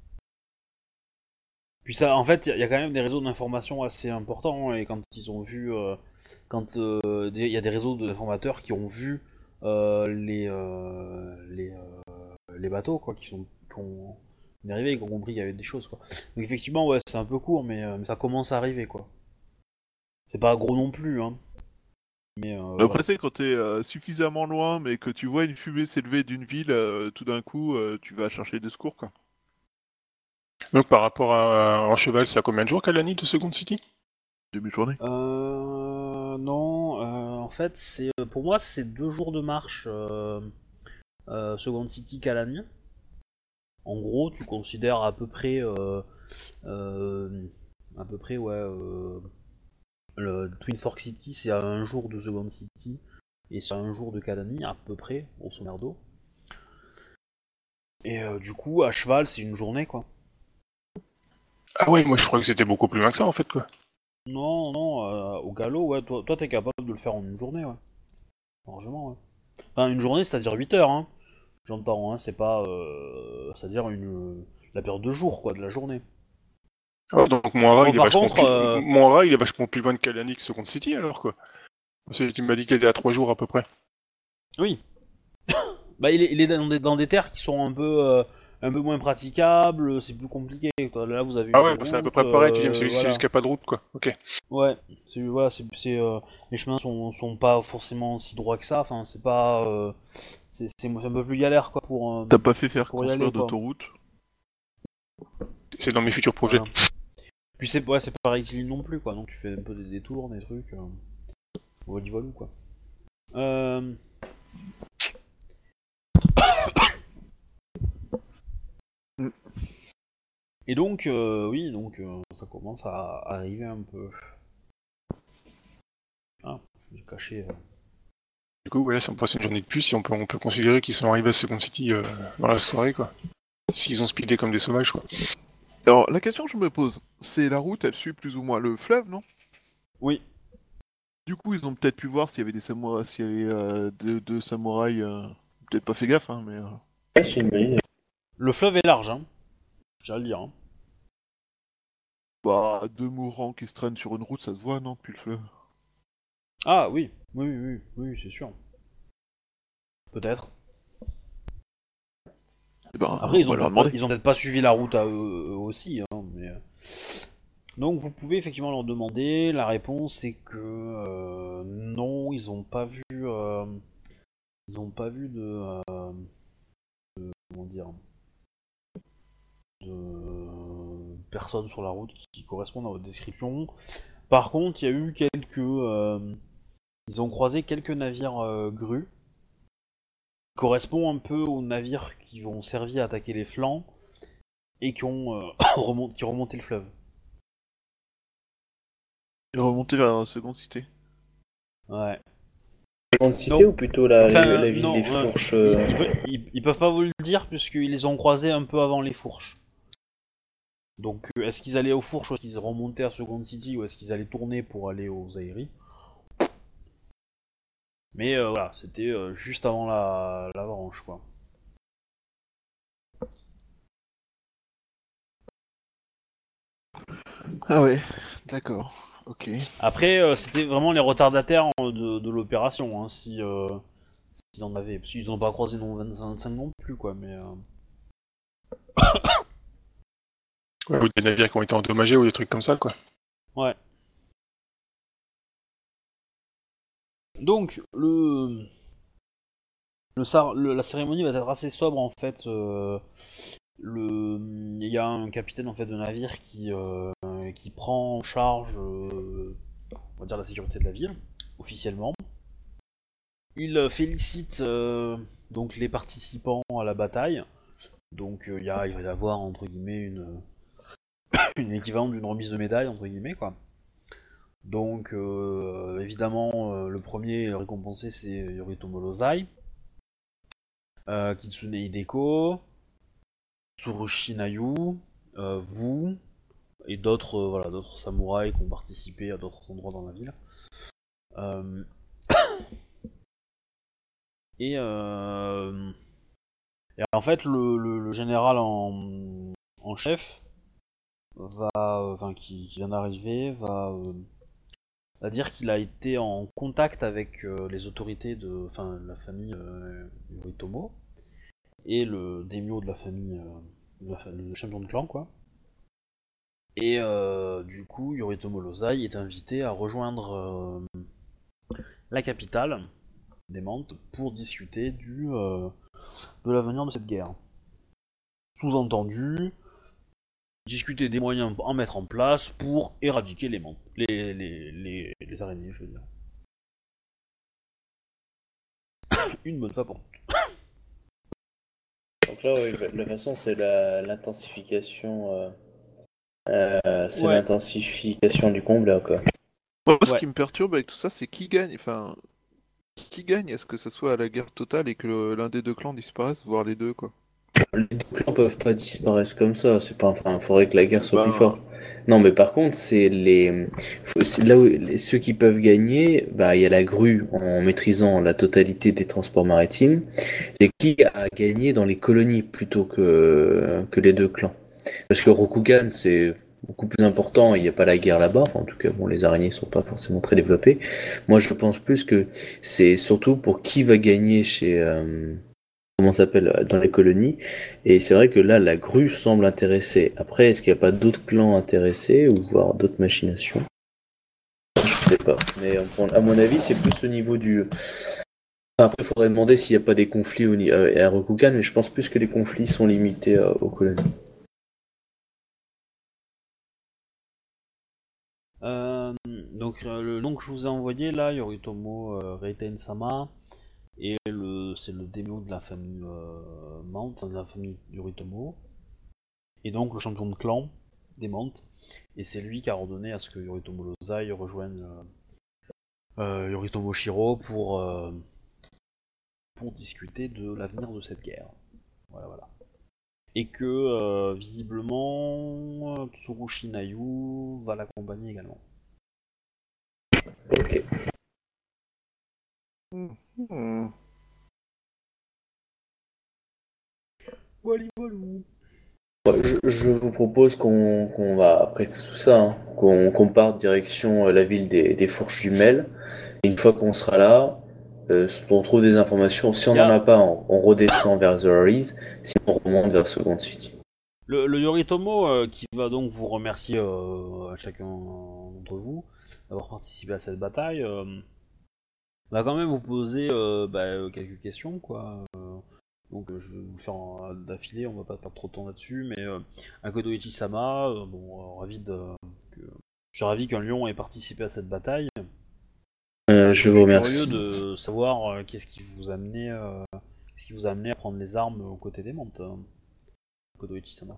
Puis ça, en fait, il y, a y a quand même des réseaux d'information assez importants, hein, et quand ils ont vu, euh, quand euh, il y a des réseaux d'informateurs qui ont vu euh, les euh, les, euh, les bateaux quoi, qui sont qui ont qui sont arrivés et qui ont compris qu'il y avait des choses quoi. Donc effectivement, ouais, c'est un peu court, mais, euh, mais ça commence à arriver quoi. C'est pas gros non plus, hein. Mais euh, Après, voilà. c'est quand t'es euh, suffisamment loin, mais que tu vois une fumée s'élever d'une ville, euh, tout d'un coup, euh, tu vas chercher des secours, quoi. Donc par rapport à en cheval, c'est à combien de jours Kalani de Second City? Demi-journée. Euh, non, euh, en fait, c'est pour moi, c'est deux jours de marche. Euh, euh, Second City Calami. En gros, tu considères à peu près, euh, euh, à peu près, ouais, euh, le Twin Fork City, c'est à un jour de Second City et c'est à un jour de Calami, à peu près, grosso merdo. Et euh, du coup, à cheval, c'est une journée, quoi. Ah ouais, moi je croyais que c'était beaucoup plus loin que ça en fait quoi. Non, non, euh, au galop, ouais, toi, toi, t'es capable de le faire en une journée, ouais. Largement, ouais. Enfin, une journée, c'est-à-dire huit heures, hein. J'entends, hein, c'est pas, euh, c'est-à-dire une, la période de jour, quoi, de la journée. Ah, donc Moira, Bon, il est par vachement contre, plus... euh, Moira, il est vachement plus loin de Kalani que Second City alors quoi. Parce que tu m'as dit qu'il était à trois jours à peu près. oui, bah il est, il est dans, des, dans des terres qui sont un peu, euh, un peu moins praticables, c'est plus compliqué. Quoi. Là, vous avez Ah une ouais, bah, c'est à peu route, près pareil, tu dis, mais euh, c'est c'est voilà. juste qu'il n'y a pas de route quoi. Ok. Ouais, c'est, voilà, c'est, c'est, euh, les chemins sont, sont pas forcément si droits que ça. Enfin, c'est pas, euh, c'est, c'est un peu plus galère quoi pour, euh, T'as pas fait faire pour y construire aller quoi. d'autoroute. C'est dans mes futurs projets. Voilà. Puis c'est, ouais, c'est pas rectiligne non plus quoi. Donc tu fais un peu des détours, des trucs. Euh, voilà, voilà quoi. Euh... Mm. Et donc, euh, oui, donc euh, ça commence à arriver un peu. Ah, j'ai caché. Euh... Du coup, voilà, si on passe une journée de plus, si on peut, on peut considérer qu'ils sont arrivés à Second City euh, dans la soirée quoi. S'ils ont speedé comme des sauvages quoi. Alors, la question que je me pose, c'est la route, elle suit plus ou moins le fleuve, non? Oui, Du coup, ils ont peut-être pu voir s'il y avait des samouraïs, s'il y avait euh, deux, deux samouraïs, euh, peut-être pas fait gaffe, hein, mais... euh, Ouais, c'est une bonne idée. le fleuve est large, hein. J'ai à le dire. Hein. Bah, deux mourants qui se traînent sur une route, ça se voit, non, depuis le fleuve. Ah oui, oui, oui, oui, oui, c'est sûr. Peut-être. Eh ben, Après, ils on ont va leur peut-être pas, demander. ils ont peut-être pas suivi la route à eux, eux aussi, hein, mais. euh, Donc vous pouvez effectivement leur demander. La réponse est que euh, non, ils ont pas vu. euh, Ils ont pas vu de. euh, Comment dire de personnes sur la route qui correspondent à votre description. Par contre, il y a eu quelques. euh, Ils ont croisé quelques navires euh, grues qui correspondent un peu aux navires qui ont servi à attaquer les flancs et qui ont euh, remont- qui remonté le fleuve. Et remonter vers la seconde cité. Ouais. Grande cité Donc, ou plutôt la, enfin, la, euh, la ville des non, euh, Fourches ils, euh, ils pe- ils- ils peuvent pas vous le dire puisqu'ils les ont croisés un peu avant les fourches. Donc, euh, est-ce qu'ils allaient aux fourches ou est-ce qu'ils remontaient à Second City ou est-ce qu'ils allaient tourner pour aller aux aéries? Mais euh, voilà, c'était euh, juste avant la l'avalanche quoi. Ah ouais, d'accord, ok. Après, euh, c'était vraiment les retardataires euh, de, de l'opération, hein, si euh, s'ils en avaient, parce qu'ils ont pas croisé non vingt-cinq non plus quoi, mais. Euh... Ouais, ou des navires qui ont été endommagés ou des trucs comme ça quoi. Ouais. Donc le, le, sar- le- la cérémonie va être assez sobre en fait. Euh, le, il y a un capitaine en fait de navire qui euh, qui prend en charge, euh, on va dire la sécurité de la ville officiellement. Il euh, félicite euh, donc les participants à la bataille. Donc euh, il y a, il va y avoir entre guillemets une une équivalente d'une remise de médaille entre guillemets quoi. Donc euh, évidemment euh, le premier récompensé c'est Yoritomo Lozai, euh, Kitsune Hideko, Tsurushi Nayu, euh, vous et d'autres euh, voilà d'autres samouraïs qui ont participé à d'autres endroits dans la ville. Euh, Et, euh, et en fait, le, le, le général en, en chef va, enfin, qui, qui vient d'arriver, va, euh, va dire qu'il a été en contact avec euh, les autorités de, enfin, la famille euh, Yoritomo et le daimyo de la famille, euh, de la, le champion de clan, quoi. Et euh, du coup, Yoritomo Lozai est invité à rejoindre euh, la capitale des Mantes pour discuter du, euh, de l'avenir de cette guerre. Sous-entendu, discuter des moyens à mettre en place pour éradiquer les mantes, les, les, les, les araignées, je veux dire. Une bonne fois pour toutes. Donc là, oui, de toute façon, c'est la- l'intensification. Euh, euh, c'est Ouais. l'intensification du combat, quoi. Moi, ce Ouais. qui me perturbe avec tout ça, c'est qui gagne. Enfin, qui gagne? Est-ce que ça soit à la guerre totale et que le- l'un des deux clans disparaisse, voire les deux, quoi? Les deux clans peuvent pas disparaître comme ça. C'est pas. Enfin, faudrait que la guerre soit plus Ben, forte. Non, mais par contre, c'est les. faut- c'est là où les- ceux qui peuvent gagner, bah, il y a la grue en maîtrisant la totalité des transports maritimes. Et qui a gagné dans les colonies plutôt que que les deux clans. Parce que Rokugan, c'est beaucoup plus important, il n'y a pas la guerre là-bas, enfin, en tout cas, bon, les araignées sont pas forcément très développées. Moi, je pense plus que c'est surtout pour qui va gagner chez, euh, comment ça s'appelle, euh, dans les colonies. Et c'est vrai que là, la grue semble intéressée. Après, est-ce qu'il n'y a pas d'autres clans intéressés, ou voire d'autres machinations? Je sais pas. Mais euh, bon, à mon avis, c'est plus au niveau du... Enfin, après, il faudrait demander s'il n'y a pas des conflits au ni- euh, à Rokugan, mais je pense plus que les conflits sont limités euh, aux colonies. Euh, donc euh, le nom que je vous ai envoyé là, Yoritomo euh, Reiten-sama, et le, c'est le daimyo de la famille euh, Mante, de la famille Yoritomo, et donc le champion de clan des Mantes, et c'est lui qui a ordonné à ce que Yoritomo Lozai rejoigne euh, euh, Yoritomo Shiro pour, euh, pour discuter de l'avenir de cette guerre. Voilà, voilà. Et que euh, visiblement euh, Tsurushi Nayu va l'accompagner également. Ok. hmm. Wally walou. Ouais, Je, je vous propose qu'on qu'on va, après tout ça, hein, qu'on qu'on parte direction euh, la ville des, des Fourches Jumelles. Et une fois qu'on sera là, euh, on trouve des informations. Si on Y n'en a a pas, on, on redescend vers The Harries. Sinon, on remonte vers Second City. le, le Yoritomo euh, qui va donc vous remercier euh, à chacun d'entre vous d'avoir participé à cette bataille, euh, va quand même vous poser euh, bah, euh, quelques questions quoi. Euh, donc euh, je vais vous le faire en- d'affilée, on va pas perdre trop de temps là-dessus, mais euh, Akodo Ichi-sama, euh, bon, euh, ravi de, que, je suis ravi qu'un lion ait participé à cette bataille. Euh, Un je peu vous curieux remercie. de savoir euh, qu'est-ce qui vous amenait, euh, qu'est-ce qui vous a amené à prendre les armes aux côtés des Mantes, euh, Akodo Ichi-sama.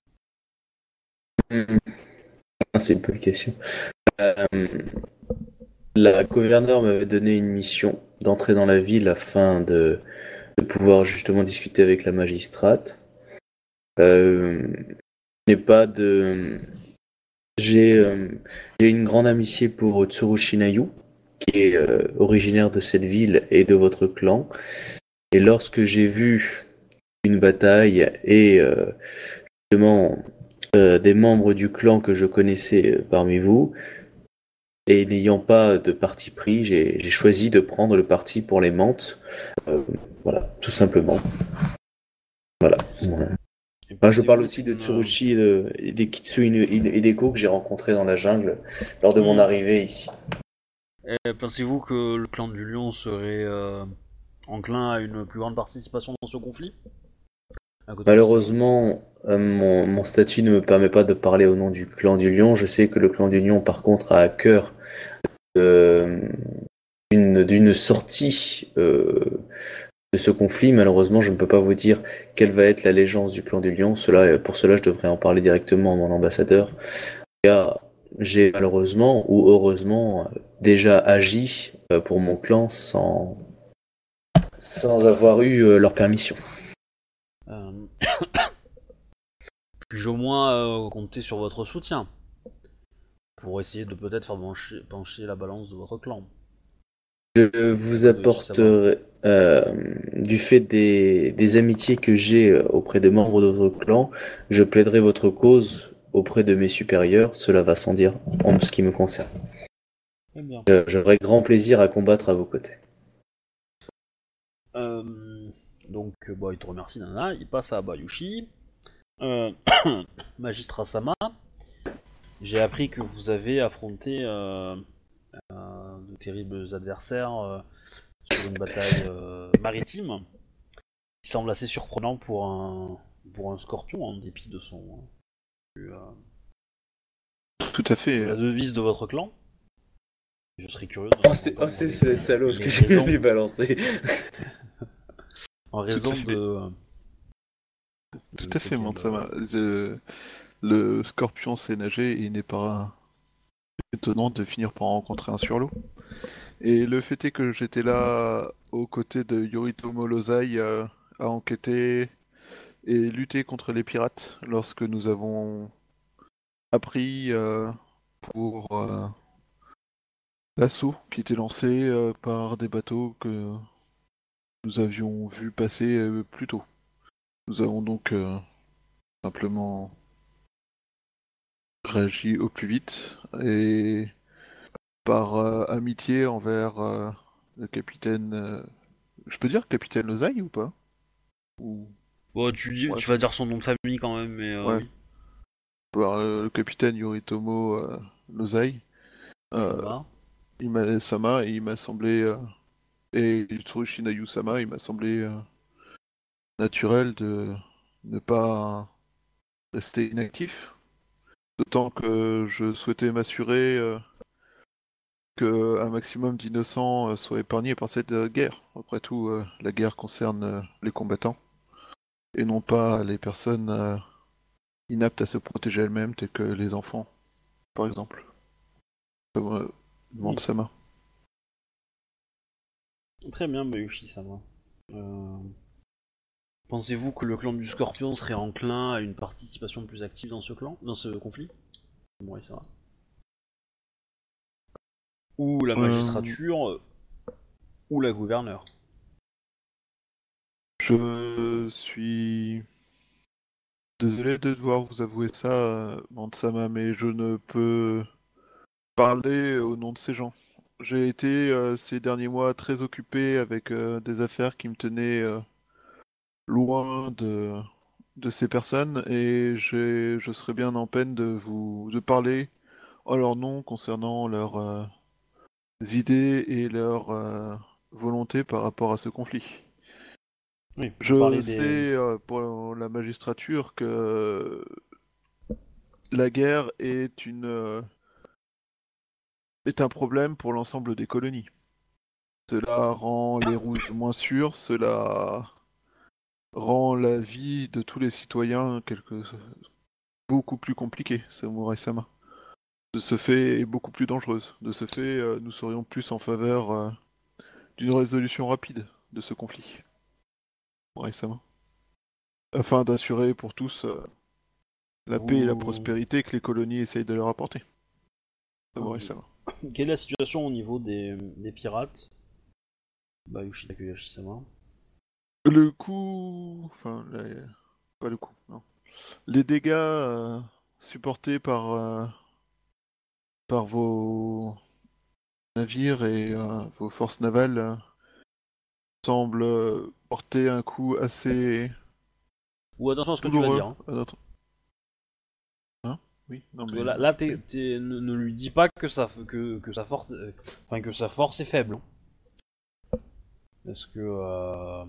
Hmm, c'est une bonne question. Euh, la gouverneure m'avait donné une mission d'entrer dans la ville afin de, de pouvoir justement discuter avec la magistrate. Euh, je n'ai pas de... J'ai euh, j'ai une grande amitié pour Tsurushi Nayu, qui est euh, originaire de cette ville et de votre clan. Et lorsque j'ai vu une bataille et euh, justement euh, des membres du clan que je connaissais euh, parmi vous, et n'ayant pas de parti pris, j'ai j'ai choisi de prendre le parti pour les Mantes. Euh, voilà, tout simplement. Voilà. Voilà. Et Enfin, je parle pensez-vous aussi de qu'une... euh, Tsurushi et, de- et des Kitsu Hideko que j'ai rencontrés dans la jungle lors de mon hmm, arrivée ici. et pensez-vous que le clan du lion serait euh, enclin à une plus grande participation dans ce conflit? Akodo Ichi-sama. Malheureusement, euh, mon, mon statut ne me permet pas de parler au nom du clan du lion. Je sais que le clan du lion, par contre, a à cœur euh, d'une d'une sortie euh, de ce conflit. Malheureusement, je ne peux pas vous dire quelle va être l'allégeance du clan du lion. Cela, pour cela, je devrais en parler directement à mon ambassadeur. Car j'ai malheureusement, ou heureusement, déjà agi euh, pour mon clan sans, sans avoir eu euh, leur permission. Euh, Puis-je au moins euh, compter sur votre soutien pour essayer de peut-être faire pencher, pencher la balance de votre clan, Je vous Akodo Ichi-sama. apporterai, euh, du fait des, des amitiés que j'ai euh, auprès de membres d'autres clans, je plaiderai votre cause auprès de mes supérieurs, cela va sans dire en ce qui me concerne. Très bien. Je- J'aurai grand plaisir à combattre à vos côtés. Euh, donc, euh, bon, il te remercie, Nana. Il passe à Bayushi. Euh, Magistrat Sama, j'ai appris que vous avez affronté euh, euh, de terribles adversaires euh, sur une bataille euh, maritime. Qui semble assez surprenant pour un pour un scorpion, en dépit de son euh, Tout à fait. de la devise de votre clan. Je serais curieux de Oh, c'est oh, entendre c'est- les- c'est salaud ce les que j'ai raisons- lui balancer. en raison Tout à fait. de. Tout de à fait, cette- Mansama. The- Le scorpion sait nager et il n'est pas étonnant de finir par en rencontrer un sur l'eau. Et le fait est que j'étais là aux côtés de Yoritomo Lozai euh, à enquêter et lutter contre les pirates lorsque nous avons appris euh, pour euh, l'assaut qui était lancé euh, par des bateaux que nous avions vu passer euh, plus tôt. Nous avons donc euh, simplement réagi au plus vite et par euh, amitié envers euh, le capitaine. euh, Je peux dire capitaine Lozai ou pas? Ou Bon, tu, dis, Ouais, tu vas dire son nom de famille quand même, mais euh, Ouais. oui, par euh, le capitaine Yoritomo euh, Lozai. ça Euh, va. il m'a Sama et il m'a semblé euh, et Tsurushi Nayu Sama, il m'a semblé euh, naturel de ne pas rester inactif. D'autant que je souhaitais m'assurer euh, que un maximum d'innocents euh, soient épargnés par cette euh, guerre. Après tout, euh, la guerre concerne euh, les combattants et non pas les personnes euh, inaptes à se protéger elles-mêmes, telles que les enfants, par exemple. Ça me demande Oui. Sama. Très bien, Bayushi, ça va. Euh, Pensez-vous que le clan du Scorpion serait enclin à une participation plus active dans ce clan, dans ce conflit? Bon, ça va. Ou la Euh, magistrature, euh, ou la gouverneure. Je suis désolé de devoir vous avouer ça, euh, Mansama, mais je ne peux parler au nom de ces gens. J'ai été euh, ces derniers mois très occupé avec euh, des affaires qui me tenaient euh, loin de, de ces personnes et j'ai- je serais bien en peine de vous de parler en leur nom concernant leurs euh, idées et leurs euh, volontés par rapport à ce conflit. Oui, vous Je parlez sais des... euh, pour la magistrature que la guerre est une euh, est un problème pour l'ensemble des colonies. Cela rend les routes moins sûres, cela rend la vie de tous les citoyens quelque... beaucoup plus compliquée, Samurai-sama. De ce fait, est beaucoup plus dangereuse. De ce fait, euh, nous serions plus en faveur euh, d'une résolution rapide de ce conflit. Samurai-sama. Afin d'assurer pour tous euh, la paix et la Vous... prospérité que les colonies essayent de leur apporter. Samurai-sama. Quelle est la situation au niveau des, des pirates? Bayushi Takuyashi-sama. Le coup... Enfin, les- pas le coup, non. Les dégâts euh, supportés par, euh, par vos navires et euh, vos forces navales euh, semblent euh, porter un coup assez Ou attention à ce que tu vas douloureux dire. Hein. à notre... Hein? Oui, non Parce mais... que là, là t'es- t'es- ne, ne lui dis pas que sa, que, que sa force, euh, enfin que sa force est faible. hein. Parce que euh,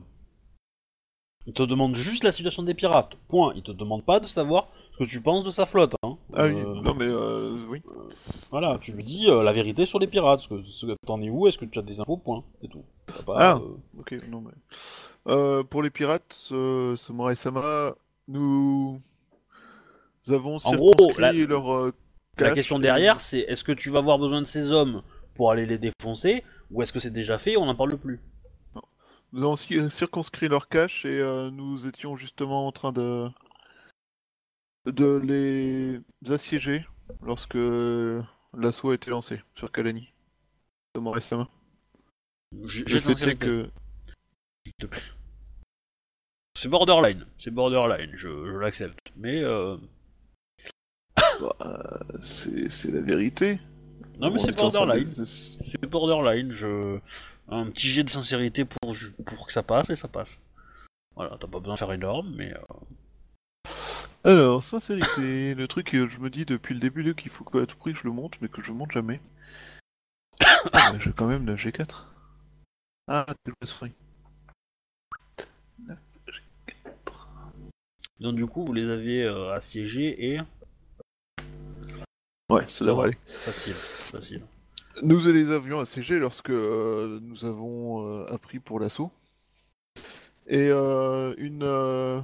il te demande juste la situation des pirates. Point. Il te demande pas de savoir ce que tu penses de sa flotte. Hein. Ah oui, Euh, non mais euh, oui. Voilà, tu lui dis euh, la vérité sur les pirates. Ce que, ce que t'en es où? Est-ce que tu as des infos? Point. C'est tout. T'as pas, Ah. euh, Ok, non mais... Euh, pour les pirates, euh, Samurai-sama, nous... nous avons En gros, circonscrit la- leur euh, La cache question et- derrière, c'est est-ce que tu vas avoir besoin de ces hommes pour aller les défoncer, ou est-ce que c'est déjà fait et on n'en parle plus? Nous avons ci- circonscrit leur cache et euh, nous étions justement en train de de les assiéger lorsque l'assaut a été lancé sur Kalani. Samurai-sama. J'ai Le j'ai fait est sincérité. que te plaît. C'est borderline, c'est borderline, je, je l'accepte. Mais euh... Bah, euh, c'est c'est la vérité. non mais On c'est était en train de- borderline, c'est borderline. Je un petit jet de sincérité pour pour que ça passe et ça passe. Voilà, t'as pas besoin de faire énorme, mais euh... Alors, sincérité, le truc que je me dis depuis le début là, qu'il faut qu'à tout prix je le monte, mais que je monte jamais. Ah, bah, j'ai quand même neuf G quatre. Ah, t'es le free. donc du coup vous les aviez euh, assiégés et Ouais, ça devrait aller. facile, facile. Nous les avions assiégés lorsque euh, nous avons euh, appris pour l'assaut. Et euh, une... euh,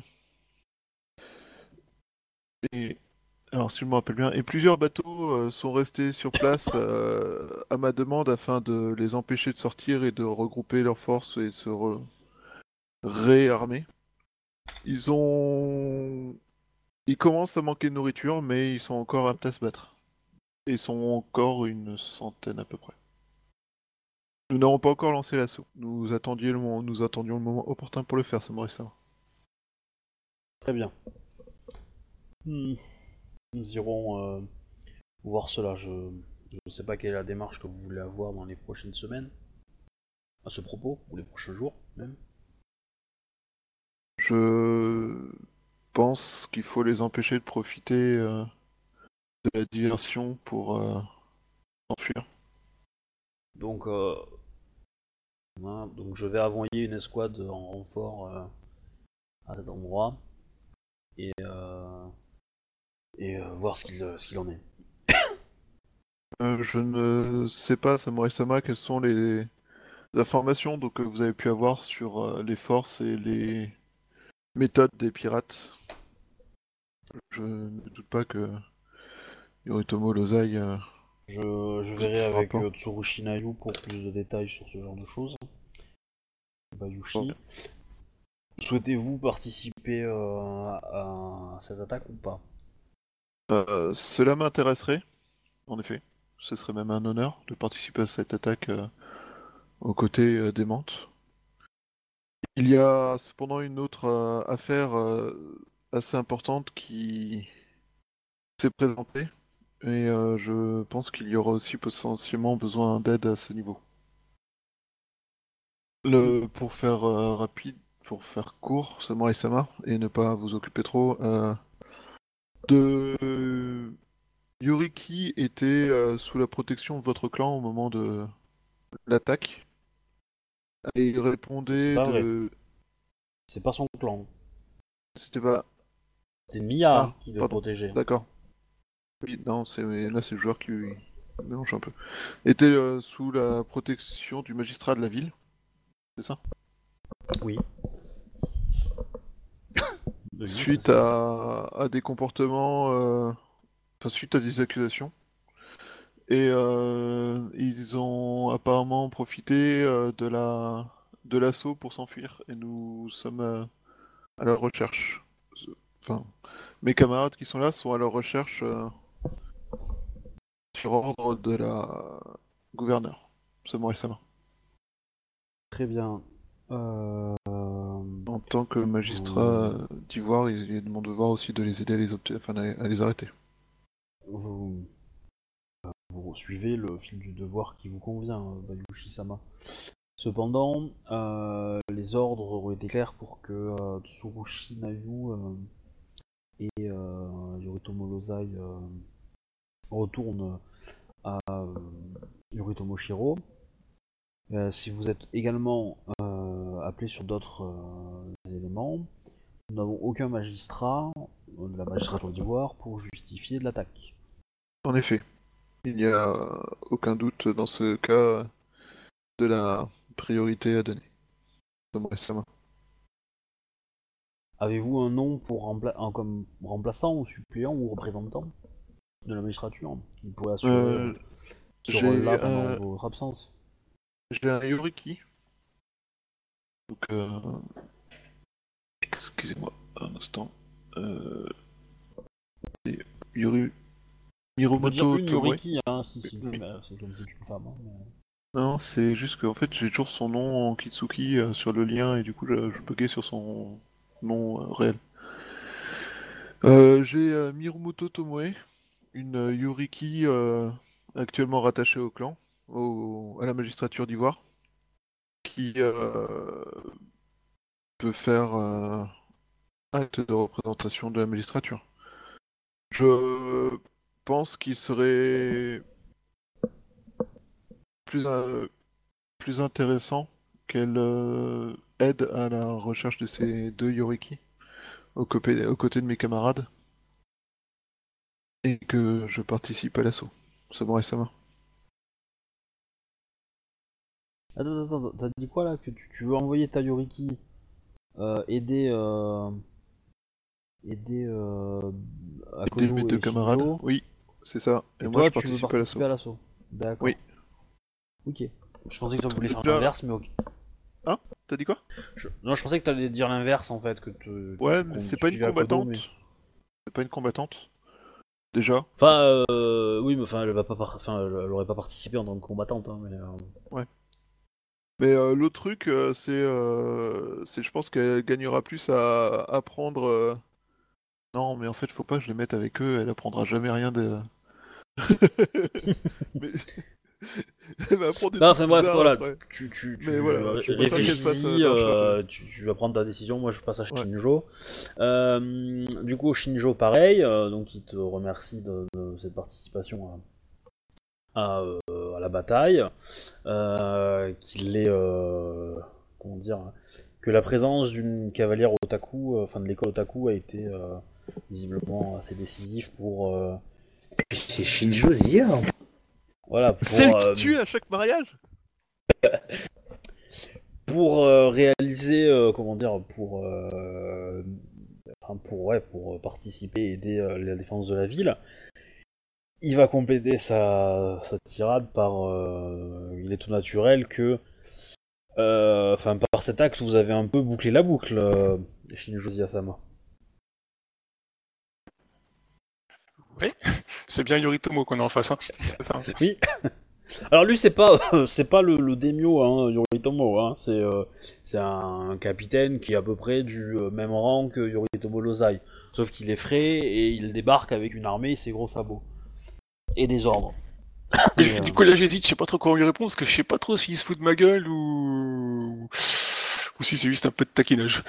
Et... Alors, si je me rappelle bien, et plusieurs bateaux euh, sont restés sur place euh, à ma demande afin de les empêcher de sortir et de regrouper leurs forces et de se re- réarmer. Ils ont... Ils commencent à manquer de nourriture, mais ils sont encore aptes à se battre. Et ils sont encore une centaine à peu près. Nous n'avons pas encore lancé l'assaut. Nous attendions le moment, nous attendions le moment opportun pour le faire, ça m'aurait ça. Très bien. Hmm. Nous irons euh, voir cela. Je ne sais pas quelle est la démarche que vous voulez avoir dans les prochaines semaines à ce propos, ou les prochains jours même. Je pense qu'il faut les empêcher de profiter euh, de la diversion pour euh, s'enfuir. Donc, euh, voilà, donc je vais envoyer une escouade en renfort euh, à cet endroit et, euh, et euh, voir ce qu'il ce qu'il en est. Euh, je ne sais pas, Samurai-sama, quelles sont les informations donc, que vous avez pu avoir sur euh, les forces et les méthodes des pirates. Je ne doute pas que Yoritomo Lozai... euh, Je, je verrai avec euh, Tsurushi Nayu pour plus de détails sur ce genre de choses. Bayushi. Souhaitez-vous participer euh, à cette attaque ou pas? Euh, cela m'intéresserait, en effet. Ce serait même un honneur de participer à cette attaque euh, aux côtés euh, des Mantes. Il y a cependant une autre euh, affaire euh, assez importante qui s'est présentée, et euh, je pense qu'il y aura aussi potentiellement besoin d'aide à ce niveau. Le, pour faire euh, rapide, pour faire court, Samurai Sama, et ne pas vous occuper trop, euh, de Yoriki était euh, sous la protection de votre clan au moment de l'attaque. Et il C'est répondait pas vrai. de... C'est pas son clan. C'était pas... C'est Miya Ah, hein, qui le pardon, protégeait. d'accord. Oui, non, c'est... là c'est le joueur qui mélange un peu. Était euh, sous la protection du magistrat de la ville, c'est ça? Oui. Oui, Suite c'est ça. à... à des comportements... euh, Enfin, suite à des accusations. Et euh, ils ont apparemment profité euh, de la de l'assaut pour s'enfuir. Et nous sommes euh, à leur recherche. Enfin, mes camarades qui sont là sont à leur recherche euh, sur ordre de la gouverneure, Samurai Sama. Très bien. Euh... En tant que magistrat euh, d'Ivoire, il est de mon devoir aussi de les aider à les, obte- enfin, à les arrêter. Vous... vous suivez le fil du devoir qui vous convient, Bayushi-sama. Cependant, euh, les ordres auraient été clairs pour que euh, Tsurushi Nayu euh, et euh, Yoritomo Lozai euh, retournent à euh, Yoritomo Shiro. Euh, si vous êtes également euh, appelé sur d'autres euh, éléments, nous n'avons aucun magistrat euh, de la magistrature d'Ivoire pour justifier de l'attaque. En effet, il n'y a aucun doute dans ce cas de la priorité à donner. Samurai Sama. Avez-vous un nom pour rempla- un, comme remplaçant ou suppléant ou représentant de la magistrature qui pourrait assurer Euh, euh, ce j'ai rôle-là pendant un- votre absence? J'ai un Yoriki. Donc, euh... excusez-moi un instant. Euh... c'est Yoru... On peut dire Miromoto une Tomoe. Yoriki, hein, si c'est une, Oui. femme, c'est comme si c'est une femme. Hein, mais... Non, c'est juste qu'en fait j'ai toujours son nom en Kitsuki euh, sur le lien et du coup je, je buguais sur son nom euh, réel. Euh, j'ai euh, Mirumoto Tomoe, une euh, Yoriki euh, actuellement rattachée au clan, au- à la magistrature d'Ivoire, qui euh, peut faire euh, acte de représentation de la magistrature. Je pense qu'il serait plus, euh, plus intéressant qu'elle euh, aide à la recherche de ces deux Yoriki aux côtés, aux côtés de mes camarades et que je participe à l'assaut. Samurai-sama. Attends, attends, attends, t'as dit quoi là? Que tu, tu veux envoyer ta Yoriki euh, aider, euh, aider euh, Aider mes Akodo deux et camarades? Shinjo, Oui, c'est ça. Et, et moi toi je tu veux participe à l'assaut. participer à l'assaut. D'accord. Oui. Ok. Je pensais que tu voulais faire Déjà- l'inverse, mais ok. Hein? T'as dit quoi? Je- Non, je pensais que t'allais dire l'inverse en fait, que tu. Ouais, qu'on- mais c'est tu pas une suivais Akodo, combattante. mais- C'est pas une combattante. Déjà. Enfin, euh, oui, mais enfin, elle va pas, par- enfin, elle, elle aurait pas participé en tant que combattante, hein, mais. euh, Mais euh, l'autre truc, euh, c'est, euh, c'est, je pense qu'elle gagnera plus à apprendre. euh, Non, mais en fait, faut pas que je les mette avec eux. Elle apprendra jamais rien de. Mais elle va apprendre des Non, trucs enfin bref, bizarres voilà, après. tu, tu, tu Mais voilà, je préfère qu'elle fasse, euh, réfléchis, leur choix, euh, tu, tu vas prendre ta décision, moi je passe à Ouais. Shinjo. Euh, du coup, Shinjo, pareil, euh, donc il te remercie de, de cette participation à, à, euh, à la bataille, euh, qu'il est, euh, comment dire, que la présence d'une cavalière otaku, euh, enfin de l'école otaku a été euh, visiblement assez décisif pour, euh, Et puis c'est Shinjo Zia. voilà, pour, Celle euh, qui tue à chaque mariage? pour euh, réaliser, euh, comment dire, pour, euh, enfin, pour, ouais, pour participer et aider euh, la défense de la ville. Il va compléter sa, sa tirade par, euh, il est tout naturel que, euh, enfin, par cet acte, vous avez un peu bouclé la boucle, euh, Shinjo Ziyasama. Oui, c'est bien Yoritomo qu'on a en face, hein. C'est ça. Oui. Alors lui, c'est pas, c'est pas le, le daimyo, hein, Yoritomo, hein. C'est, euh, c'est un capitaine qui est à peu près du euh, même rang que Yoritomo Lozai, sauf qu'il est frais et il débarque avec une armée et ses gros sabots et des ordres. Mais Et, euh, du coup, là, j'hésite, je sais pas trop comment lui répondre, parce que je sais pas trop s'il se fout de ma gueule ou. Ou si c'est juste un peu de taquinage.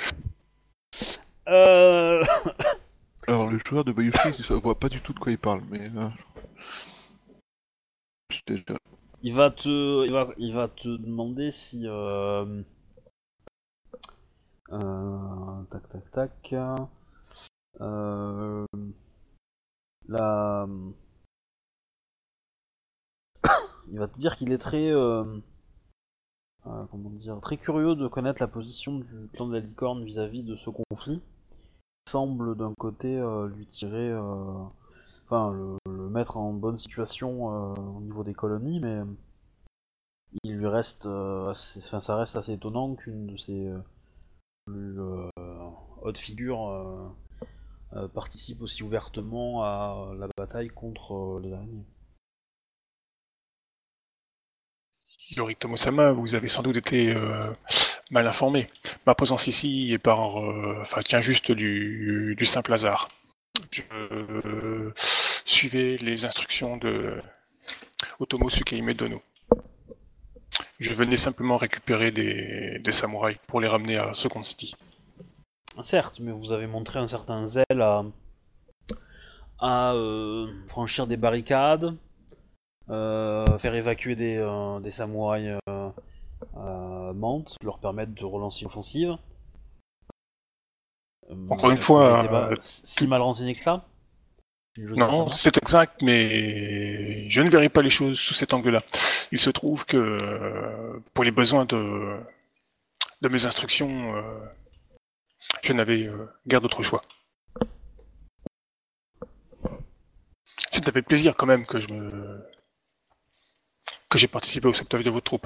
euh... Alors, le joueur de Bayushi, il ne voit pas du tout de quoi il parle, mais. euh, je- déjà- il va te, il va, il va te demander si, euh... Euh... tac, tac, tac, euh... la, il va te dire qu'il est très, euh... euh, comment dire, très curieux de connaître la position du clan de la licorne vis-à-vis de ce conflit. Il semble d'un côté euh, lui tirer, euh... enfin, le, le mettre en bonne situation euh, au niveau des colonies, mais il lui reste, euh, assez... enfin, ça reste assez étonnant qu'une de ses euh, plus euh, hautes figures euh, euh, participe aussi ouvertement à la bataille contre euh, les araignées. Yoritomo-sama, vous avez sans doute été euh, mal informé. Ma présence ici est par, euh, enfin, tient juste du, du simple hasard. Je euh, suivais les instructions de Otomo Tsukaime Dono. Je venais simplement récupérer des, des samouraïs pour les ramener à Second City. Certes, mais vous avez montré un certain zèle à, à euh, franchir des barricades, euh, faire évacuer des, euh, des samouraïs euh, à Mantes, leur permettre de relancer une offensive. Euh, Encore une est-ce fois, que j'ai été ba- euh, si mal renseigné que ça? José Non, Asama c'est exact, mais je ne verrai pas les choses sous cet angle-là. Il se trouve que euh, pour les besoins de, de mes instructions, euh, je n'avais euh, guère d'autre choix. C'est avec plaisir quand même que je me que j'ai participé au sauvetage de votre troupe.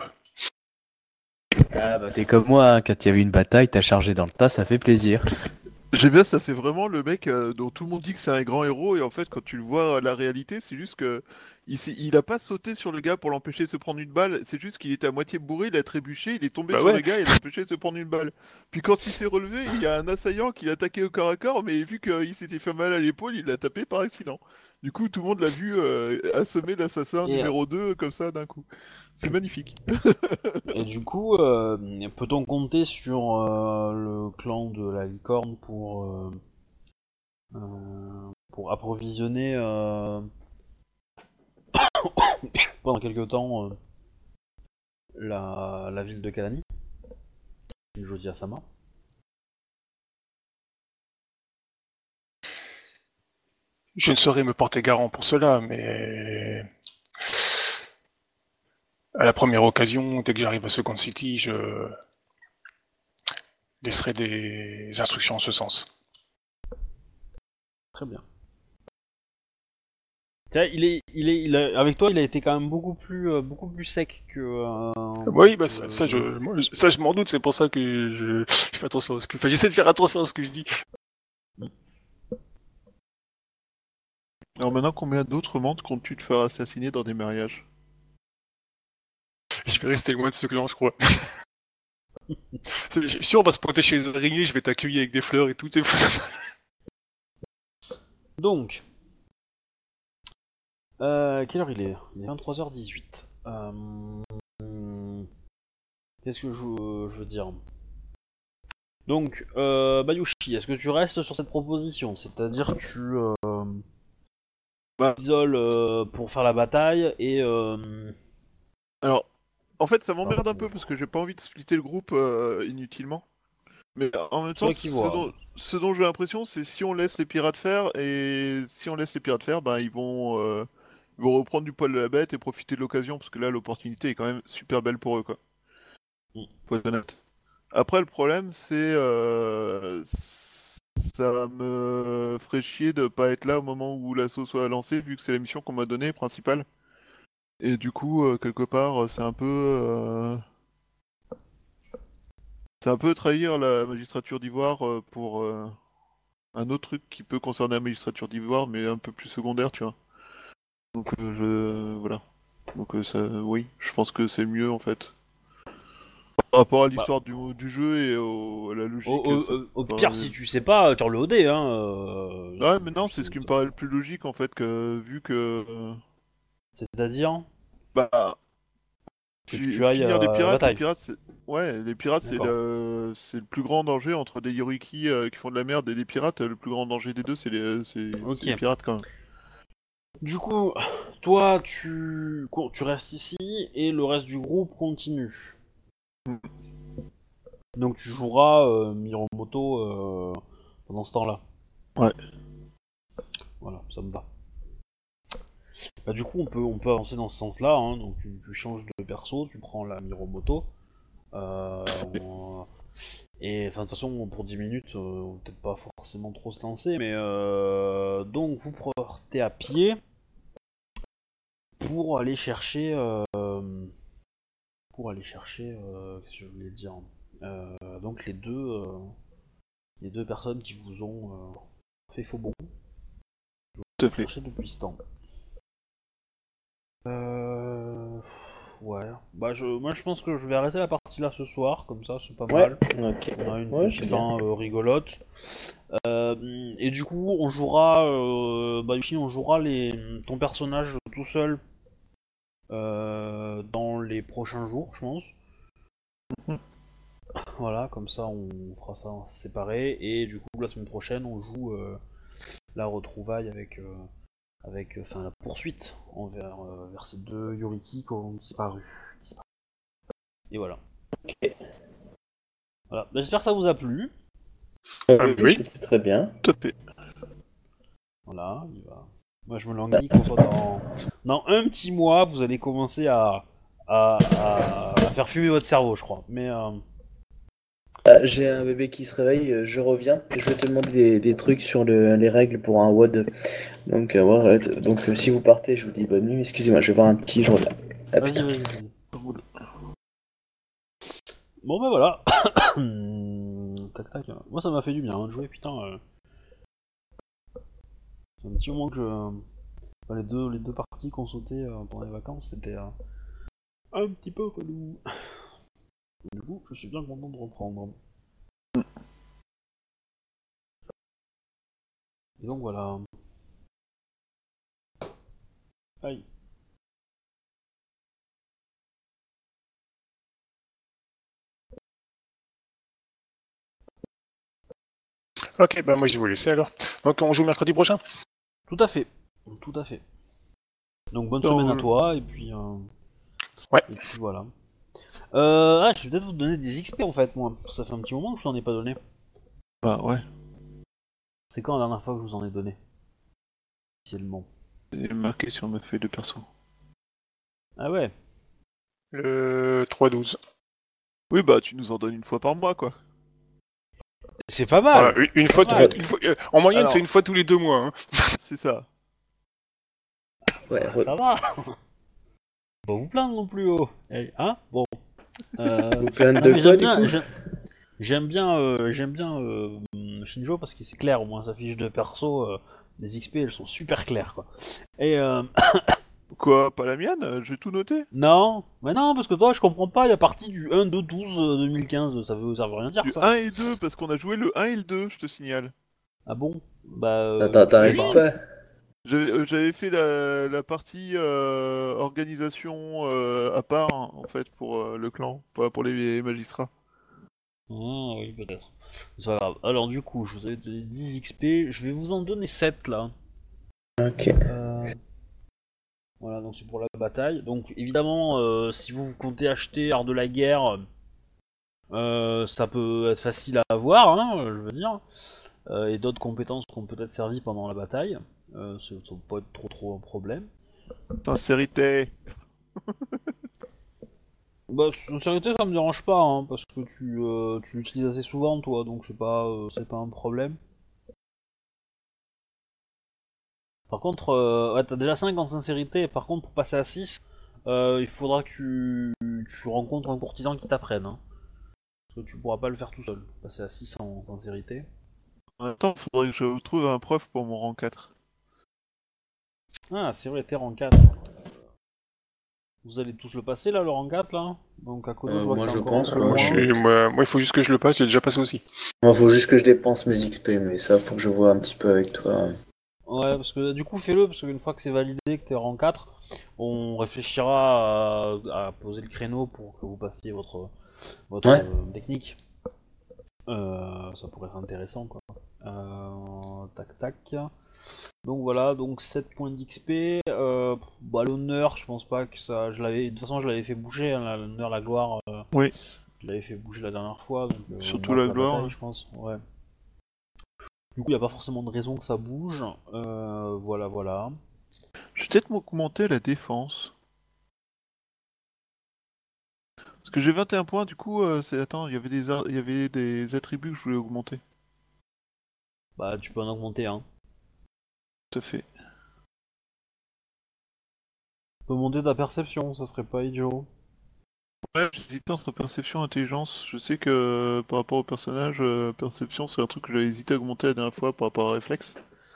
Ah bah t'es comme moi, hein, quand il y avait une bataille, t'as chargé dans le tas, ça fait plaisir. J'aime bien, ça fait vraiment le mec euh, dont tout le monde dit que c'est un grand héros, et en fait, quand tu le vois, euh, la réalité, c'est juste que il, s'est- il a pas sauté sur le gars pour l'empêcher de se prendre une balle, c'est juste qu'il était à moitié bourré, il a trébuché, il est tombé Bah sur ouais. le gars et il l'a empêché de se prendre une balle. Puis quand il s'est relevé, il y a un assaillant qui l'a attaqué au corps à corps, mais vu qu'il s'était fait mal à l'épaule, il l'a tapé par accident. Du coup, tout le monde l'a vu euh, assommer l'assassin Et, numéro deux comme ça d'un coup. C'est magnifique. Et du coup, euh, peut-on compter sur euh, le clan de la licorne pour, euh, euh, pour approvisionner euh, pendant quelque temps euh, la, la ville de Kalani, Jodi Asama? Je ne saurais me porter garant pour cela, mais à la première occasion, dès que j'arrive à Second City, je laisserai des instructions en ce sens. Très bien. Tiens, il est, il est, il a- avec toi, il a été quand même beaucoup plus, euh, beaucoup plus sec que. euh, Oui, bah que- ça, ça, je, moi, je- ça, je m'en doute. C'est pour ça que je, je fais attention à ce que, enfin, j'essaie de faire attention à ce que je dis. Alors maintenant, combien d'autres mondes comptes-tu te faire assassiner dans des mariages? Je vais rester loin de ce clan, je crois. Je suis sûr, on va se pointer chez les araignées, je vais t'accueillir avec des fleurs et tout. t'es fou. Donc, euh, quelle heure il est? Il est vingt-trois heures dix-huit. Euh, Qu'est-ce que je, je veux dire? Donc, euh, Bayushi, est-ce que tu restes sur cette proposition? C'est-à-dire que tu euh, Bah. isoles euh, pour faire la bataille et... Euh... Alors, en fait, ça m'emmerde un peu parce que j'ai pas envie de splitter le groupe euh, inutilement. Mais en même C'est temps, toi qui ce vois. dont, ce dont j'ai l'impression, c'est si on laisse les pirates faire, et si on laisse les pirates faire, ben ils vont, euh, ils vont reprendre du poil de la bête et profiter de l'occasion, parce que là, l'opportunité est quand même super belle pour eux, quoi. Mm. Faut être honnête. Après, le problème, c'est... Euh, ça me ferait chier de pas être là au moment où l'assaut soit lancé, vu que c'est la mission qu'on m'a donnée, principale. Et du coup, euh, quelque part, c'est un peu... euh, C'est un peu trahir la magistrature d'Ivoire euh, pour euh, un autre truc qui peut concerner la magistrature d'Ivoire, mais un peu plus secondaire, tu vois. Donc euh, je... voilà. Donc euh, ça, oui, je pense que c'est mieux en fait. Par rapport à l'histoire du, du jeu et au- à la logique. Au, au- ça au- au paraît- pire, si tu sais pas, tire le O D, hein. euh, Ouais, mais non, c'est ce qui me paraît le plus logique en fait, que vu que... euh, C'est-à-dire Bah... que fi- tu ailles finir à des la pirates, les bataille. pirates, c'est... Ouais, les pirates, c'est D'accord. le... c'est le plus grand danger entre des Yoriki euh, qui font de la merde et des pirates. Le plus grand danger des deux, c'est les... c'est- Ok. c'est les pirates quand même. Du coup, toi, tu, tu restes ici et le reste du groupe continue. Mm. Donc tu joueras euh, Miromoto euh, pendant ce temps-là. Ouais. Voilà, ça me va. Bah, du coup, on peut, on peut avancer dans ce sens-là. Hein. Donc tu, tu changes de perso, tu prends la Miromoto. Euh, on- Et enfin, de toute façon, pour dix minutes, euh, on va peut-être pas forcément trop se lancer. Mais euh, donc, vous partez à pied pour aller chercher. Euh, pour aller chercher. Euh, qu'est-ce que je voulais dire euh, Donc, les deux, euh, les deux personnes qui vous ont euh, fait faux bon. Tout à fait. Chercher depuis ce temps. Euh... Ouais. Bah, je... moi, je pense que je vais arrêter la partie là ce soir. Comme ça, c'est pas mal. ok. On a une Ouais, petite c'est bien. fin euh, rigolote. Euh, et du coup, on jouera, euh, bah, Yushi, on jouera les, ton personnage tout seul euh, dans les prochains jours, je pense. Mhm. Voilà, comme ça, on fera ça séparé. Et du coup, la semaine prochaine, on joue euh, la retrouvaille avec, euh, avec, enfin, la poursuite envers euh, vers ces deux Yoriki qui ont disparu. disparu. Et voilà. Ok. Voilà. Bah, j'espère que ça vous a plu. Ah, oui. C'était très bien. Tout à fait. Voilà, il va. Moi je me languis qu'on soit dans... dans un petit mois, vous allez commencer à, à, à, à faire fumer votre cerveau, je crois. Mais euh... Ah, j'ai un bébé qui se réveille, euh, je reviens. Je vais te demander des, des trucs sur le- les règles pour un W O D. Donc, euh, ouais, ouais, donc euh, si vous partez, je vous dis bonne nuit. Excusez-moi, je vais voir un petit, je reviens. À plus vas-y, tard. vas-y, vas-y. Bon ben voilà. tac tac. Moi ça m'a fait du bien hein, de jouer, putain. Euh... C'est un petit moment que je... Enfin, les deux, les deux parties parties qu'on sautait euh, pendant les vacances, c'était euh, un petit peu relou. Du coup, je suis bien content de reprendre. Et donc voilà. Aïe. Ok, bah moi je vais vous laisser alors. Donc on joue mercredi prochain. Tout à fait. Tout à fait. Donc bonne Non, semaine à je- toi, et puis... Euh... Ouais. Et puis voilà. Euh, ah, je vais peut-être vous donner des X P en fait, moi. Ça fait un petit moment que je vous en ai pas donné. Bah ouais. C'est quand la dernière fois que je vous en ai donné? Officiellement. C'est marqué sur ma feuille de perso. Ah ouais. Le trois douze. Oui, bah tu nous en donnes une fois par mois, quoi. C'est pas mal. Voilà, une, une fois, tous Ouais. les- une fois- euh, en moyenne, Alors. c'est une fois tous les deux mois. Hein. C'est ça. Ouais, Ah, ça va. Pas vous plaindre non plus, oh. Eh, hein? Bon. Euh... plein ah, de mais quoi j'aime du bien, coup j'aime- j'aime bien, euh, j'aime bien euh, Shinjo parce que c'est clair, au moins sa fiche de perso, euh, les X P elles sont super claires quoi. Et euh... Quoi, pas la mienne? Euh, J'ai tout noté. non, mais non, parce que toi je comprends pas, il y a partie du un, deux, douze, euh, deux mille quinze, ça veut, ça veut rien dire Du ça. un et deux, parce qu'on a joué le un et le deux, je te signale. Ah bon? Bah. Euh, Attends, t'arrives je sais pas. J'avais euh, j'avais fait la, la partie euh, organisation euh, à part, hein, en fait, pour euh, le clan, pas pour les magistrats. Ah oui, peut-être. C'est pas grave. Alors, du coup, je vous avais donné dix X P, je vais vous en donner sept là. Ok. Euh, Voilà, donc c'est pour la bataille. Donc, évidemment, euh, si vous, vous comptez acheter Art de la guerre, euh, ça peut être facile à avoir, hein, je veux dire. Euh, et d'autres compétences qui ont peut-être servi pendant la bataille. Euh, ça ne va pas être trop trop un problème. Sincérité. Bah, sincérité, ça me dérange pas, hein, parce que tu, euh, tu l'utilises assez souvent, toi, donc c'est pas, euh, c'est pas un problème. Par contre, euh, ouais, t'as déjà cinq en sincérité, par contre, pour passer à six, euh, il faudra que tu, tu rencontres un courtisan qui t'apprenne. Hein, parce que tu pourras pas le faire tout seul, passer à six en sincérité. En même temps, faudrait que je trouve un prof pour mon rang quatre. Ah, c'est vrai, t'es rang quatre. Vous allez tous le passer, là, le rang quatre, là? Donc, à Kodo, Euh, je vois moi, que t'as je encore pense, un peu ouais. Moi, moins. je suis- moi, moi, il faut juste que je le passe, j'ai déjà passé aussi. Moi, faut juste que je dépense mes X P, mais ça, faut que je vois un petit peu avec toi. Ouais, parce que du coup, fais-le, parce qu'une fois que c'est validé, que t'es rang quatre, on réfléchira à, à poser le créneau pour que vous passiez votre, votre Ouais. euh, technique. Euh, ça pourrait être intéressant, quoi. Euh, tac, tac. Donc voilà, donc sept points d'X P. Euh, bah, l'honneur, je pense pas que ça... Je l'avais, de toute façon, je l'avais fait bouger, hein, l'honneur, la gloire. Euh, Oui. Je l'avais fait bouger la dernière fois, donc... euh, Surtout moins la que gloire, bataille, ouais. je pense, ouais. Du coup, il n'y a pas forcément de raison que ça bouge. Euh, voilà, voilà. Je vais peut-être m'augmenter la défense. Parce que j'ai vingt et un points, du coup, euh, c'est... Attends, il y avait des ar- il y avait des attributs que je voulais augmenter. Bah, tu peux en augmenter un. Tout à fait. Tu peux monter ta perception, ça serait pas idiot. Ouais, j'hésitais entre perception et intelligence. Je sais que euh, par rapport au personnage, euh, perception c'est un truc que j'avais hésité à augmenter la dernière fois par rapport à réflexe.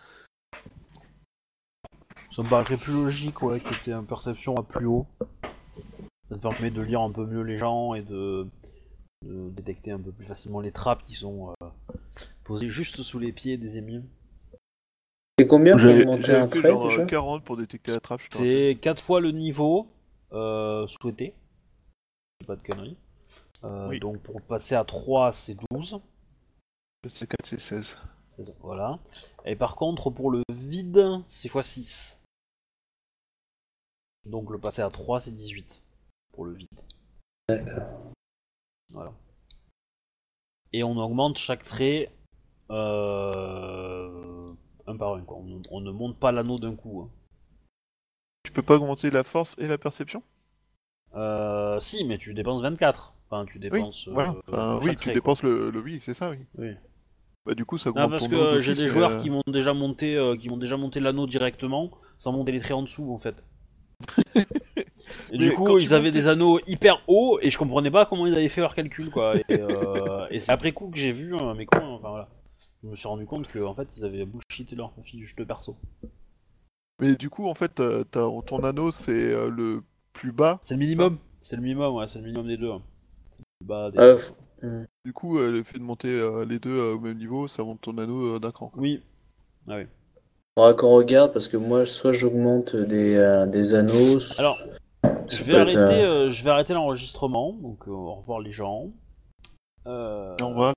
Ça me paraîtrait plus logique, ouais, que tu aies une perception à plus haut. Ça te permet de lire un peu mieux les gens et de, de détecter un peu plus facilement les trappes qui sont euh, posées juste sous les pieds des ennemis. C'est combien pour J'avais monter j'avais un fait trait genre déjà euh, quarante pour détecter la trappe, je te rappelle. C'est quatre fois le niveau euh, souhaité. C'est pas de conneries. Euh, Oui. Donc pour passer à trois, c'est douze. C'est quatre, c'est seize. Voilà. Et par contre, pour le vide, c'est fois six. Donc le passer à trois, c'est dix-huit. Pour le vide. D'accord. Voilà. Et on augmente chaque trait euh, un par un, quoi. On, on ne monte pas l'anneau d'un coup. Hein. Tu peux pas augmenter la force et la perception? Euh, si, mais tu dépenses vingt-quatre. Enfin, tu Oui, dépenses. voilà. euh, Enfin, pour oui, chaque tu trait, dépenses le, le oui, c'est ça, oui. quoi. Oui. Bah du coup, ça Non, augmente parce ton que dos euh, j'ai d'office, des mais, joueurs euh, qui m'ont déjà monté, euh, qui m'ont déjà monté l'anneau directement, sans monter les traits en dessous, en fait. Et du Mais coup, quand ils tu avaient montes- des anneaux hyper hauts et je comprenais pas comment ils avaient fait leur calcul, quoi. Et, euh, et c'est après coup que j'ai vu euh, mes coins. Enfin voilà, je me suis rendu compte que en fait ils avaient bullshité leur fiche de perso. Mais du coup, en fait, euh, t'as- ton anneau, c'est euh, le plus bas. C'est le minimum. C'est le minimum, ouais, c'est le minimum des deux. hein. Bah, des- Euh, f- hmm. Du coup, euh, le fait de monter euh, les deux euh, au même niveau, ça monte ton anneau euh, d'un cran. quoi. Oui. Ah oui. Faudra qu'on regarde parce que moi, soit j'augmente des, euh, des anneaux. s- Alors, ça je vais peut être, arrêter, euh, euh, je vais arrêter l'enregistrement. Donc, euh, au revoir les gens. Euh... Et on va